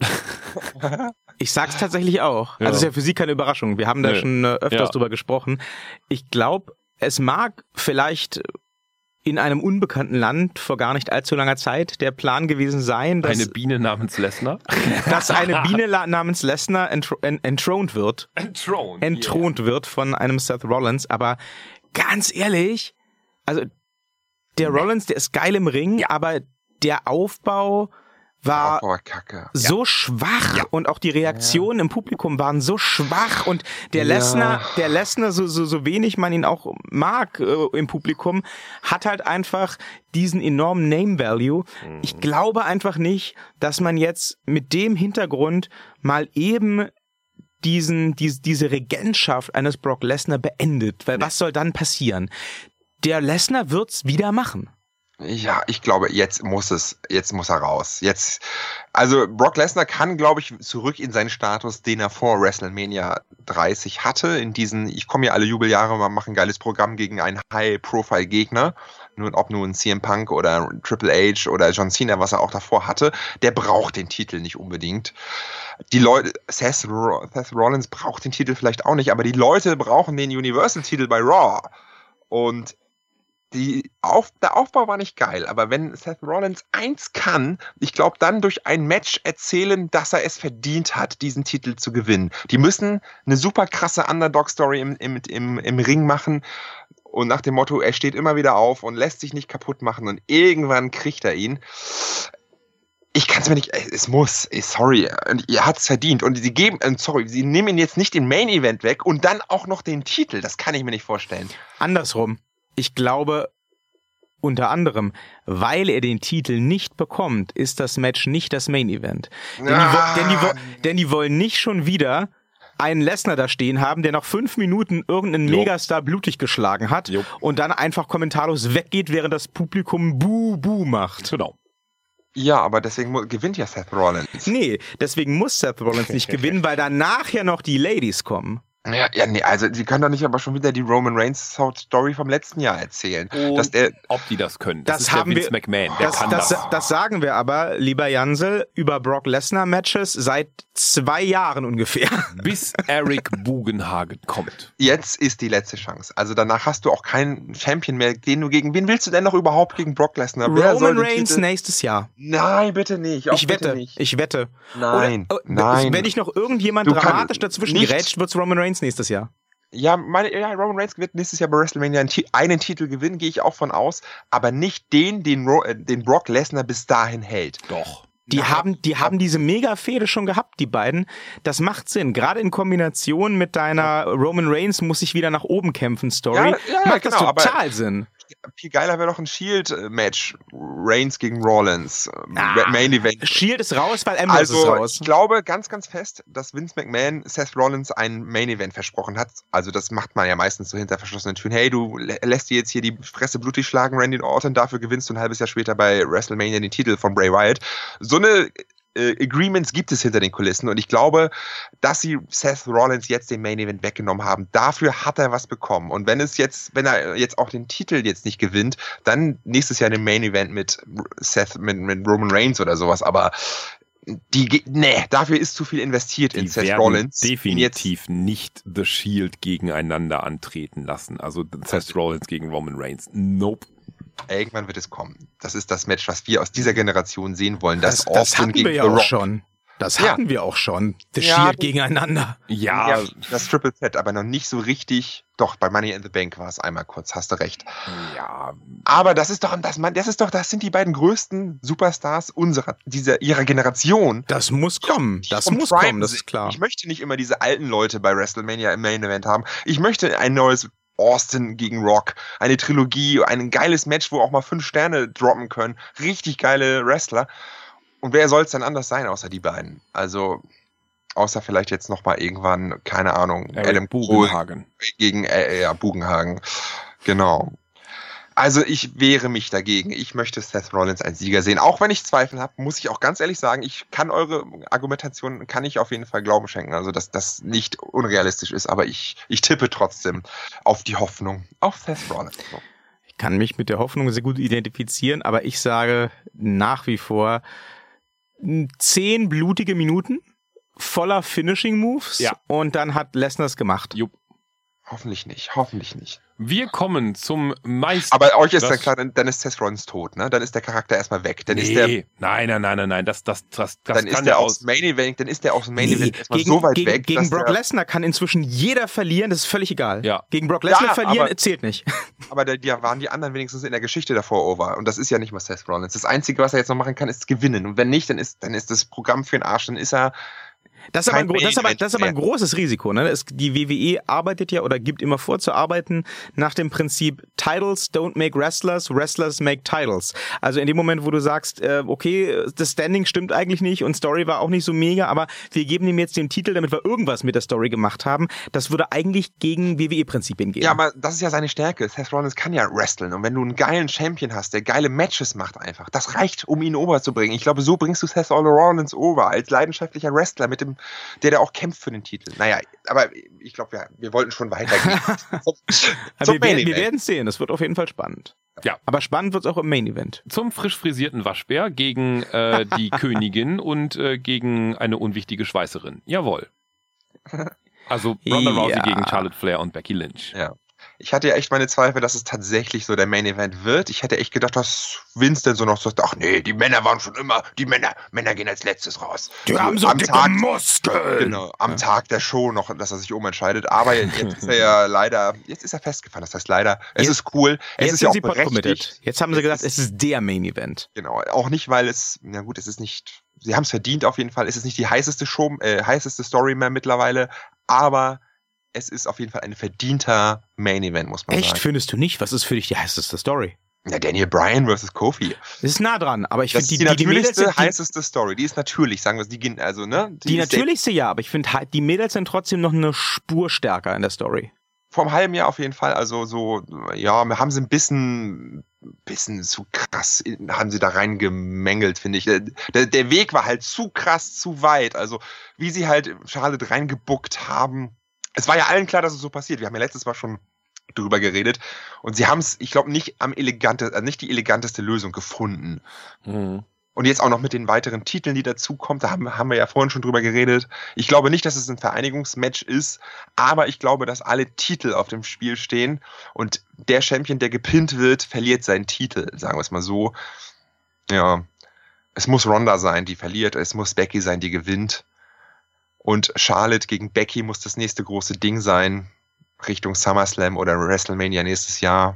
Ich sag's tatsächlich auch. Ja. Also ist ja für Sie keine Überraschung. Wir haben da Nö. schon äh, öfters Ja. drüber gesprochen. Ich glaube, es mag vielleicht in einem unbekannten Land vor gar nicht allzu langer Zeit der Plan gewesen sein, dass, Eine Biene namens Lesnar. dass eine Biene la- namens Lesnar entro- ent- entthront wird. Enthroned. Entthront wird von einem Seth Rollins. Aber ganz ehrlich, also der Rollins, der ist geil im Ring, aber der Aufbau war Oh, Kacke. so schwach und auch die Reaktionen im Publikum waren so schwach und der Ja. Lesnar, der Lesnar, so, so, so wenig man ihn auch mag äh, im Publikum, hat halt einfach diesen enormen Name Value. Ich glaube einfach nicht, dass man jetzt mit dem Hintergrund mal eben diesen, diese, diese Regentschaft eines Brock Lesnar beendet, weil was soll dann passieren? Der Lesnar wird's wieder machen. Ja, ich glaube, jetzt muss es, jetzt muss er raus. Jetzt, also Brock Lesnar kann, glaube ich, zurück in seinen Status, den er vor WrestleMania dreißig hatte, in diesen, ich komme hier alle Jubeljahre, mal machen ein geiles Programm gegen einen High-Profile-Gegner, nun ob nun C M Punk oder Triple H oder John Cena, was er auch davor hatte, der braucht den Titel nicht unbedingt. Die Leute, Seth, Ro- Seth Rollins braucht den Titel vielleicht auch nicht, aber die Leute brauchen den Universal-Titel bei Raw. Und Die Auf, der Aufbau war nicht geil, aber wenn Seth Rollins eins kann, ich glaube dann durch ein Match erzählen, dass er es verdient hat, diesen Titel zu gewinnen. Die müssen eine super krasse Underdog-Story im, im, im, im Ring machen und nach dem Motto, er steht immer wieder auf und lässt sich nicht kaputt machen und irgendwann kriegt er ihn. Ich kann es mir nicht, es muss, sorry, und ihr hat es verdient und sie geben, sorry, sie nehmen ihn jetzt nicht den Main-Event weg und dann auch noch den Titel, das kann ich mir nicht vorstellen. Andersrum. Ich glaube, unter anderem, weil er den Titel nicht bekommt, ist das Match nicht das Main Event. Denn, die, wo- denn, die, wo- denn die wollen nicht schon wieder einen Lesnar da stehen haben, der nach fünf Minuten irgendeinen Jo. Megastar blutig geschlagen hat Jo. und dann einfach kommentarlos weggeht, während das Publikum Buh, Buh macht. Genau. Ja, aber deswegen mu- gewinnt ja Seth Rollins. Nee, deswegen muss Seth Rollins nicht gewinnen, weil danach ja noch die Ladies kommen. Ja, ja, nee, also sie können doch nicht aber schon wieder die Roman Reigns Story vom letzten Jahr erzählen. Und Dass der, ob die das können. Das Das, ist haben der Vince wir- McMahon. Der Das, kann das, das. das sagen wir aber, lieber Jansel, über Brock Lesnar Matches seit zwei Jahren ungefähr. Bis Eric Bugenhagen kommt. jetzt ist die letzte Chance. Also danach hast du auch keinen Champion mehr, den du gegen, wen willst du denn noch überhaupt gegen Brock Lesnar? Wer soll Roman den Reigns Titel- nächstes Jahr. Nein, bitte nicht. Auch Ich bitte wette, nicht. ich wette. Nein, Oder, äh, nein. Wenn nicht noch irgendjemand Du kannst dramatisch dazwischen nicht- gerätscht, wird's Roman Reigns nächstes Jahr. Ja, meine, ja, Roman Reigns wird nächstes Jahr bei WrestleMania einen, Ti- einen Titel gewinnen, gehe ich auch von aus, aber nicht den, den, Ro äh, den Brock Lesnar bis dahin hält. Doch. Die Nein. haben, die haben diese Mega-Fehde schon gehabt, die beiden. Das macht Sinn. Gerade in Kombination mit deiner Roman Reigns muss sich wieder nach oben kämpfen Story. Ja, ja, macht genau, das aber- total Sinn. Viel geiler wäre doch ein Shield-Match. Reigns gegen Rollins. ähm, Ah, Main Event. Shield ist raus, weil Ambrose ist Also, raus. ich glaube ganz, ganz fest, dass Vince McMahon Seth Rollins ein Main-Event versprochen hat. Also, das macht man ja meistens so hinter verschlossenen Türen. Hey, du lä- lässt dir jetzt hier die Fresse blutig schlagen, Randy Orton, dafür gewinnst du ein halbes Jahr später bei WrestleMania den Titel von Bray Wyatt. So eine äh, Agreements gibt es hinter den Kulissen und ich glaube, dass sie Seth Rollins jetzt den Main-Event weggenommen haben, dafür hat er was bekommen. Und wenn es jetzt, wenn er jetzt auch den Titel jetzt nicht gewinnt, dann nächstes Jahr den Main-Event mit Seth, mit, mit Roman Reigns oder sowas, aber die, ge- nee, dafür ist zu viel investiert in Die Seth werden Rollins. Ihn jetzt, definitiv nicht The Shield gegeneinander antreten lassen. Also Seth Rollins gegen Roman Reigns. Nope. irgendwann wird es kommen. Das ist das Match, was wir aus dieser Generation sehen wollen. Das, Das, das Austin hatten gegen wir ja The auch Rock. schon. Das Ja. hatten wir auch schon. The Ja, Shield gegeneinander. Ja, Ja, das Triple Threat, aber noch nicht so richtig. Doch, bei Money in the Bank war es einmal kurz, hast du recht. ja, Aber das ist doch, das, man, das ist doch, das sind die beiden größten Superstars unserer, dieser, ihrer Generation. Das muss kommen. Das Vom muss Prime kommen, das sind. ist klar. Ich möchte nicht immer diese alten Leute bei WrestleMania im Main Event haben. Ich möchte ein neues Austin gegen Rock, eine Trilogie, ein geiles Match, wo auch mal fünf Sterne droppen können. Richtig geile Wrestler. Und wer soll es denn anders sein, außer die beiden? Also, außer vielleicht jetzt noch mal irgendwann, keine Ahnung, Eric Adam Cole Bugenhagen. gegen äh, ja, Bugenhagen. Genau. Also ich wehre mich dagegen. Ich möchte Seth Rollins als Sieger sehen. Auch wenn ich Zweifel habe, muss ich auch ganz ehrlich sagen, ich kann eure Argumentation, kann ich auf jeden Fall Glauben schenken. Also dass das nicht unrealistisch ist, aber ich, ich tippe trotzdem auf die Hoffnung auf Seth Rollins. So. Ich kann mich mit der Hoffnung sehr gut identifizieren, aber ich sage nach wie vor zehn blutige Minuten voller Finishing Moves Ja. und dann hat Lesnar es gemacht. Jupp. Hoffentlich nicht, hoffentlich nicht. Wir kommen zum Meister. Aber euch ist Das- dann klar, dann, dann ist Seth Rollins tot, ne? Dann ist der Charakter erstmal weg. Dann nee, ist der, nein, nein, nein, nein, nein, das, das, das, das dann kann ist der ja aus aus. dem Main Event, dann ist der aus dem Main Nee, Event erstmal gegen, so weit gegen, weg, gegen dass Brock der, Lesnar kann inzwischen jeder verlieren, das ist völlig egal. Ja. Gegen Brock Lesnar Ja, verlieren aber- zählt nicht. aber da die waren die anderen wenigstens in der Geschichte davor over. Und das ist ja nicht mal Seth Rollins. Das Einzige, was er jetzt noch machen kann, ist gewinnen. Und wenn nicht, dann ist, dann ist das Programm für den Arsch, dann ist er. Das ist, aber ein, Kein gro- das, ist aber, Main-Event das ist aber ein mehr. großes Risiko. Ne? Es, die W W E arbeitet ja oder gibt immer vor zu arbeiten nach dem Prinzip Titles don't make wrestlers, wrestlers make titles. Also in dem Moment, wo du sagst, äh, okay, das Standing stimmt eigentlich nicht und Story war auch nicht so mega, aber wir geben ihm jetzt den Titel, damit wir irgendwas mit der Story gemacht haben, das würde eigentlich gegen W W E-Prinzipien gehen. Ja, aber das ist ja seine Stärke. Seth Rollins kann ja wresteln. Und wenn du einen geilen Champion hast, der geile Matches macht einfach, das reicht, um ihn over zu bringen. Ich glaube, so bringst du Seth Rollins over, als leidenschaftlicher Wrestler, mit dem, der da auch kämpft für den Titel. Naja, aber ich glaube, wir, wir wollten schon weitergehen. Zum, Aber zum wir, Main werden- wir Event. werden es sehen, das wird auf jeden Fall spannend. Ja. Aber spannend wird es auch im Main Event. Zum frisch frisierten Waschbär gegen äh, die Königin und äh, gegen eine unwichtige Schweißerin. Jawohl. Also Ronda Ja. Rousey gegen Charlotte Flair und Becky Lynch. Ja. Ich hatte ja echt meine Zweifel, dass es tatsächlich so der Main Event wird. Ich hätte echt gedacht, dass Vince dann so noch sagt, ach nee, die Männer waren schon immer, die Männer, Männer gehen als letztes raus. am Tag, Muskeln. genau, am Tag der Show noch, dass er sich umentscheidet. Aber jetzt ist er ja leider, jetzt ist er festgefahren. Das heißt leider, es Jetzt- ist cool. Es Jetzt ist ja sind auch sie pot committed. berechtigt. Jetzt haben sie Es gesagt, ist- es ist der Main Event. Genau, auch nicht, weil es, na gut, es ist nicht, sie haben es verdient auf jeden Fall. Es ist nicht die heißeste Show, äh, heißeste Story mehr mittlerweile, aber es ist auf jeden Fall ein verdienter Main Event, muss man Echt, sagen. findest du nicht? Was ist für dich die heißeste Story? Ja, Daniel Bryan versus Kofi. Das ist nah dran, aber ich Das finde ist die, die, die, die Mädels natürlichste, sind, die, heißeste Story. Die ist natürlich, sagen wir es, die gehen, also, ne? die ist natürlichste ja, aber ich finde die Mädels sind trotzdem noch eine Spur stärker in der Story. Vor einem halben Jahr auf jeden Fall, also so, ja, haben sie ein bisschen, bisschen zu krass, in- haben sie da reingemängelt, finde ich. Der, der Weg war halt zu krass, zu weit. Also, wie sie halt Charlotte reingebuckt haben. Es war ja allen klar, dass es so passiert. Wir haben ja letztes Mal schon drüber geredet. Und sie haben es, ich glaube, nicht am elegante, also nicht die eleganteste Lösung gefunden. Mhm. Und jetzt auch noch mit den weiteren Titeln, die dazukommen, da haben, haben wir ja vorhin schon drüber geredet. Ich glaube nicht, dass es ein Vereinigungsmatch ist, aber ich glaube, dass alle Titel auf dem Spiel stehen und der Champion, der gepinnt wird, verliert seinen Titel, sagen wir es mal so. Ja, es muss Ronda sein, die verliert, es muss Becky sein, die gewinnt. Und Charlotte gegen Becky muss das nächste große Ding sein, Richtung SummerSlam oder WrestleMania nächstes Jahr.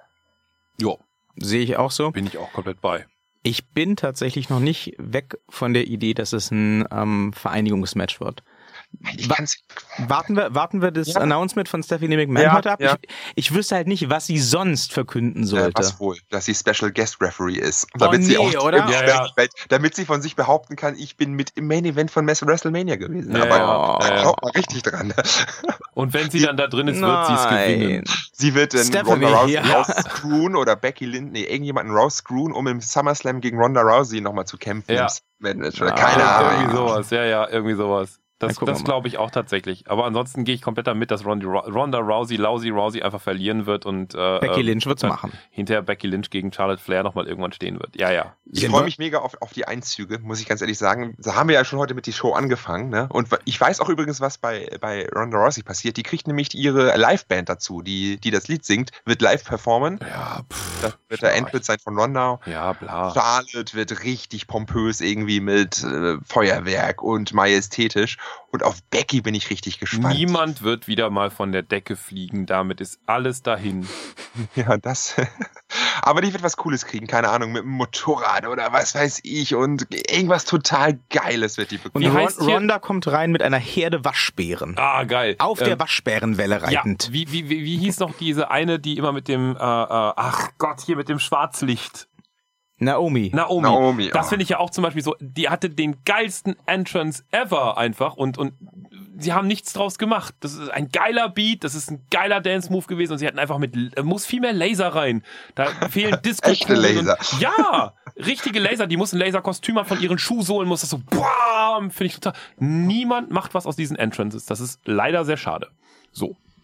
Jo, Sehe ich auch so. bin ich auch komplett bei. Ich bin tatsächlich noch nicht weg von der Idee, dass es ein ähm, Vereinigungsmatch wird. Ich Wa- kann's, Warten wir, warten wir das Ja. Announcement von Stephanie McMahon Ja, heute ab? ja. Ich, ich wüsste halt nicht, was sie sonst verkünden äh, sollte. was wohl, dass sie Special Guest Referee ist. Oh Damit sie nee, auch oder? im Ja, ja. Welt- damit sie von sich behaupten kann, ich bin mit im Main Event von WrestleMania gewesen. Ja, Aber ja, da ja, ja. glaubt man richtig dran. Und wenn sie dann da drin ist, wird sie es Nein. gewinnen. Sie wird dann Stephanie, Ronda Rousey ja. rausscrewen oder Becky Lynch, nee, irgendjemanden rausscrewen, um im SummerSlam gegen Ronda Rousey nochmal zu kämpfen. Ja. Im Smash oder Ah, keine Ja, Ahnung. irgendwie sowas, ja, ja, irgendwie sowas. Dann Das, gucken wir das mal. glaube ich auch tatsächlich. Aber ansonsten gehe ich komplett damit, dass Ronda, Ronda Rousey, Lousy Rousey einfach verlieren wird und äh, Becky ähm, Lynch wird's dann machen. hinterher Becky Lynch gegen Charlotte Flair nochmal irgendwann stehen wird. Ja, ja. Ich Sind freue wir- mich mega auf, auf die Einzüge, muss ich ganz ehrlich sagen. Da haben wir ja schon heute mit die Show angefangen. Ne? Und ich weiß auch übrigens, was bei, bei Ronda Rousey passiert. Die kriegt nämlich ihre Liveband dazu, die, die das Lied singt, wird live performen. Ja, pff, Das wird der stark. Endbit sein von Ronda. Ja, bla. Charlotte wird richtig pompös irgendwie mit äh, Feuerwerk und majestätisch. Und auf Becky bin ich richtig gespannt. Niemand wird wieder mal von der Decke fliegen. Damit ist alles dahin. Ja, das. Aber die wird was Cooles kriegen, keine Ahnung, mit einem Motorrad oder was weiß ich. Und irgendwas total Geiles wird die Und bekommen. Wie Ron heißt hier- Ronda kommt rein mit einer Herde Waschbären. Ah, geil. Auf der Ähm, Waschbärenwelle ja, reitend. wie, wie, wie, wie hieß noch diese eine, die immer mit dem, äh, äh, ach Gott, hier mit dem Schwarzlicht. Naomi. Naomi. Naomi, Das ja. finde ich ja auch zum Beispiel so, die hatte den geilsten Entrance ever einfach und, und sie haben nichts draus gemacht. Das ist ein geiler Beat, das ist ein geiler Dance-Move gewesen und sie hatten einfach mit, äh, muss viel mehr Laser rein. Da fehlen disco Echte Laser. Und, ja, richtige Laser, die muss ein Laserkostüm haben, von ihren Schuhsohlen muss das so, bam, finde ich total. Niemand macht was aus diesen Entrances. Das ist leider sehr schade. So.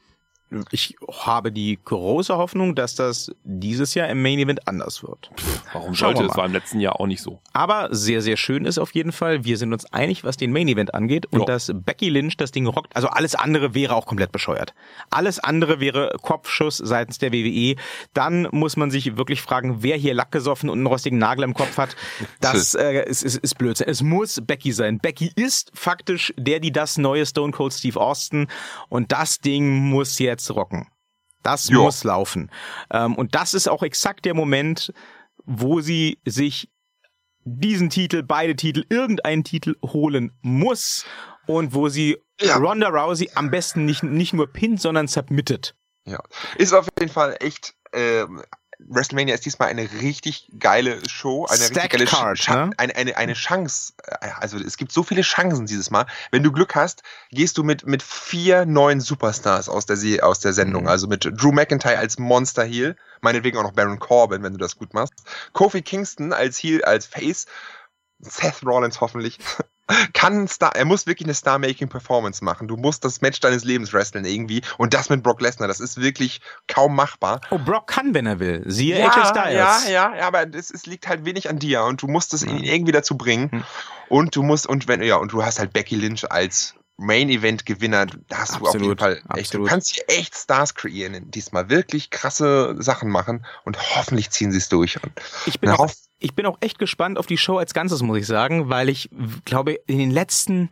ich habe die große Hoffnung, dass das dieses Jahr im Main Event anders wird. Warum Schauen sollte wir es? mal. War im letzten Jahr auch nicht so. Aber sehr, sehr schön ist auf jeden Fall, wir sind uns einig, was den Main Event angeht und Ja. dass Becky Lynch das Ding rockt. Also alles andere wäre auch komplett bescheuert. Alles andere wäre Kopfschuss seitens der W W E. Dann muss man sich wirklich fragen, wer hier Lack gesoffen und einen rostigen Nagel im Kopf hat. Das äh, ist, ist, ist Blödsinn. Es muss Becky sein. Becky ist faktisch der, die das neue Stone Cold Steve Austin und das Ding muss jetzt rocken. Das Jo. muss laufen. Ähm, und das ist auch exakt der Moment, wo sie sich diesen Titel, beide Titel, irgendeinen Titel holen muss und wo sie Ja. Ronda Rousey am besten nicht, nicht nur pinnt, sondern submittet. Ja. Ist auf jeden Fall echt, ähm, WrestleMania ist diesmal eine richtig geile Show, eine Stacked richtig geile Card, Sch- ne? eine, eine, eine Chance. Also es gibt so viele Chancen dieses Mal. Wenn du Glück hast, gehst du mit, mit vier neuen Superstars aus der, Se- aus der Sendung. Mhm. Also mit Drew McIntyre als Monster Heel, meinetwegen auch noch Baron Corbin, wenn du das gut machst. Kofi Kingston als Heel, als Face, Seth Rollins hoffentlich. Kann ein Star, er muss wirklich eine Star-Making-Performance machen. Du musst das Match deines Lebens wresteln irgendwie. Und das mit Brock Lesnar, das ist wirklich kaum machbar. Oh, Brock kann, wenn er will. Siehe A J Styles. ja, ja, ja, aber es, es liegt halt wenig an dir und du musst es ihn irgendwie dazu bringen. Hm. Und du musst, und wenn, ja, und du hast halt Becky Lynch als Main-Event-Gewinner, da hast du auf jeden Absolut, Fall echt, absolut. du kannst hier echt Stars kreieren, diesmal wirklich krasse Sachen machen und hoffentlich ziehen sie es durch. Und Ich bin, na, auch, hoff- ich bin auch echt gespannt auf die Show als Ganzes, muss ich sagen, weil ich w- glaube, in den letzten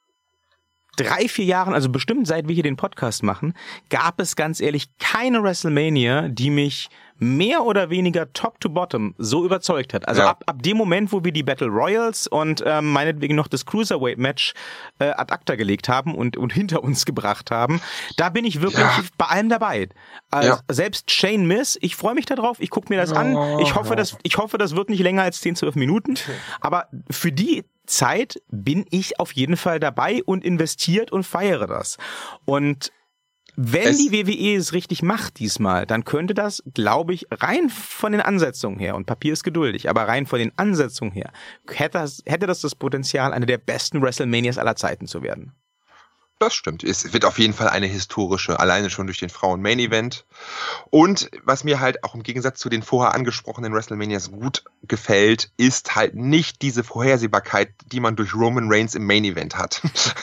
drei, vier Jahren, also bestimmt seit wir hier den Podcast machen, gab es ganz ehrlich keine WrestleMania, die mich mehr oder weniger top to bottom so überzeugt hat. Also Ja. ab, ab dem Moment, wo wir die Battle Royals und ähm, meinetwegen noch das Cruiserweight-Match äh, ad acta gelegt haben und, und hinter uns gebracht haben, da bin ich wirklich Ja. bei allem dabei. Also Ja. selbst Shane Miss, ich freue mich darauf, ich gucke mir das an, ich hoffe, das, ich hoffe, das wird nicht länger als zehn, zwölf Minuten, aber für die Zeit bin ich auf jeden Fall dabei und investiert und feiere das. Und wenn Es- die W W E es richtig macht diesmal, dann könnte das, glaube ich, rein von den Ansetzungen her, und Papier ist geduldig, aber rein von den Ansetzungen her, hätte das, hätte das das Potenzial, eine der besten WrestleManias aller Zeiten zu werden. Das stimmt. Es wird auf jeden Fall eine historische, alleine schon durch den Frauen-Main-Event. Und was mir halt auch im Gegensatz zu den vorher angesprochenen WrestleManias gut gefällt, ist halt nicht diese Vorhersehbarkeit, die man durch Roman Reigns im Main-Event hat.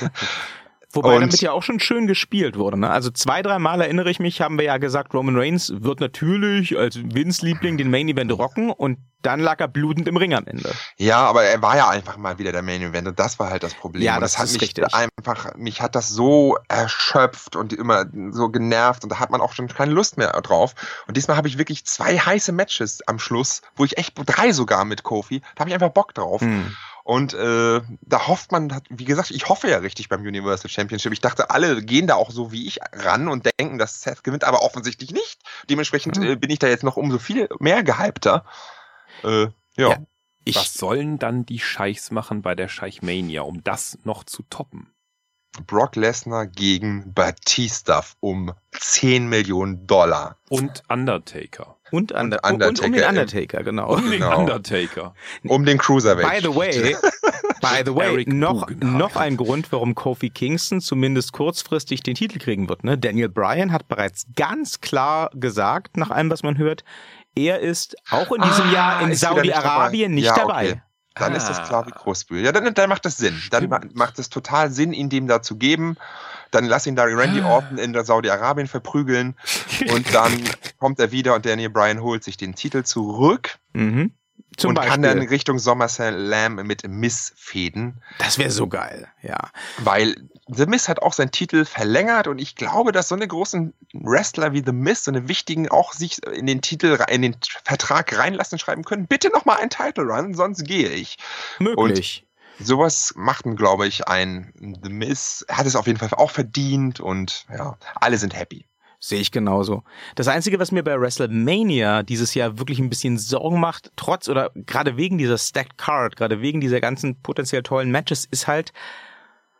Wobei Und- damit ja auch schon schön gespielt wurde. Ne? Also zwei, drei Mal erinnere ich mich, haben wir ja gesagt, Roman Reigns wird natürlich als Vince-Liebling den Main-Event rocken und dann lag er blutend im Ring am Ende. Ja, aber er war ja einfach mal wieder der Main-Event und das war halt das Problem. Ja, und das das hat ist mich richtig. einfach, mich hat das so erschöpft und immer so genervt und da hat man auch schon keine Lust mehr drauf. Und diesmal habe ich wirklich zwei heiße Matches am Schluss, wo ich echt, drei sogar mit Kofi, da habe ich einfach Bock drauf. Hm. Und äh, da hofft man, wie gesagt, ich hoffe ja richtig beim Universal Championship. Ich dachte, alle gehen da auch so wie ich ran und denken, dass Seth gewinnt, aber offensichtlich nicht. Dementsprechend äh, bin ich da jetzt noch umso viel mehr gehypter. Äh, ja. Ja. Ich, Was sollen dann die Scheichs machen bei der Scheichmania, um das noch zu toppen? Brock Lesnar gegen Batista um zehn Millionen Dollar. Und Undertaker. und, Under und und um den Undertaker, Undertaker, genau. Und den Genau. Undertaker. Um den Cruiserweight. By the way, by the way, Eric noch, Bugenhagen. noch ein Grund, warum Kofi Kingston zumindest kurzfristig den Titel kriegen wird. Ne? Daniel Bryan hat bereits ganz klar gesagt, nach allem, was man hört, er ist auch in diesem Ah, Jahr in ist wieder nicht Saudi-Arabien nicht, dabei. Ja, dabei. okay. Dann ist das Ah. klar wie Großbühl. Ja, dann, dann macht das Sinn. Dann ma- macht es total Sinn, ihn dem da zu geben. Dann lass ihn da Randy Orton in der Saudi-Arabien verprügeln. Und dann kommt er wieder und Daniel Bryan holt sich den Titel zurück Mhm. Zum und Beispiel. kann dann Richtung SummerSlam mit Miz fäden. Das wäre so geil, ja. Weil The Miz hat auch seinen Titel verlängert und ich glaube, dass so eine großen Wrestler wie The Miz, so eine wichtigen, auch sich in den Titel, in den Vertrag reinlassen schreiben können, bitte nochmal einen Title Run, sonst gehe ich. Möglich. Sowas machten, glaube ich, ein The Miz. Er hat es auf jeden Fall auch verdient und ja, alle sind happy. Sehe ich genauso. Das Einzige, was mir bei WrestleMania dieses Jahr wirklich ein bisschen Sorgen macht, trotz oder gerade wegen dieser Stacked Card, gerade wegen dieser ganzen potenziell tollen Matches, ist halt,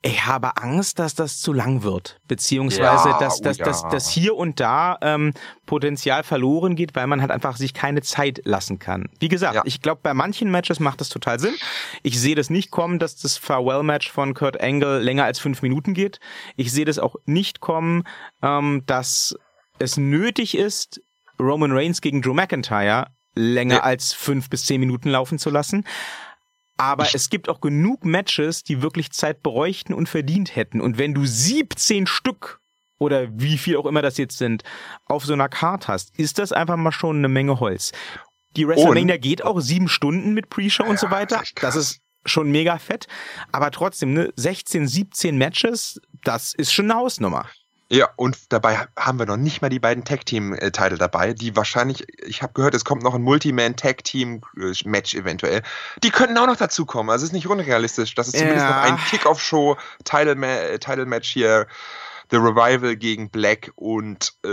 Ich habe Angst, dass das zu lang wird, beziehungsweise Ja, dass, oh dass, ja. dass, dass hier und da ähm, Potenzial verloren geht, weil man halt einfach sich keine Zeit lassen kann. Wie gesagt, Ja. ich glaube, bei manchen Matches macht das total Sinn. Ich sehe das nicht kommen, dass das Farewell-Match von Kurt Angle länger als fünf Minuten geht. Ich sehe das auch nicht kommen, ähm, dass es nötig ist, Roman Reigns gegen Drew McIntyre länger Ja. als fünf bis zehn Minuten laufen zu lassen. Aber Ich- es gibt auch genug Matches, die wirklich Zeit bräuchten und verdient hätten. Und wenn du siebzehn Stück oder wie viel auch immer das jetzt sind, auf so einer Card hast, ist das einfach mal schon eine Menge Holz. Die WrestleMania geht auch sieben Stunden mit Pre-Show und so Ja, weiter. das ist echt krass. Das ist schon mega fett. Aber trotzdem, ne, sechzehn, siebzehn Matches, das ist schon eine Hausnummer. Ja, und dabei haben wir noch nicht mal die beiden Tag-Team-Titel dabei, die wahrscheinlich, ich habe gehört, es kommt noch ein Multi-Man-Tag-Team-Match eventuell. Die könnten auch noch dazukommen. Also es ist nicht unrealistisch, dass es zumindest Ja. noch ein Kick-Off-Show-Title-Match hier, The Revival gegen Black und äh,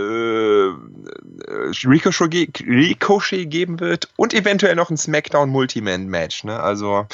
Ricochet, ge- Ricochet geben wird und eventuell noch ein Smackdown-Multi-Man-Match. Ne? Also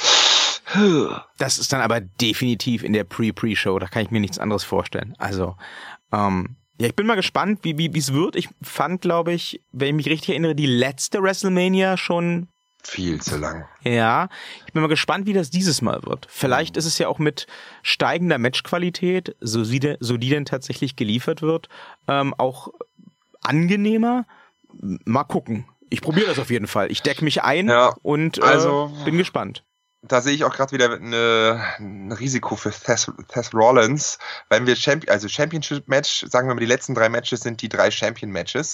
Das ist dann aber definitiv in der Pre-Pre-Show. Da kann ich mir nichts anderes vorstellen. Also, ähm, ja, ich bin mal gespannt, wie wie wie es wird. Ich fand, glaube ich, wenn ich mich richtig erinnere, die letzte WrestleMania schon. viel zu lang. Ja, ich bin mal gespannt, wie das dieses Mal wird. Vielleicht ist es ja auch mit steigender Matchqualität, so, sie de, so die denn tatsächlich geliefert wird, ähm, auch angenehmer. Mal gucken. Ich probiere das auf jeden Fall. Ich decke mich ein Ja, und äh, also- bin gespannt. Da sehe ich auch gerade wieder eine, ein Risiko für Seth, Seth Rollins. Wenn wir Champion, also Championship-Match, sagen wir mal, die letzten drei Matches sind die drei Champion-Matches.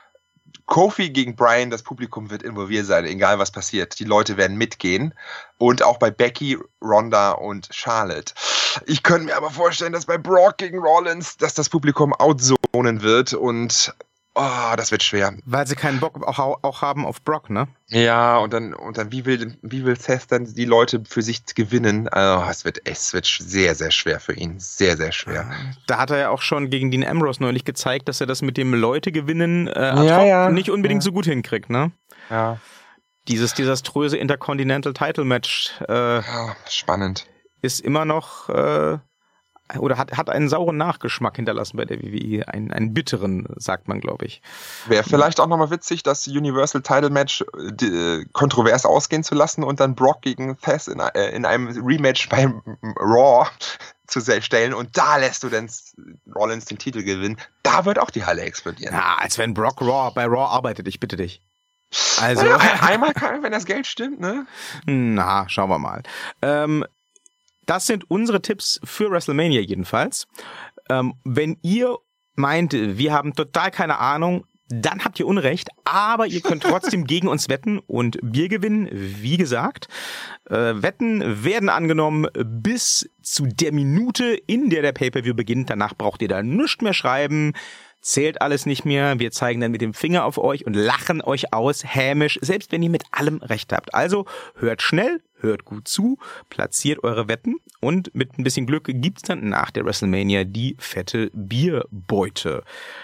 Kofi gegen Bryan, das Publikum wird involviert sein, egal was passiert. Die Leute werden mitgehen. Und auch bei Becky, Ronda und Charlotte. Ich könnte mir aber vorstellen, dass bei Brock gegen Rollins, dass das Publikum outzonen wird und oh, das wird schwer. Weil sie keinen Bock auch, auch haben auf Brock, ne? Ja, und dann, und dann, wie will, wie will Seth dann die Leute für sich gewinnen? Also, es wird, es wird sehr, sehr schwer für ihn. Sehr, sehr schwer. Da hat er ja auch schon gegen Dean Ambrose neulich gezeigt, dass er das mit dem Leute gewinnen äh, ad Ja, hoc ja. nicht unbedingt Ja. so gut hinkriegt, ne? Ja. Dieses desaströse Intercontinental Title Match äh, Ja, spannend. ist immer noch äh, oder hat, hat einen sauren Nachgeschmack hinterlassen bei der W W E. Einen, einen bitteren, sagt man, glaube ich. Wäre vielleicht auch nochmal witzig, das Universal Title Match äh, die, äh, kontrovers ausgehen zu lassen und dann Brock gegen Seth in, äh, in einem Rematch bei Raw zu stellen und da lässt du dann Rollins den Titel gewinnen. Da wird auch die Halle explodieren. Ja, als wenn Brock Raw bei Raw arbeitet, ich bitte dich. Also, Ja, einmal kann, wenn das Geld stimmt, ne? na, schauen wir mal. Ähm, das sind unsere Tipps für WrestleMania jedenfalls. Ähm, wenn ihr meint, wir haben total keine Ahnung, dann habt ihr Unrecht, aber ihr könnt trotzdem gegen uns wetten und Bier gewinnen, wie gesagt. Äh, Wetten werden angenommen bis zu der Minute, in der der Pay-Per-View beginnt. Danach braucht ihr da nichts mehr schreiben. Zählt alles nicht mehr. Wir zeigen dann mit dem Finger auf euch und lachen euch aus, hämisch, selbst wenn ihr mit allem recht habt. Also hört schnell, hört gut zu, platziert eure Wetten und mit ein bisschen Glück gibt's dann nach der WrestleMania die fette Bierbeute.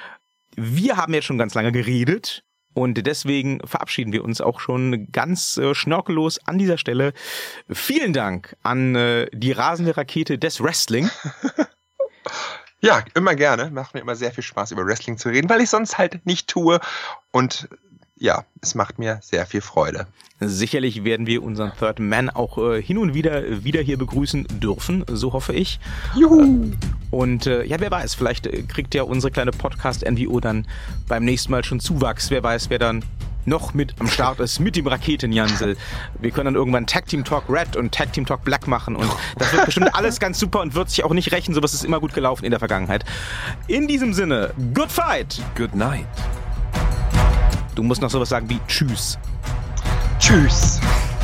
Wir haben jetzt schon ganz lange geredet und deswegen verabschieden wir uns auch schon ganz äh, schnörkellos an dieser Stelle. Vielen Dank an äh, die rasende Rakete des Wrestling. Ja, immer gerne. Macht mir immer sehr viel Spaß, über Wrestling zu reden, weil ich sonst halt nicht tue. Und ja, es macht mir sehr viel Freude. Sicherlich werden wir unseren Third Man auch äh, hin und wieder wieder hier begrüßen dürfen, so hoffe ich. Juhu! Und äh, ja, wer weiß, vielleicht äh, kriegt ja unsere kleine Podcast-N W O dann beim nächsten Mal schon Zuwachs. Wer weiß, wer dann noch mit am Start ist, mit dem Raketenjansel. Wir können dann irgendwann Tag Team Talk Red und Tag Team Talk Black machen und das wird bestimmt alles ganz super und wird sich auch nicht rächen, sowas ist immer gut gelaufen in der Vergangenheit. In diesem Sinne, good fight! Good night. Du musst noch sowas sagen wie Tschüss. Tschüss!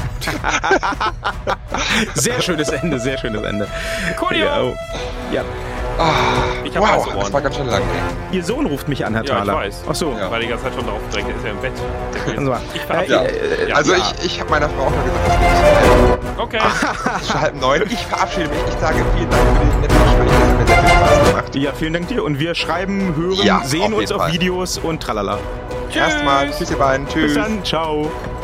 Sehr schönes Ende, sehr schönes Ende. Coolio. Ja, oh. Ja. Ah, Ich hab wow, heiße Ohren. das war ganz schön lang. Ey. Ihr Sohn ruft mich an, Herr Ja, ich Thaler. weiß. Ach so. Ja. Weil die ganze Zeit schon drauf drängt, ist ja im Bett. Also, Ich äh, verabschiede. äh, Ja. Also ja. ich, ich habe meiner Frau auch noch gesagt, Okay. es ist schon halb neun. Ich verabschiede mich. Ich sage vielen Dank für die nette Gespräche. Es hat mir sehr viel Spaß gemacht. Ja, vielen Dank dir. Und wir schreiben, hören, Ja, sehen auf uns jeden auf Fall. Videos und tralala. Erstmal, tschüss ihr beiden. Tschüss. Bis dann, ciao.